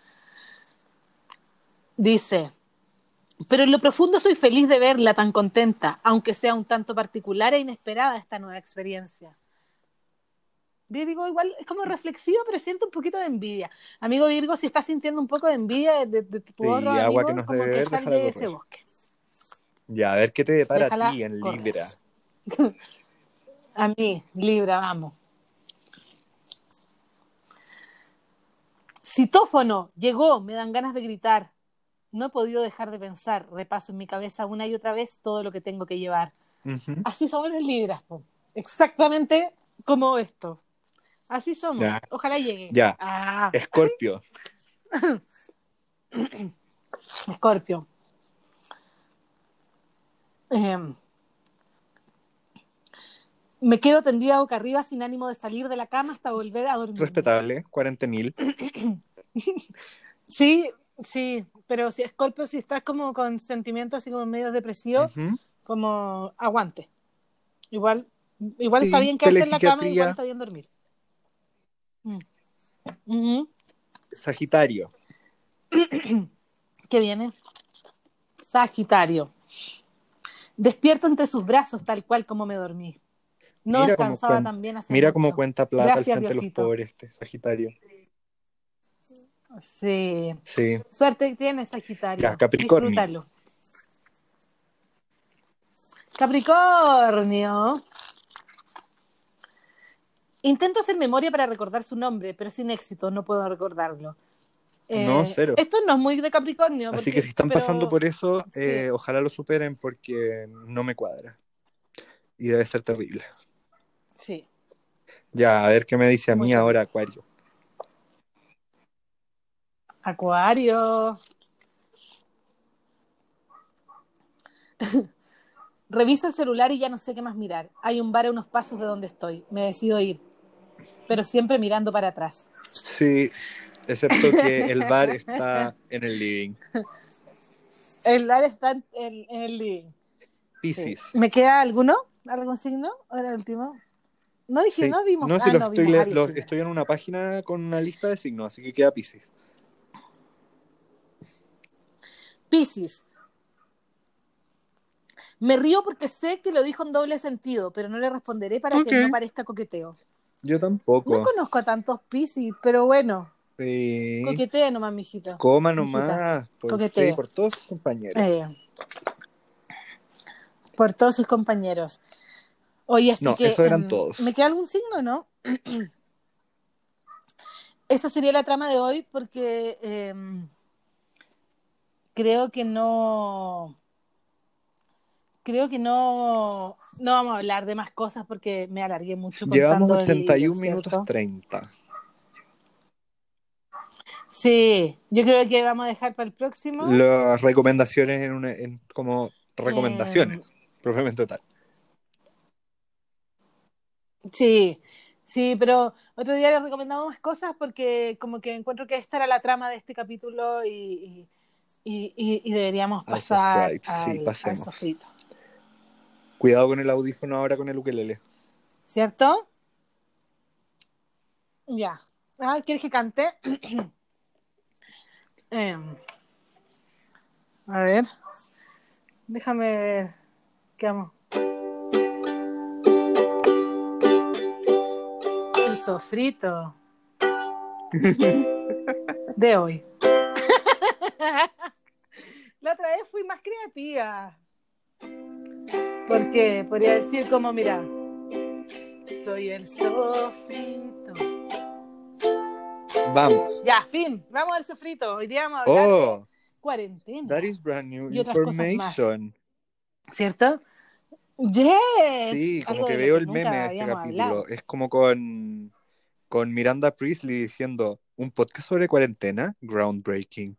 Dice, pero en lo profundo soy feliz de verla tan contenta, aunque sea un tanto particular e inesperada esta nueva experiencia. Virgo igual es como reflexivo, pero siento un poquito de envidia. Amigo Virgo, si estás sintiendo un poco de envidia de tu otro Sí, agua que amigo, nos debe como que ver, sal déjala de ese correr. bosque. Ya, a ver qué te depara a Déjala ti en correr. Libra. A mí, Libra, vamos. Citófono, llegó, me dan ganas de gritar. No he podido dejar de pensar. Repaso en mi cabeza una y otra vez todo lo que tengo que llevar. Ujú. Así somos los Libras, po. Exactamente como esto. Así somos. Ya, Ojalá llegue. ya. Ah, Escorpio. Escorpio. Eh, Me quedo tendida boca arriba sin ánimo de salir de la cama hasta volver a dormirme. Respetable, cuarentenil. Sí, sí, pero si Scorpio, si estás como con sentimientos así como medio depresivos, como aguante. Igual está Sí, bien quedarse en la cama, igual telepsiquiatría. está bien dormir. Ujú. Sagitario. ¿Qué viene? Sagitario. Despierto entre sus brazos tal cual como me dormí. No Mira cómo, descansaba tan bien hace mira cómo mucho. cuenta plata al Gracias, frente de los Diosito. pobres este Sagitario. Sí. Sí. Suerte que tienes, Ya, Sagitario. Capricornio. Disfrútalo. Capricornio. Intento hacer memoria para recordar su nombre, pero sin éxito, no puedo recordarlo. No, cero. Esto no es muy de Capricornio, Así que si están pasando pero por eso, sí, ojalá lo superen porque no me cuadra. Y debe ser terrible. sí, Ya, a ver qué me dice a muy mí ahora, terrible. Acuario. Acuario. Reviso el celular y ya no sé qué más mirar. Hay un bar a unos pasos de donde estoy. Me decido ir, pero siempre mirando para atrás. Sí, excepto que el bar está en el living. El bar está en el living. Sí. Piscis. ¿Me queda alguno? ¿Algún signo? ¿O era el último? No dije, Sí. no vimos. No, si Ah, los no, estoy, vimos Aries primero. estoy en una página con una lista de signos, así que queda Piscis. Piscis. Me río porque sé que lo dijo en doble sentido, pero no le responderé para Ok. que no parezca coqueteo. Yo No tampoco. conozco a tantos Piscis, pero bueno, Sí. coquetee nomás, mijito. Coma Mijita, nomás, por usted y coquetee. por todos sus compañeros. Eh, por todos sus compañeros. Oye, así No, que, esos eran ¿me todos. queda algún signo, no? Esa sería la trama de hoy porque creo que no, no vamos a hablar de más cosas porque me alargué mucho Llevamos contando el libro, 81 minutos ¿cierto? 30. Sí, yo creo que vamos a dejar para el próximo. Las recomendaciones como Eh, recomendaciones, propiamente tal. sí, sí, pero otro día les recomendamos más cosas porque como que encuentro que esta era la trama de este capítulo y deberíamos Al pasar Sofrite, sí, al pasemos. sofrito, Cuidado con el audífono ahora con el ukelele. ¿cierto? Ya. Ah, ¿quieres que cante? Eh, a ver, déjame ver. ¿Qué amo? El sofrito de hoy. La otra vez fui más creativa. Porque podría decir como, mira, soy el sofrito. Vamos. Ya, fin, vamos al sofrito. Hoy día vamos a hablar de Oh, that cuarentena is brand new y otras cosas más, information. ¿cierto? Yes, Sí, como algo que de lo veo que el meme nunca a este habíamos capítulo. hablado. Es como con Miranda Priestley diciendo, un podcast sobre cuarentena, groundbreaking.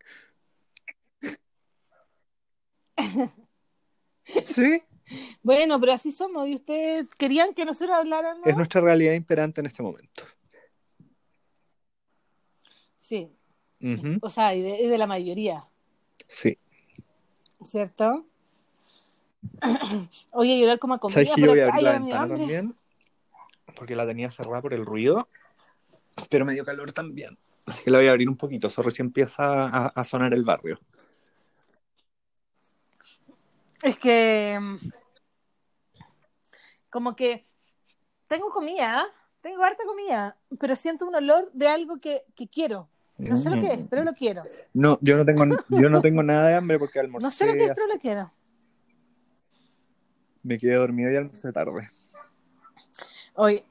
Sí, Bueno, pero así somos y ustedes querían que nosotros es habláramos. nuestra realidad imperante en este momento. Sí, Ujú, o sea, y de la mayoría, sí. ¿cierto? Oye, llorar como a ¿Sabes comida que por yo voy a acá, abrir la ya me dio ventana hambre. también? Porque la tenía cerrada por el ruido, pero me dio calor también. Así que la voy a abrir un poquito. Eso recién empieza a sonar el barrio. Es que como que tengo comida, tengo harta comida, pero siento un olor de algo que quiero. No sé lo que es, Mm. pero lo quiero. No, yo no tengo nada de hambre porque No sé lo que almorcé es, hace pero lo poco. quiero. Me quedé dormido y almorcé tarde. Oye,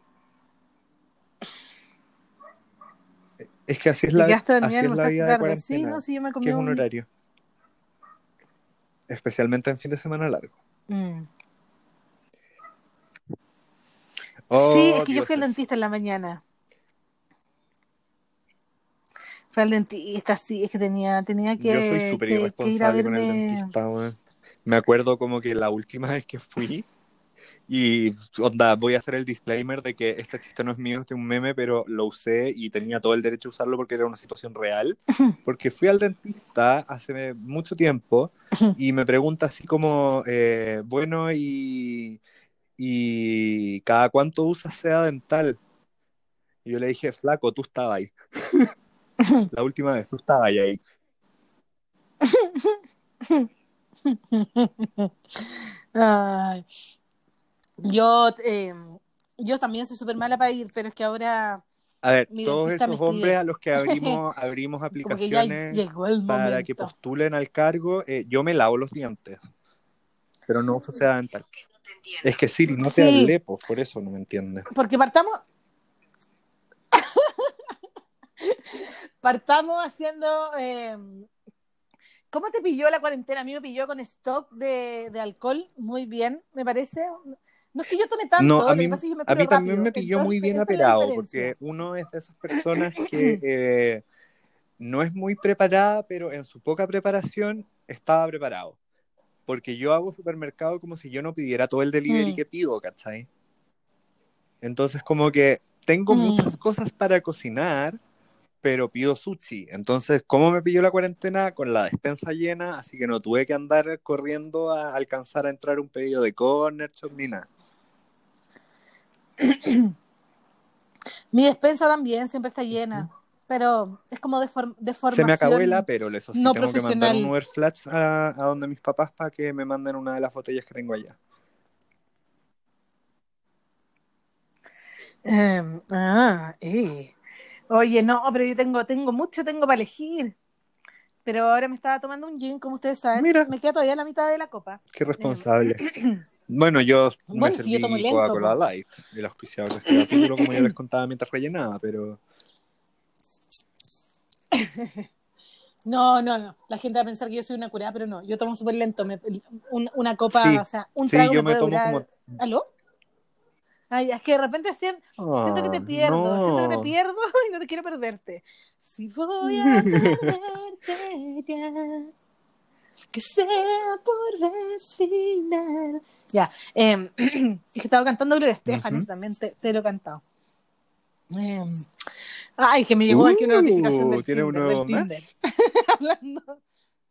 Es que te quedaste dormida, así es la almorzaste vida de tarde. Sí, cuarentena, no, sí, yo me que comí es un un... horario, especialmente en fin de semana largo. Mm. Sí, es Oh, que yo fui al dioses. dentista en la mañana. Fui al dentista, sí, es que tenía Yo soy súper que ir a irresponsable con el verme. dentista, weón. Me acuerdo como que la última vez que fui, Y onda, voy a hacer el disclaimer de que este chiste no es mío, este es un meme, pero lo usé y tenía todo el derecho a usarlo porque era una situación real. Porque fui al dentista hace mucho tiempo y me pregunta así como, bueno, y ¿cada cuánto usas seda dental? Y yo le dije, flaco, tú estabas ahí. La última vez, tú estabas ahí. Ay, yo, yo también soy súper mala para ir, pero es que ahora A ver, mi todos dentista me esos hombres escribe. a los que abrimos Como que ya aplicaciones llegó el para que momento. postulen al cargo, yo me lavo los dientes, pero no uso seda dental. Es que Siri, no te Sí, hablé, pues por eso no me entiendes. porque partamos haciendo. ¿Cómo te pilló la cuarentena? A mí me pilló con stock de alcohol muy bien, me parece. No es que yo tome No, tanto, lo que pasa es que yo me a curo mí también rápido. me pilló muy Entonces, bien esa es la aperado, porque diferencia. uno es de esas personas que no es muy preparada, pero en su poca preparación estaba preparado. Porque yo hago supermercado como si yo no pidiera todo el delivery Mm, que pido, ¿cachai? Entonces como que tengo mm. muchas cosas para cocinar, pero pido sushi. Entonces, ¿cómo me pilló la cuarentena? Con la despensa llena, así que no tuve que andar corriendo a alcanzar a entrar un pedido de corner shop ni nada. Mi despensa también siempre está Ujú. llena, pero es como de Se me acabó el formación Aperol, eso sí, no tengo que mandar un profesional. Uber Flats a donde mis papás para que me manden una de las botellas que tengo allá. Eh. Oye, no, pero yo tengo para elegir. Pero ahora me estaba tomando un gin, como ustedes saben. Mira, Me queda todavía la mitad de la copa. qué Eh, responsable. Bueno, yo me bueno, si yo tomo serví lento, Coca-Cola po. Light, el auspiciador de este capítulo, como yo les contaba mientras rellenaba, pero No, no, no. La gente va a pensar que yo soy una curada, pero no. Yo tomo súper lento. Una copa, o sí, sea, un sí, trago yo me me puede tomo durar. como... ¿Aló? Ay, es que de repente siento que Ah, te pierdo, siento que te no. pierdo y no te quiero perderte. Si voy a perderte ya, que sea por vez final. Ya, es que estaba cantando Gloria Estefan, Ujú. eso también te lo he cantado. Eh, ay, que me llegó aquí una notificación ¿Tiene un Del nuevo Tinder. match? Hablando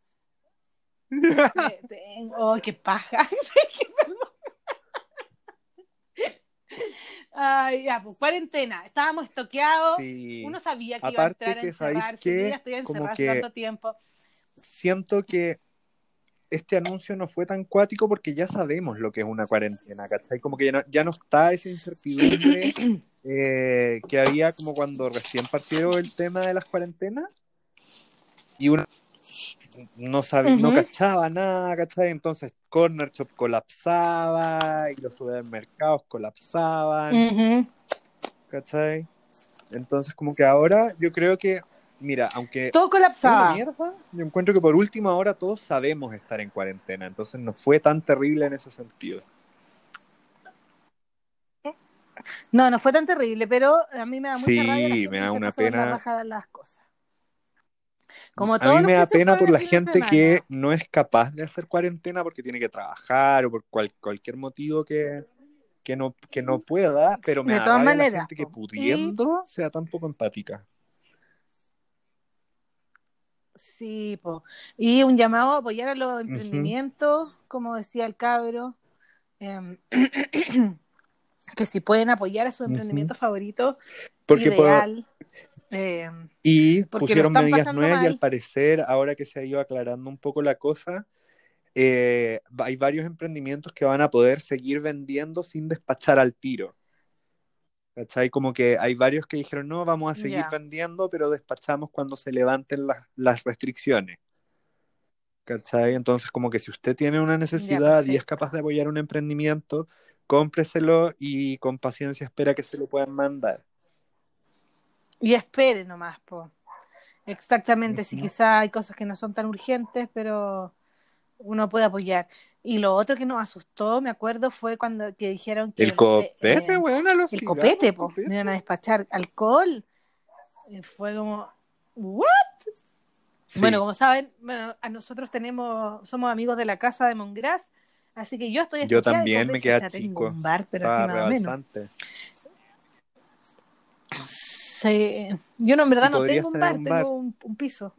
oh, qué paja. Ay, ya, pues cuarentena. Estábamos estoqueados. Sí. Uno sabía que iba a Aparte entrar a que, ¿sabéis encerrarse. Yo ya qué? estoy Como encerrada hace que tanto tiempo. siento que este anuncio no fue tan cuático porque ya sabemos lo que es una cuarentena, ¿cachai? Como que ya no está esa incertidumbre que había como cuando recién partieron el tema de las cuarentenas y uno no Ujú, cachaba nada, ¿cachai? Entonces Corner Shop colapsaba y los supermercados colapsaban, ujú. ¿cachai? Entonces como que ahora yo creo que, mira, aunque Todo es una colapsaba. mierda, yo encuentro que por última hora todos sabemos estar en cuarentena, entonces no fue tan terrible en ese sentido. No, no fue tan terrible, pero a mí me da mucha rabia la Sí, me gente que da se una pasa por la pena. raja de las cosas. Como A mí todos me los da que se pena fueron por el la fin de gente que semana. no es capaz de hacer cuarentena porque tiene que trabajar o por cualquier motivo que no pueda, pero me De da todas rabia la maneras, gente que po. Y pudiendo sea tan poco empática. sí, po. Y un llamado a apoyar a los Ujú, emprendimientos, como decía el cabro, em, que si pueden apoyar a sus ujú. emprendimientos favoritos, Porque ideal, em, y porque lo pusieron están medidas pasando nuevas y al mal. parecer, ahora que se ha ido aclarando un poco la cosa, hay varios emprendimientos que van a poder seguir vendiendo sin despachar al tiro. ¿Cachai? Como que hay varios que dijeron, no, vamos a seguir Ya, vendiendo, pero despachamos cuando se levanten las restricciones. ¿Cachai? Entonces, como que si usted tiene una ya, necesidad y es capaz perfecto. de apoyar un emprendimiento, cómpreselo y con paciencia espera que se lo puedan mandar. Y espere nomás, po. Exactamente, si Ujú. quizá hay cosas que no son tan urgentes, pero uno puede apoyar. Y lo otro que nos asustó, me acuerdo, fue cuando que dijeron El que copete, weón, a los el cigarros, copete, po, copete. iban a despachar alcohol. Fue como, ¿what? Bueno, Sí. como saben, bueno, a nosotros somos amigos de la casa de Mongras, Así que yo estoy Yo estoqueada y también me compré, o queda sea, tengo chico. un bar, pero así Estaba más o menos. rebalsante. Sí. Yo no, en Sí, verdad no podrías tengo un tener bar, un bar. tengo un piso.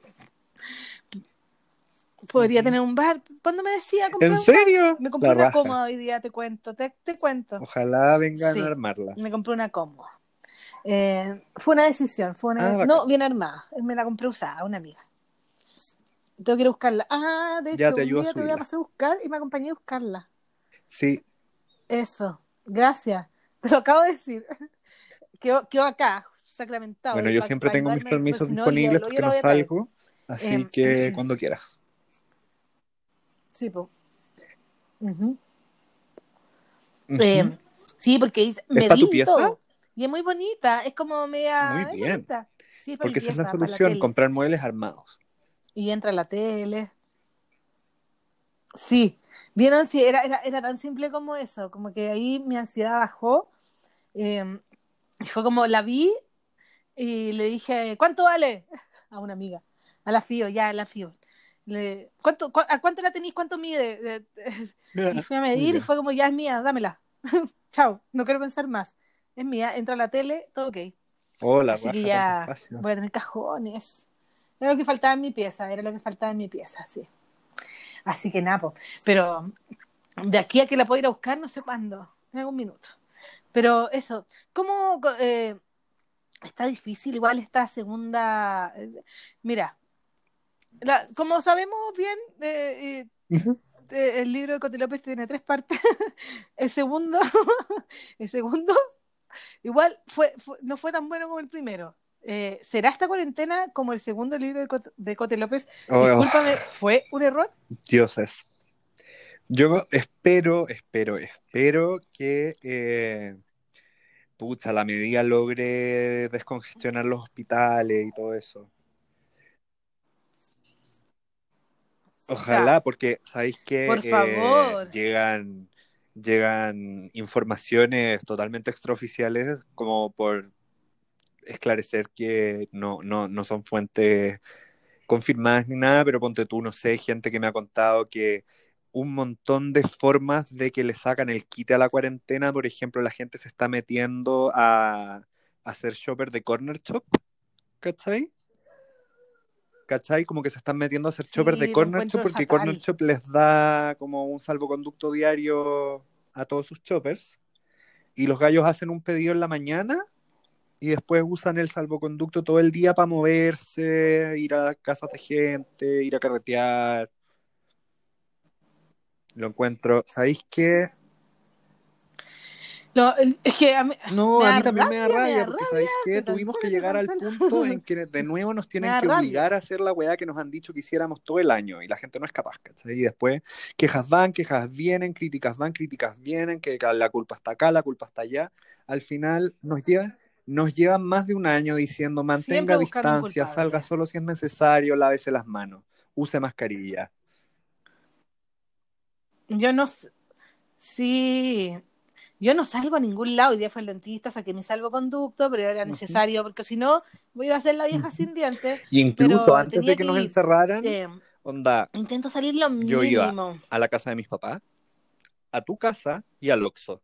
Podría Ujú. tener un bar. Cuando me decía ¿En comprar un bar, serio? me compré La una raja. cómoda hoy día, te cuento, te cuento. Ojalá vengan a Sí, armarla. me compré una cómoda. Fue una decisión, Ah, no, bacán. bien armada. Me la compré usada, una amiga. Tengo que ir a buscarla. Ah, de Ya hecho, te un ayudo a día te voy a subirla. pasar a buscar y me acompañé a buscarla. Sí. Eso, gracias. Te lo acabo de decir. Quedó acá, sacramentado, Bueno, yo para siempre tengo mis ayudarme, pues permisos si no, el día disponibles del hoyo porque la no voy a traer. salgo. Así Eh, que cuando quieras. sí, pues. Uh-huh. Ujú. Sí, porque ¿Es para tu medí y pieza? todo. Y es muy bonita, es como Muy media, es bien. bonita. Sí, es para mi Porque esa es la pieza, para la solución, tele. comprar muebles armados. Y entra la tele. Sí, vieron, sí, era tan simple como eso, como que ahí mi ansiedad bajó. Y fue como la vi y le dije, ¿cuánto vale? A una amiga, a la FIO, ya, a la FIO. ¿A cuánto la tenéis? ¿Cuánto mide? Y fui a Muy medir y bien. fue como, ya es mía, dámela. Chao, no quiero pensar más. Es mía, entra a la tele, todo ok. Oh, la Así que raja, tanto ya espacio. voy a tener cajones. Era lo que faltaba en mi pieza, era lo que faltaba en mi pieza, sí. Así que nada, po. Pero de aquí a que la pueda ir a buscar, no sé cuándo, en algún minuto. Pero eso, ¿cómo está difícil igual esta segunda? Mira, como sabemos bien, el libro de Cote López tiene tres partes. El segundo, el segundo, igual no fue tan bueno como el primero. ¿Será esta cuarentena como el segundo libro de Cote López? Oh, Discúlpame, ¿fue un error? dioses. Yo espero que pucha, a la medida logre descongestionar los hospitales y todo eso. O sea, Ojalá, porque sabéis que por favor. llegan informaciones totalmente extraoficiales como por esclarecer que no son fuentes confirmadas ni nada, pero ponte tú, no sé, gente que me ha contado que un montón de formas de que le sacan el quite a la cuarentena, por ejemplo, la gente se está metiendo a hacer shopper de corner shop, ¿cachai? ¿Cachai? Como que se están metiendo a hacer choppers de Sí, lo Corner Shop encuentro porque Corner fatal. Shop les da como un salvoconducto diario a todos sus choppers. Y los gallos hacen un pedido en la mañana y después usan el salvoconducto todo el día para moverse, ir a casas de gente, ir a carretear. Lo encuentro. ¿Sabéis qué? No, es que No, a mí también me me da da rabia porque rabia, ¿sabéis qué? Tuvimos que te llegar al cancelo. punto en que de nuevo nos Me tienen da que obligar rabia. a hacer la weá que nos han dicho que hiciéramos todo el año y la gente no es capaz, ¿cachai? Y después quejas van, quejas vienen, críticas van, críticas vienen, que la culpa está acá, la culpa está allá. Al final nos llevan más de un año diciendo Siempre mantenga buscando un distancia, salga culpable. solo si es necesario, lávese las manos, use mascarilla. Yo no, sí, yo no salgo a ningún lado. Hoy día fue el dentista, saqué mi salvoconducto, pero era Ujú. necesario porque si no, voy a ser la vieja Ujú. sin dientes. Y incluso Pero antes de tenía que que nos ir. encerraran, Eh, onda, Intento salir lo yo iba mínimo. a la casa de mis papás, a tu casa y al Oxxo.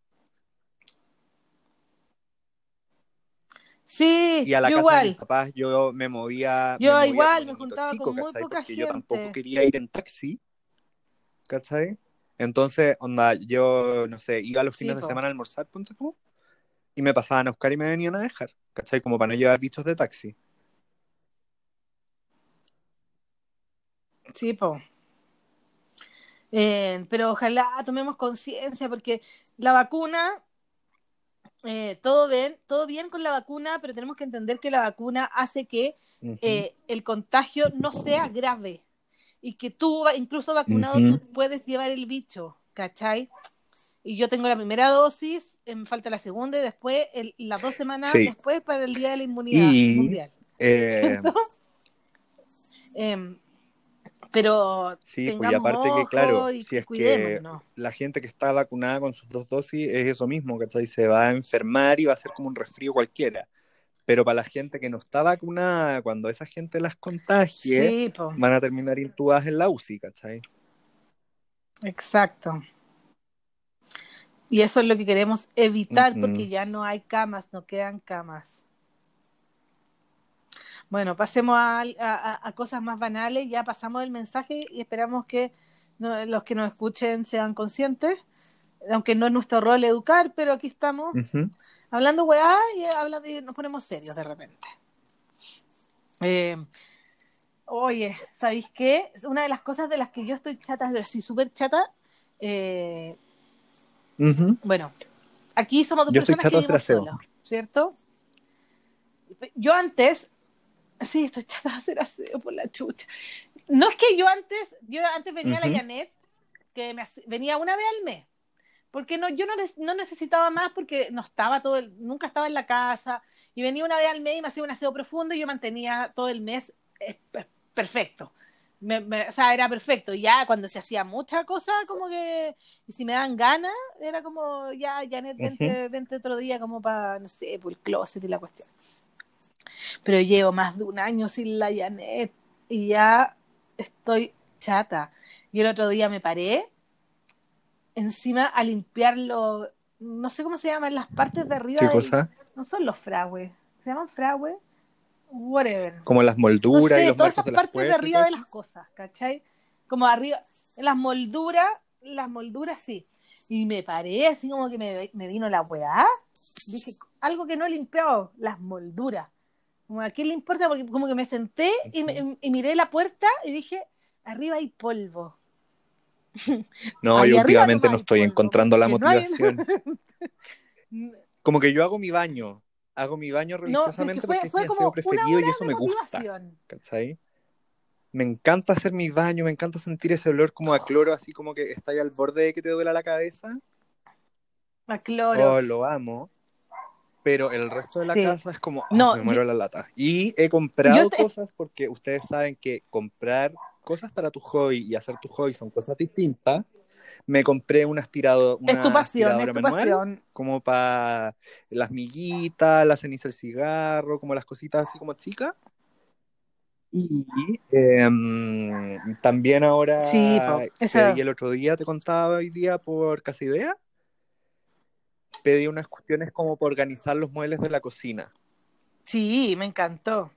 Sí, Y a la yo casa de mis igual. papás yo me Yo movía como igual me niñito juntaba con chico, muy ¿cachai? poca Porque yo tampoco gente. quería ir en taxi, ¿cachai? Entonces, onda, yo, no sé, iba los Sí, fines de po. semana a almorzar, ponte tú, y me pasaban a buscar y me venían a dejar, ¿cachai? Como para no llevar bichos de taxi. Sí, po. Pero ojalá tomemos conciencia porque la vacuna, todo bien con la vacuna, pero tenemos que entender que la vacuna hace que Ujú, el contagio no sea grave y que tú, incluso vacunado, ujú. tú puedes llevar el bicho, ¿cachai? Y yo tengo la primera dosis, me falta la segunda y después, las 2 semanas Sí. después para el Día de la Inmunidad Y Mundial, eh, ¿cierto? Em, pero sí, pues y tengamos aparte que, ojo claro, y si es que cuidémonos. la gente que está vacunada con sus dos dosis es eso mismo, ¿cachai? Se va a enfermar y va a ser como un resfrío cualquiera. Pero para la gente que no está vacunada, cuando esa gente las contagie, Sí, pues. van a terminar intubadas en la UCI, ¿cachai? exacto. Y eso es lo que queremos evitar Mm-mm. porque ya no hay camas, no quedan camas. Bueno, pasemos a cosas más banales, ya pasamos el mensaje y esperamos que los que nos escuchen sean conscientes, aunque no es nuestro rol educar, pero aquí estamos Ujú. hablando weá y hablando y nos ponemos serios de repente. Eh, Oye, ¿sabéis qué? Una de las cosas de las que yo estoy chata, pero sí súper chata, eh, Ujú. bueno, aquí somos dos Yo estoy personas que chato de hacer vivimos aseo. solos, ¿cierto? Yo antes, sí, estoy chata de hacer aseo por la chucha. No es que yo antes venía a la Ujú. Janet, que venía una vez al mes, porque no, yo no necesitaba más porque no estaba nunca estaba en la casa, y venía una vez al mes y me hacía un aseo profundo y yo mantenía todo el mes perfecto. O sea, era perfecto. Ya cuando se hacía mucha cosa, como que, y si me dan ganas, era como, ya, Janet, Ujú. vente otro día como para, no sé, por el closet y la cuestión. Pero llevo más de un año sin la Janet y ya estoy chata. Y el otro día me paré encima a limpiarlo, no sé cómo se llaman, las partes de arriba ¿Qué del, cosa? no son los fragües, se llaman fragües, whatever. Como las No molduras y sé, los todas marcos esas de las partes de puertas y todo arriba de eso. las cosas, ¿cachai? Como arriba, las molduras sí. Y me paré así como que me vino la weá. Dije, algo que no he limpiado, las molduras. Como a quién le importa, porque como que me senté Ujú. y miré la puerta y dije, arriba hay polvo. No, yo Ahí arriba últimamente nomás no hay estoy polvo, encontrando la porque no hay... motivación. Como que yo hago mi baño No, pero es que religiosamente porque es mi fue aseo como una preferido hora y eso de me gusta, motivación. ¿cachai? Me encanta hacer mi baño, me encanta sentir ese olor como a cloro, así como que está ahí al borde de que te duela la cabeza. A cloro. Oh, lo amo. Pero el resto de la Sí. casa es como, No, me muero la lata. Y he yo comprado te, cosas porque ustedes saben que comprar cosas para tu hobby y hacer tu hobby son cosas distintas. Me compré una es aspiradora tu manual, pasión. como para las miguitas, la ceniza del cigarro, como las cositas así como chicas. Y también Sí, ahora po, pedí eso. el otro día, te contaba hoy día por Casa Idea, pedí unas cuestiones como para organizar los muebles de la cocina. Sí, me encantó.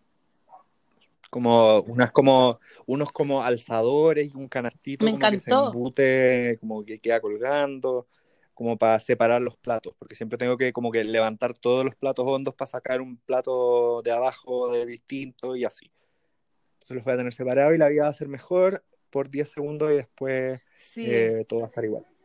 Como unos como alzadores y un canastito Me como que se encantó. embute, como que queda colgando, como para separar los platos, porque siempre tengo que como que levantar todos los platos hondos para sacar un plato de abajo de distinto y así. Entonces los voy a tener separados y la vida va a ser mejor por 10 segundos y después Sí. todo va a estar igual.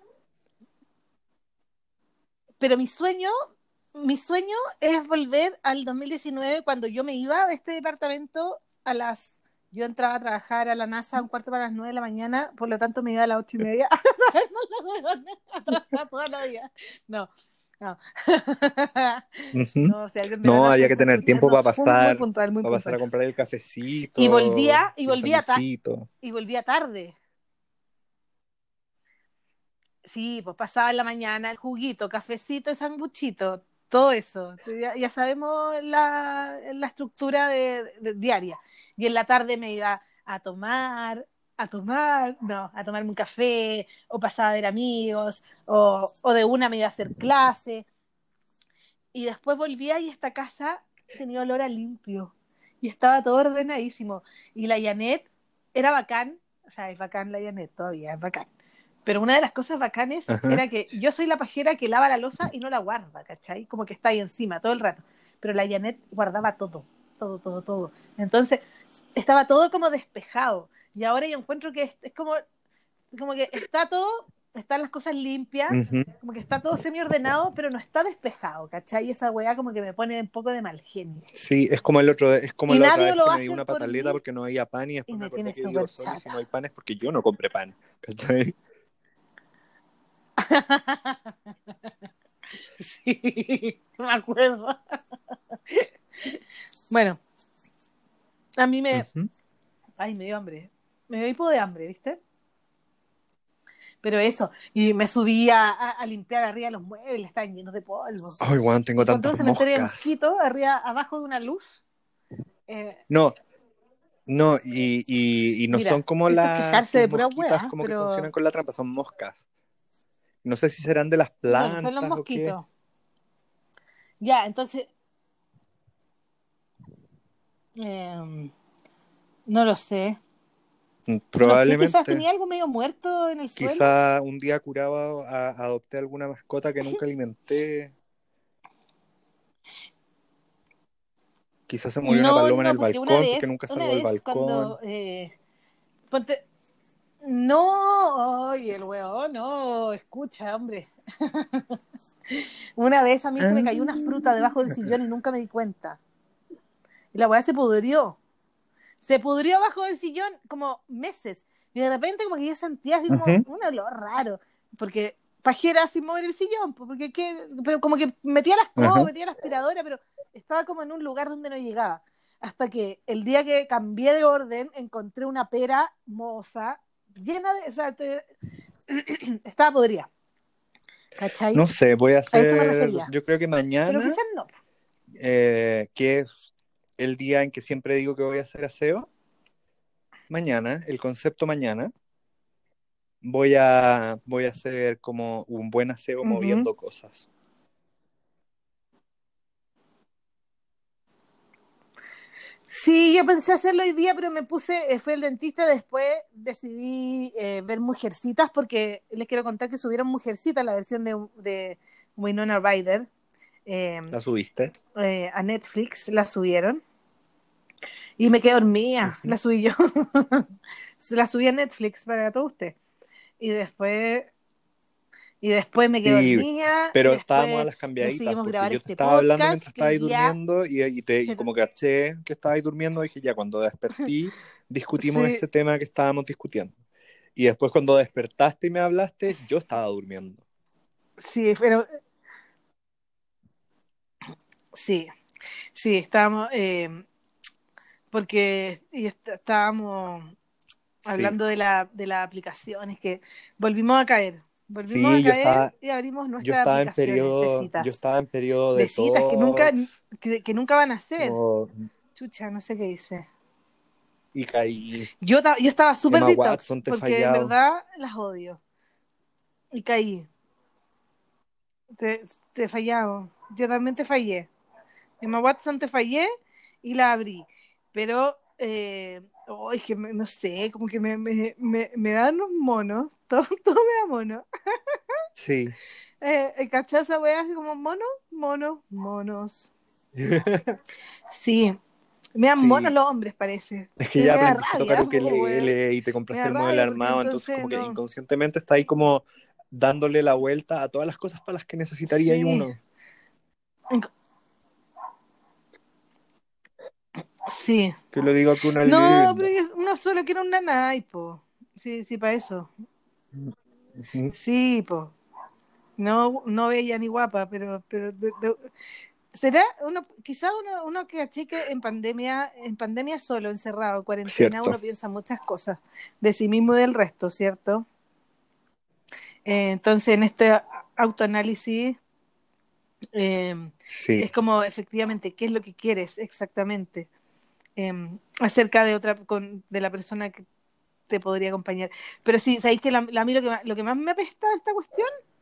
Pero mi sueño es volver al 2019 cuando yo me iba de este departamento yo entraba a trabajar a la NASA a un cuarto para las 9 de la mañana, por lo tanto me iba a las 8:30. A trabajar todos los días. No, no. Ujú. No, si alguien de la No, NASA había me que está tener tiempo escuchando, fue muy puntual, muy para pasar a puntual. comprar el Y cafecito, volvía, y el volvía, sanguchito. y volvía tarde. Sí, pues pasaba en la mañana el juguito, cafecito y sanguchito, todo eso. Ya sabemos la estructura diaria. Y en la tarde me iba no, a tomarme un café, o pasaba a ver amigos, o de una me iba a hacer clase. Y después volvía y esta casa tenía olor a limpio. Y estaba todo ordenadísimo. Y la Janet era bacán, o sea, es bacán la Janet todavía, es bacán. Pero una de las cosas bacanes Ajá. era que yo soy la pajera que lava la loza y no la guarda, ¿cachai? Como que está ahí encima todo el rato. Pero la Janet guardaba todo, todo, todo, todo. Entonces, estaba todo como despejado. Y ahora yo encuentro que es como que están las cosas limpias, Ujú. como que está todo semi ordenado, pero no está despejado, ¿cachai? Y esa weá como que me pone un poco de mal genio. Sí, es como Y la otra nadie vez lo que va a me dio hacer una por pataleta mí porque no había pan y y después me me acordé tiene que vivo súper solo y si no chata. hay pan es porque yo no compré pan. ¿Cachai? Sí, me acuerdo. Bueno, a mí Ujú. ay, me dio hambre. Me dio hipo de hambre, ¿viste? Pero eso, y me subí a limpiar arriba los muebles, estaban llenos de polvo. Ay, weón, tengo Encontré un tantas cementerio de moscas. mosquitos arriba, abajo de una luz. Eh, No, No, y no son Mira, como esto es las quejarse tus de pura mosquitas weá, como que funcionan pero con la trampa, son moscas. No sé si serán de las bueno, son los plantas o qué. mosquitos. Ya, entonces, eh, no lo sé. No sé, quizás Probablemente. tenía algo medio muerto en el suelo. Quizá un día curado adopté alguna mascota que nunca alimenté. Quizás se murió una No, paloma en no, el porque balcón porque nunca una salgo al vez balcón. cuando ponte, no, oye, el weón, no, escucha, hombre. Una vez a mí se me cayó una fruta debajo del Ah, sillón y nunca me di cuenta. Y la weá se pudrió. Se pudrió abajo del sillón como meses. Y de repente como que yo sentía así como ujú, un olor raro. Porque pajera sin mover el sillón. Porque pero como que metía la escoba, ajá. metía la aspiradora, pero estaba como en un lugar donde no llegaba. Hasta que el día que cambié de orden, encontré una pera moza, llena de... O sea, estaba podrida. ¿Cachai? No sé, voy a A eso me hacer, refería. yo creo que Pero mañana, quizás no. que es el día en que siempre digo que voy a hacer aseo, mañana, el concepto mañana, voy a hacer como un buen aseo Ujú. moviendo cosas. Sí, yo pensé hacerlo hoy día, pero me puse, fui al dentista, después decidí ver Mujercitas porque les quiero contar que subieron Mujercitas, la versión de Winona Ryder, eh, ¿La subiste? a Netflix, la subieron y me quedé dormida, Ujú. la subí yo, la subí a Netflix para todo usted y después me quedé Sí, dormida y pero estábamos a después las cambiaditas, decidimos porque grabar yo te este estaba hablando podcast mientras que hoy estabas ahí día, durmiendo y como caché que estabas ahí durmiendo, dije ya, cuando despertí, discutimos sí, este tema que estábamos discutiendo. Y después cuando despertaste y me hablaste, yo estaba durmiendo. sí, pero sí, sí, estábamos... porque estábamos Sí, hablando de las aplicaciones que volvimos a caer. Volvimos a sí, caer y abrimos yo nuestras estaba en aplicaciones periodo, yo estaba en periodo de citas detox, que nunca van a ser. como, Chucha, no sé qué dice. y caí. Yo estaba súper Emma detox Watson, te he porque en fallado. verdad las odio. Y caí. Te he fallado. Yo también te fallé. Emma Watson te fallé y la abrí. Pero, oh, es que no sé, como que me dan los monos. Todo, todo me da mono. Sí. ¿Cachai esa wea así como mono? Mono, monos. Sí, me dan monos Sí, los hombres, parece. es que Y ya me da aprendiste a tocar rabia, po, wea. ukelele y te Me compraste da el mueble rabia porque armado, entonces entonces como que no. inconscientemente está ahí como dándole la vuelta a todas las cosas para las que necesitaría y Sí, uno. sí. Que lo digo que una No, pero linda. uno solo quiere un nanay, po. Sí, sí, para eso. Ujú. Sí, po. No, no bella ni guapa, pero será quizá uno que achique en pandemia solo, encerrado, en cuarentena, Cierto. uno piensa muchas cosas de sí mismo y del resto, ¿cierto? Entonces, en este autoanálisis eh, Sí, es como efectivamente qué es lo que quieres exactamente acerca de de la persona que te podría acompañar. Pero sí, sabéis que a mí lo que más me apesta de esta cuestión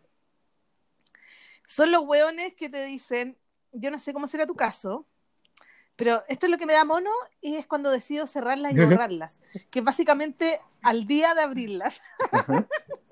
son los hueones que te dicen, yo no sé cómo será tu caso, pero esto es lo que me da mono y es cuando decido cerrarlas y borrarlas, que es básicamente al día de abrirlas, ajá.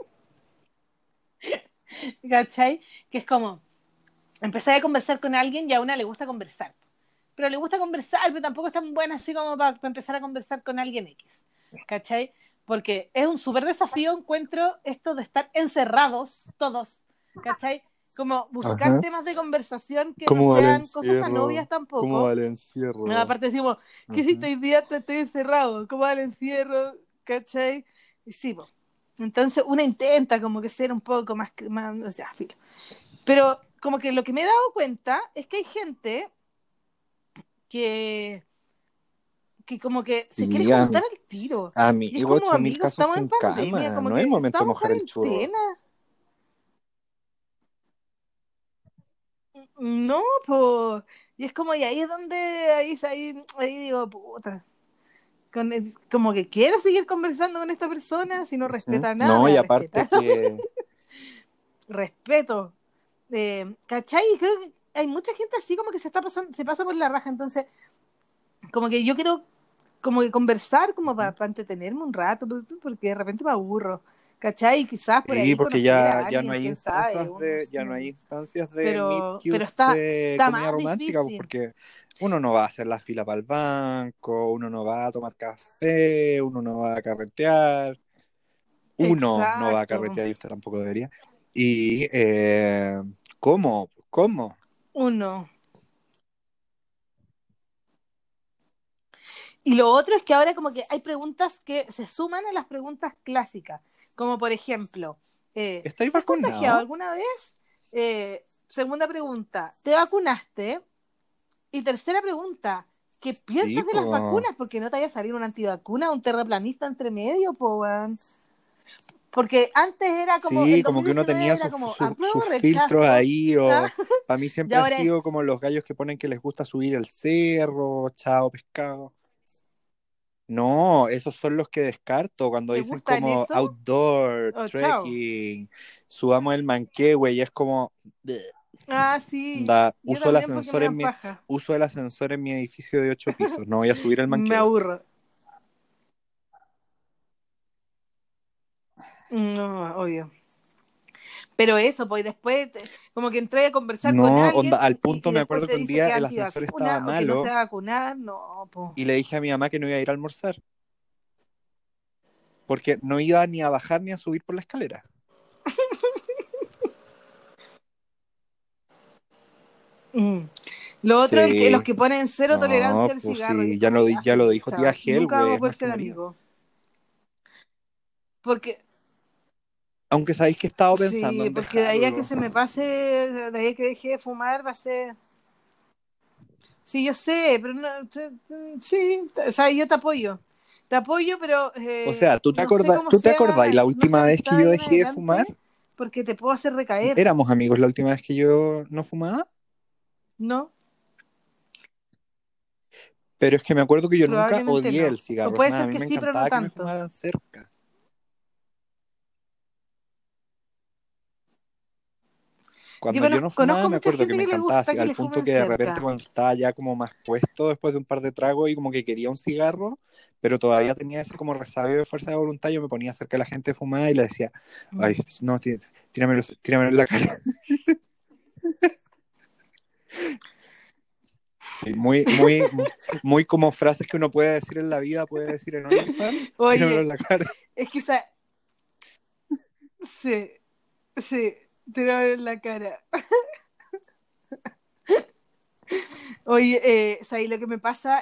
¿cachai? Que es como, empezar a conversar con alguien y a una le gusta conversar, pero le gusta conversar, pero tampoco es tan buena así como para empezar a conversar con alguien X, ¿cachai? Porque es un súper desafío, encuentro, esto de estar encerrados todos, ¿cachai? Como buscar Ajá. temas de conversación que no ¿Cómo va el sean cosas tan encierro? obvias ¿Cómo va tampoco. el encierro? Aparte decimos, ¿qué hiciste Ujú. hoy día? Estoy encerrado, ¿cómo va el encierro? ¿Cachai? Y sí, po. Entonces uno intenta como que ser un poco más, o sea, filo. Pero como que lo que me he dado cuenta es que hay gente que, que como que se quiere Sí, juntar al tiro. Y es amigo, como, 8000 amigos, casos estamos en sin pandemia, cama. como No es que el momento de estamos en mojar el churro. cuarentena. No, pues. Y es como, y ahí es donde, ahí digo, puta. como que quiero seguir conversando con esta persona, si no respeta nada, No, me y va a aparte respetar. que Respeto. ¿Cachai? Creo que hay mucha gente así como que se pasa por la raja, entonces, como que yo quiero como que conversar como para entretenerme un rato, porque de repente me aburro. ¿Cachai? Y quizás por sí, ahí porque conocer ya, a alguien, quién sabe, uno, ya no hay instancias de meet pero cute de está comedia más romántica, pues difícil. porque uno no va a hacer la fila para el banco, uno no va a tomar café, uno no va a carretear, uno no va a Exacto. carretear y usted tampoco debería. Y, ¿cómo? ¿Cómo? Uno. Y lo otro es que ahora como que hay preguntas que se suman a las preguntas clásicas, como por ejemplo, ¿Estáis ¿te has contagiado vacunado? alguna vez? Segunda pregunta, ¿te vacunaste? Y tercera pregunta, ¿qué Sí, piensas de las pues. vacunas? Porque no te haya salido una antivacuna, un terraplanista entre medio, po, weón. Porque antes era como, Sí, el como que uno 2019 tenía era como, sus apruebo, filtros rechazo, ahí, ¿ah? o para mí Y siempre ha ahora es, sido como los gallos que ponen que les gusta subir el cerro, chao pescado. No, esos son los que descarto cuando ¿te dicen gusta en como eso? outdoor, Oh, chao. trekking, subamos el Manquehue y es como, "Bleh". Ah, sí, Da, yo también porque me dan paja. uso el ascensor en mi edificio de 8 pisos, no voy a subir el Me Manquehue. aburro. No, obvio. Pero eso, pues después como que entré a conversar con No, onda, alguien al y punto me después acuerdo te que un dice día que es el ascensor estaba antivacuna o que no se malo va a vacunar. No, pues. y le dije a mi mamá que no iba a ir a almorzar, porque no iba ni a bajar ni a subir por la escalera. Mm. Lo otro es que los Sí, que ponen cero tolerancia no, al pues cigarro y sí, es como ya, ya lo filo, dijo tía chao. Gel, Nunca vamos güey, a es poder nuestro ser marido. amigos. Porque, Aunque sabéis que he estado pensando sí, en porque de ahí a que dejarlo. se me pase, de ahí a que deje de fumar va a ser. Sí, yo sé, pero no, sí, o sea, yo te apoyo. Te apoyo, pero O sea, no sé cómo tú te acordás, y sea la nuestra última vez que amistad de yo ahí en dejé de fumar, adelante, porque te puedo hacer recaer, éramos amigos la última vez que yo no fumaba, ¿no? pero es que me acuerdo que yo nunca Probablemente odié el no. O cigarro, es puede más, a ser mí que me sí, pero no encantaba que me tanto. fumaran cerca. Yo Cuando yo no fumaba, conozco me mucha acuerdo que gente me que le encantaba, gusta así, que al le punto fumen que de repente cerca. cuando estaba ya como más puesto después de un par de tragos y como que quería un cigarro, pero todavía tenía ese como resabio de fuerza de voluntad, yo me ponía cerca de la gente fumada y le decía, ay, Mm. no, tíramelo en la cara. Sí, muy como frases que uno puede decir en la vida, puede decir en OnlyFans, tíramelo en Oye, la cara. es que sí, sí, te voy a ver en la cara. Oye, ¿sabes lo que me pasa?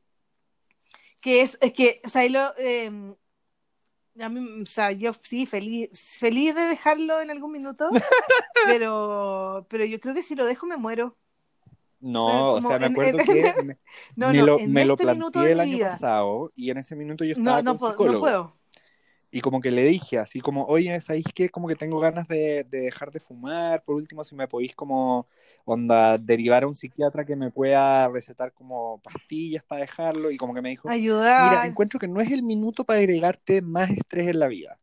Es que, ¿sabes lo? A mí, o sea, yo sí, feliz de dejarlo en algún minuto, pero yo creo que si lo dejo me muero. No, o sea, Como me acuerdo que no, no, en me lo este minuto planteé de el mi año vida. pasado y en ese minuto yo No, estaba con no psicólogo. puedo. Y como que le dije, así como, oye, ¿sabéis qué? Como que tengo ganas de dejar de fumar. Por último, si me podéis como, onda, derivar a un psiquiatra que me pueda recetar como pastillas para dejarlo. Y como que me dijo, mira, Ayudar, encuentro que no es el minuto para agregarte más estrés en la vida.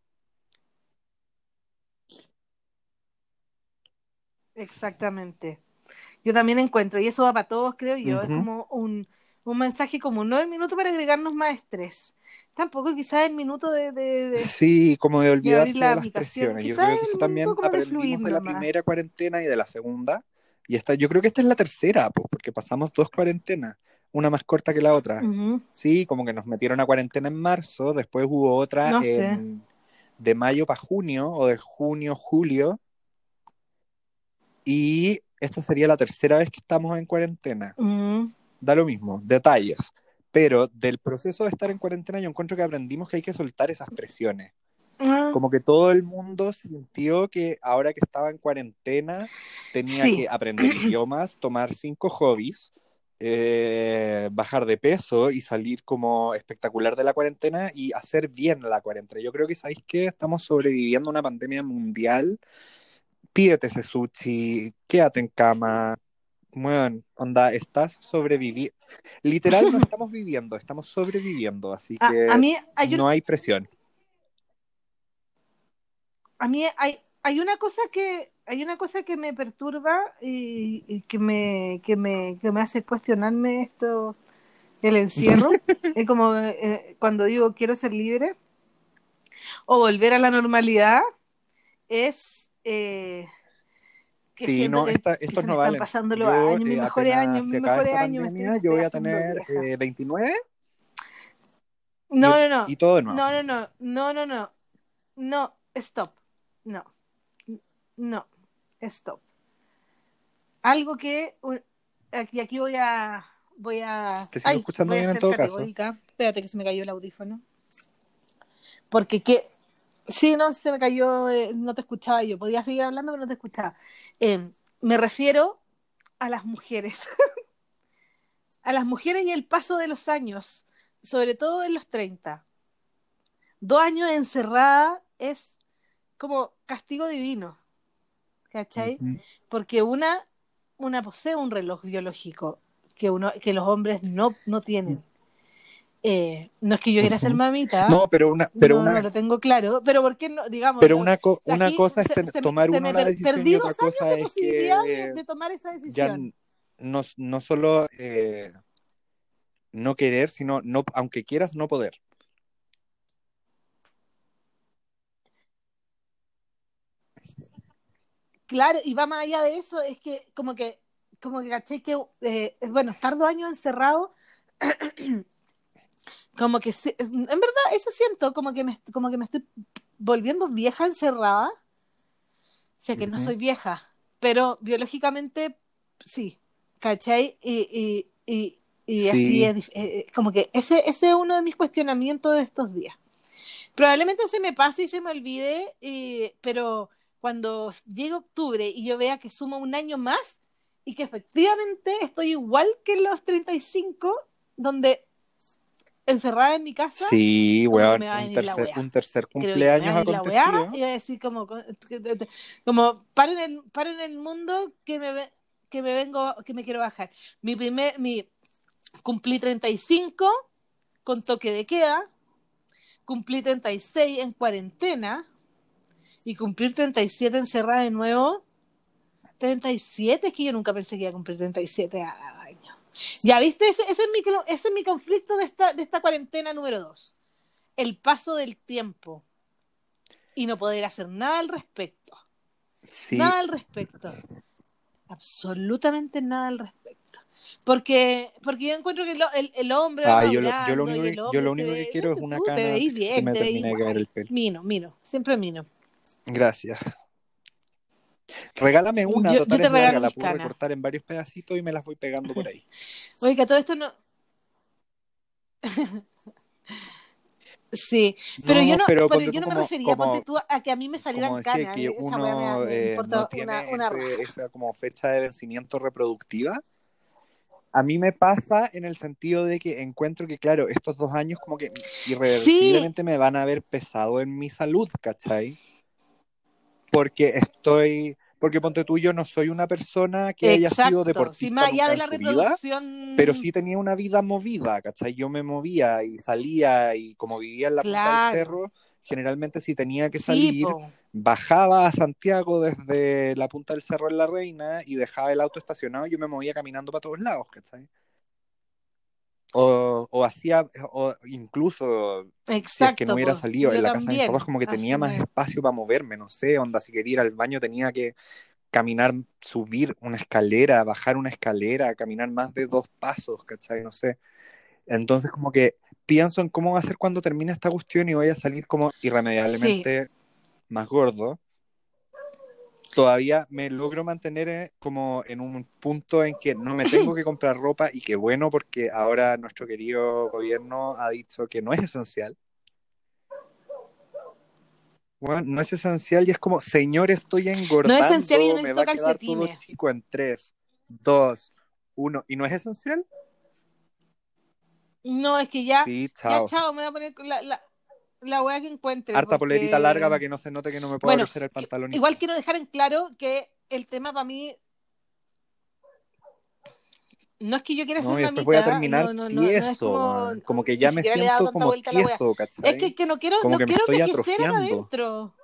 exactamente. Yo también encuentro, y eso va para todos, creo yo, es Ujú. como un mensaje común, no el minuto para agregarnos más estrés, tampoco quizás el minuto Sí, como de de abrir olvidarse de las las aplicaciones, presiones. Yo quizás creo que eso el minuto también como de fluir aprendimos de la nomás. primera cuarentena y de la segunda. Y esta, yo creo que esta es la tercera, pues, porque pasamos dos cuarentenas, una más corta que la otra. Ujú. Sí, como que nos metieron a cuarentena en marzo, después hubo otra No sé. en de mayo para junio o de junio a julio, y esta sería la tercera vez que estamos en cuarentena. Ujú. Da lo mismo, detalles. Pero del proceso de estar en cuarentena yo encuentro que aprendimos que hay que soltar esas presiones. Ah, Como que todo el mundo sintió que ahora que estaba en cuarentena tenía sí, que aprender idiomas, tomar 5 hobbies, bajar de peso y salir como espectacular de la cuarentena y hacer bien la cuarentena. Yo creo que sabéis que estamos sobreviviendo a una pandemia mundial. Pídete ese sushi, quédate en cama, Bueno, onda, estás sobreviviendo. Literal, no estamos viviendo, estamos sobreviviendo, así A que mí no hay presión. hay hay una cosa que me perturba y que me hace cuestionarme esto, el encierro. Es como cuando digo quiero ser libre o volver a la normalidad, es que Sí, siento no, que estos se me no están valen. pasando los Yo años, apenas se mis acaba mejores esta años, pandemia, yo estoy voy a haciendo tener vieja. 29 No, no, no, y todo de nuevo. no, no, no, no, no, no, no, stop, no, no, stop. Algo que aquí Te sigo ay, escuchando voy a bien en ser todo caso. categórica. Espérate que se me cayó el audífono. Porque que sí, no, se me cayó, no te escuchaba yo. Podía seguir hablando, pero no te escuchaba. Me refiero a las mujeres, a las mujeres y el paso de los años, sobre todo en los 30. 2 años encerrada es como castigo divino, ¿cachai? Ujú. Porque una posee un reloj biológico que los hombres no tienen. No es que yo quiera ser Ujú. mamita, No, no lo tengo claro, pero ¿por qué no? pero Digámoslo, una aquí cosa es tomar uno la decisión perdí y 2 otra años cosa de es posibilidad que de tomar esa ya decisión. no solo no querer, sino no, aunque quieras, no poder. Claro, y va más allá de eso, es que como que caché que, bueno, estar 2 años encerrado, en verdad, eso siento, como que me estoy volviendo vieja encerrada. O sea que no Ujú. soy vieja, pero biológicamente sí, ¿cachai? Y así Sí, es, como que ese es uno de mis cuestionamientos de estos días. Probablemente se me pase y se me olvide, pero cuando llegue octubre y yo vea que sumo un año más y que efectivamente estoy igual que en los 35, donde encerrada en mi casa, sí, como que weón, me va a venir la weá. un tercer Creo yo, me va a cumpleaños venir la weá y acontecido. voy a decir como paren el mundo que me vengo, que me quiero bajar. Cumplí 35 con toque de queda, cumplí 36 en cuarentena y cumplir 37 encerrada de nuevo. 37 es que yo nunca pensé que iba a cumplir 37 años. Ya viste, ese es mi conflicto de esta cuarentena número 2, el paso del tiempo y no poder hacer nada al respecto. Sí, Nada al respecto. Absolutamente nada al respecto. Porque yo encuentro que el hombre va madurando y el yo hombre lo se único que ve. quiero es una Tú te cana veís antes que se bien, me te veís termine de caer igual. el pelo. Mino, siempre mino. Gracias. Regálame una, Yo total te es larga, regalo la mis puedo canas. recortar en varios pedacitos y me las voy pegando por ahí. Oiga, todo esto no. Sí, No, pero pero ponte yo tú no me refería, ponte tú a que a mí me como salieran decía, canas. que Esa weá uno me no importa tiene una raja. esa como fecha de vencimiento reproductiva. A mí me pasa en el sentido de que encuentro que, claro, estos 2 años como que Sí, irreversiblemente me van a haber pesado en mi salud, ¿cachai? Porque porque ponte tú, yo no soy una persona que haya sido exacto. Sí, deportista más allá nunca de en la su vida, pero reproducción, sí tenía una vida movida, ¿cachai? Yo me movía y salía y como vivía en la punta del claro. cerro, generalmente si tenía que Sí, salir, po. bajaba a Santiago desde la punta del cerro en La Reina y dejaba el auto estacionado y yo me movía caminando para todos lados, ¿cachai? O hacía, o incluso si es que no Exacto, hubiera pues. salido en Yo la casa de mis papás, también. como que tenía Así más me. espacio para moverme, no sé, onda, si quería ir al baño tenía que caminar, subir una escalera, bajar una escalera, caminar más de 2 pasos, ¿cachai? No sé. Entonces como que pienso en cómo va a ser cuando termine esta cuestión y voy a salir como Sí. irremediablemente más gordo. Todavía me logro mantener como en un punto en que no me tengo que comprar ropa y qué bueno porque ahora nuestro querido gobierno ha dicho que no es esencial. Bueno, no es esencial y es como, señor, estoy No es esencial y yo engordando, me va necesito a quedar todo calcetines. chico en 3, 2, 1. ¿Y no es esencial? No, es que Sí, ya chao. chao, me voy a poner la weá que encuentre, Harta polerita larga para porque, que no se note que no me puedo bueno, crecer el pantalón igual izquierdo. quiero dejar en claro que el tema para mí, No es que yo quiera ¿no? ser Y después voy a mamita, terminar no es tieso, como, weón. Como que ni ya me siquiera le he dado siento tanta como vuelta a la wea. tieso, Es ¿cachai? que Como no que me quiero estoy envejecer acá atrofiando. adentro.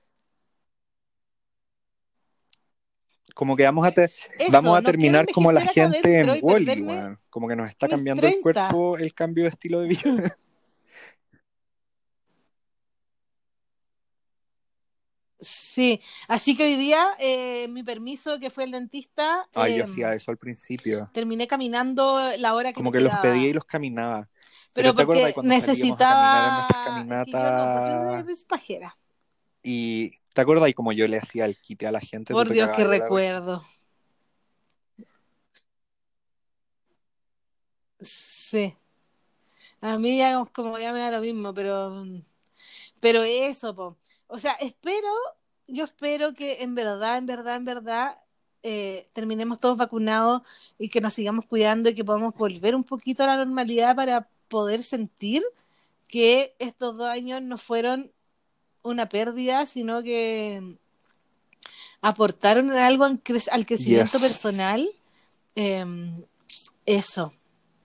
Como que vamos Eso, a no quiero terminar como la envejecer acá gente adentro en y Wall-E, perderme weón. Como que nos está mis cambiando el 30. cuerpo, el cambio de estilo de vida. Sí, así que hoy día mi permiso, que fue el dentista, Ay, yo hacía eso al principio. terminé caminando la hora que Como me que los pedía y quedaba. los caminaba. Pero Pero ¿te acuerdas porque cuando salíamos a caminar en nuestras necesitaba, es que yo no, pues yo caminatas? soy pajera. Y ¿te acuerdas y como yo le hacía el quite a la gente, tú Por te Dios, qué cagabas de la risa? recuerdo. Sí, a mí ya como ya me da lo mismo, pero eso, po. O sea, yo espero que en verdad, terminemos todos vacunados y que nos sigamos cuidando y que podamos volver un poquito a la normalidad para poder sentir que estos 2 años no fueron una pérdida, sino que aportaron en algo al crecimiento Yes. personal. Eh, eso,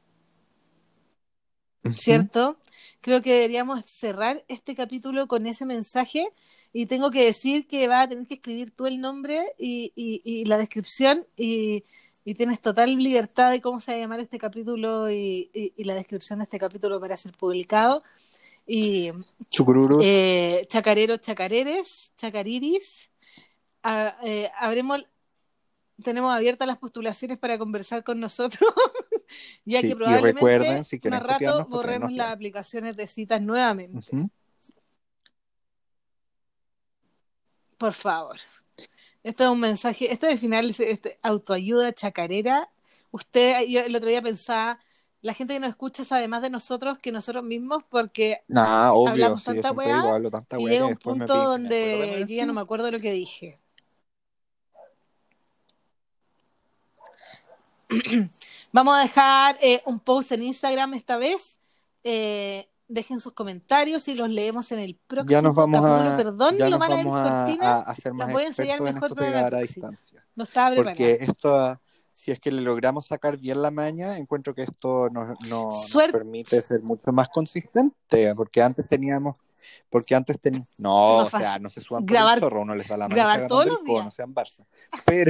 Ujú. ¿cierto? Creo que deberíamos cerrar este capítulo con ese mensaje y tengo que decir que vas a tener que escribir tú el nombre y la descripción y tienes total libertad de cómo se va a llamar este capítulo y la descripción de este capítulo para ser publicado. Y Chucururus. chacareros, chacareres, chacariris, habremos tenemos abiertas las postulaciones para conversar con nosotros, ya que Sí, y recuerden, probablemente si quieren más rato jotearnos, borremos jotearnos las bien. aplicaciones de citas nuevamente. Ujú. Por favor. Esto es un mensaje, esto de final, autoayuda chacarera. Yo el otro día pensaba, la gente que nos escucha sabe más de nosotros que nosotros mismos porque Nah, obvio, hablamos sí, yo tanta siempre weá digo, hablo tanta que weá que llega un después me punto piden que me acuerde más donde yo ya no encima. me acuerdo lo que dije. Vamos a dejar un post en Instagram esta vez. Dejen sus comentarios y los leemos en el próximo capítulo. Perdón Ya lo nos mala de vamos mis cortinas, a ser las más voy a ensayar expertos en mejor esto de para la grabar a próxima. distancia. No estaba Porque preparada. esto, si es que le logramos sacar bien la maña, encuentro que esto nos Suerte, permite ser mucho más consistente, porque antes teníamos, no, no o sea, fácil. no se suban por el Grabar, chorro, uno les da la mano y se grabar agarran todos del los codo, no días. sean Barça. Pero,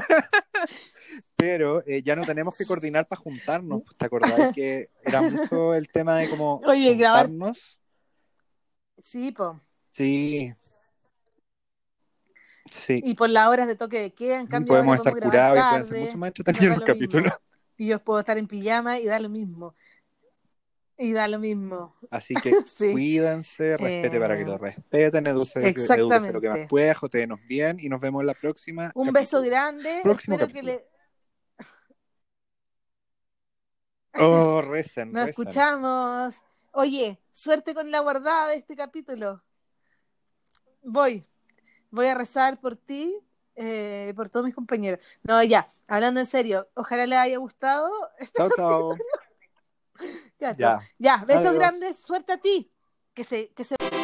pero ya no tenemos que coordinar para juntarnos. ¿Te acordáis que era mucho el tema de cómo Oye, grabar, juntarnos? sí, po. Sí, sí. Y por las horas de toque de queda, en Y cambio ahora podemos podemos estar grabar curados y pueden ser mucho tarde más y nos entretenidos da los lo capítulos. mismo. Y yo puedo estar en pijama y da lo mismo. Y da lo mismo. Así que Sí. cuídense, respete para que Eh, lo respeten, edúquese lo que más exactamente. pueda, jotéenos bien y nos vemos en la próxima Un beso capítulo. grande. Próximo Espero que capítulo. le... Oh, recen, Nos recen. escuchamos. Oye, suerte con la guardada de este capítulo. Voy. Voy a rezar por ti, por todos mis compañeros. No, ya, hablando en serio, ojalá les haya gustado este Chao, chao. teatro. Ya. Ya, besos Adiós. grandes, suerte a ti. Que se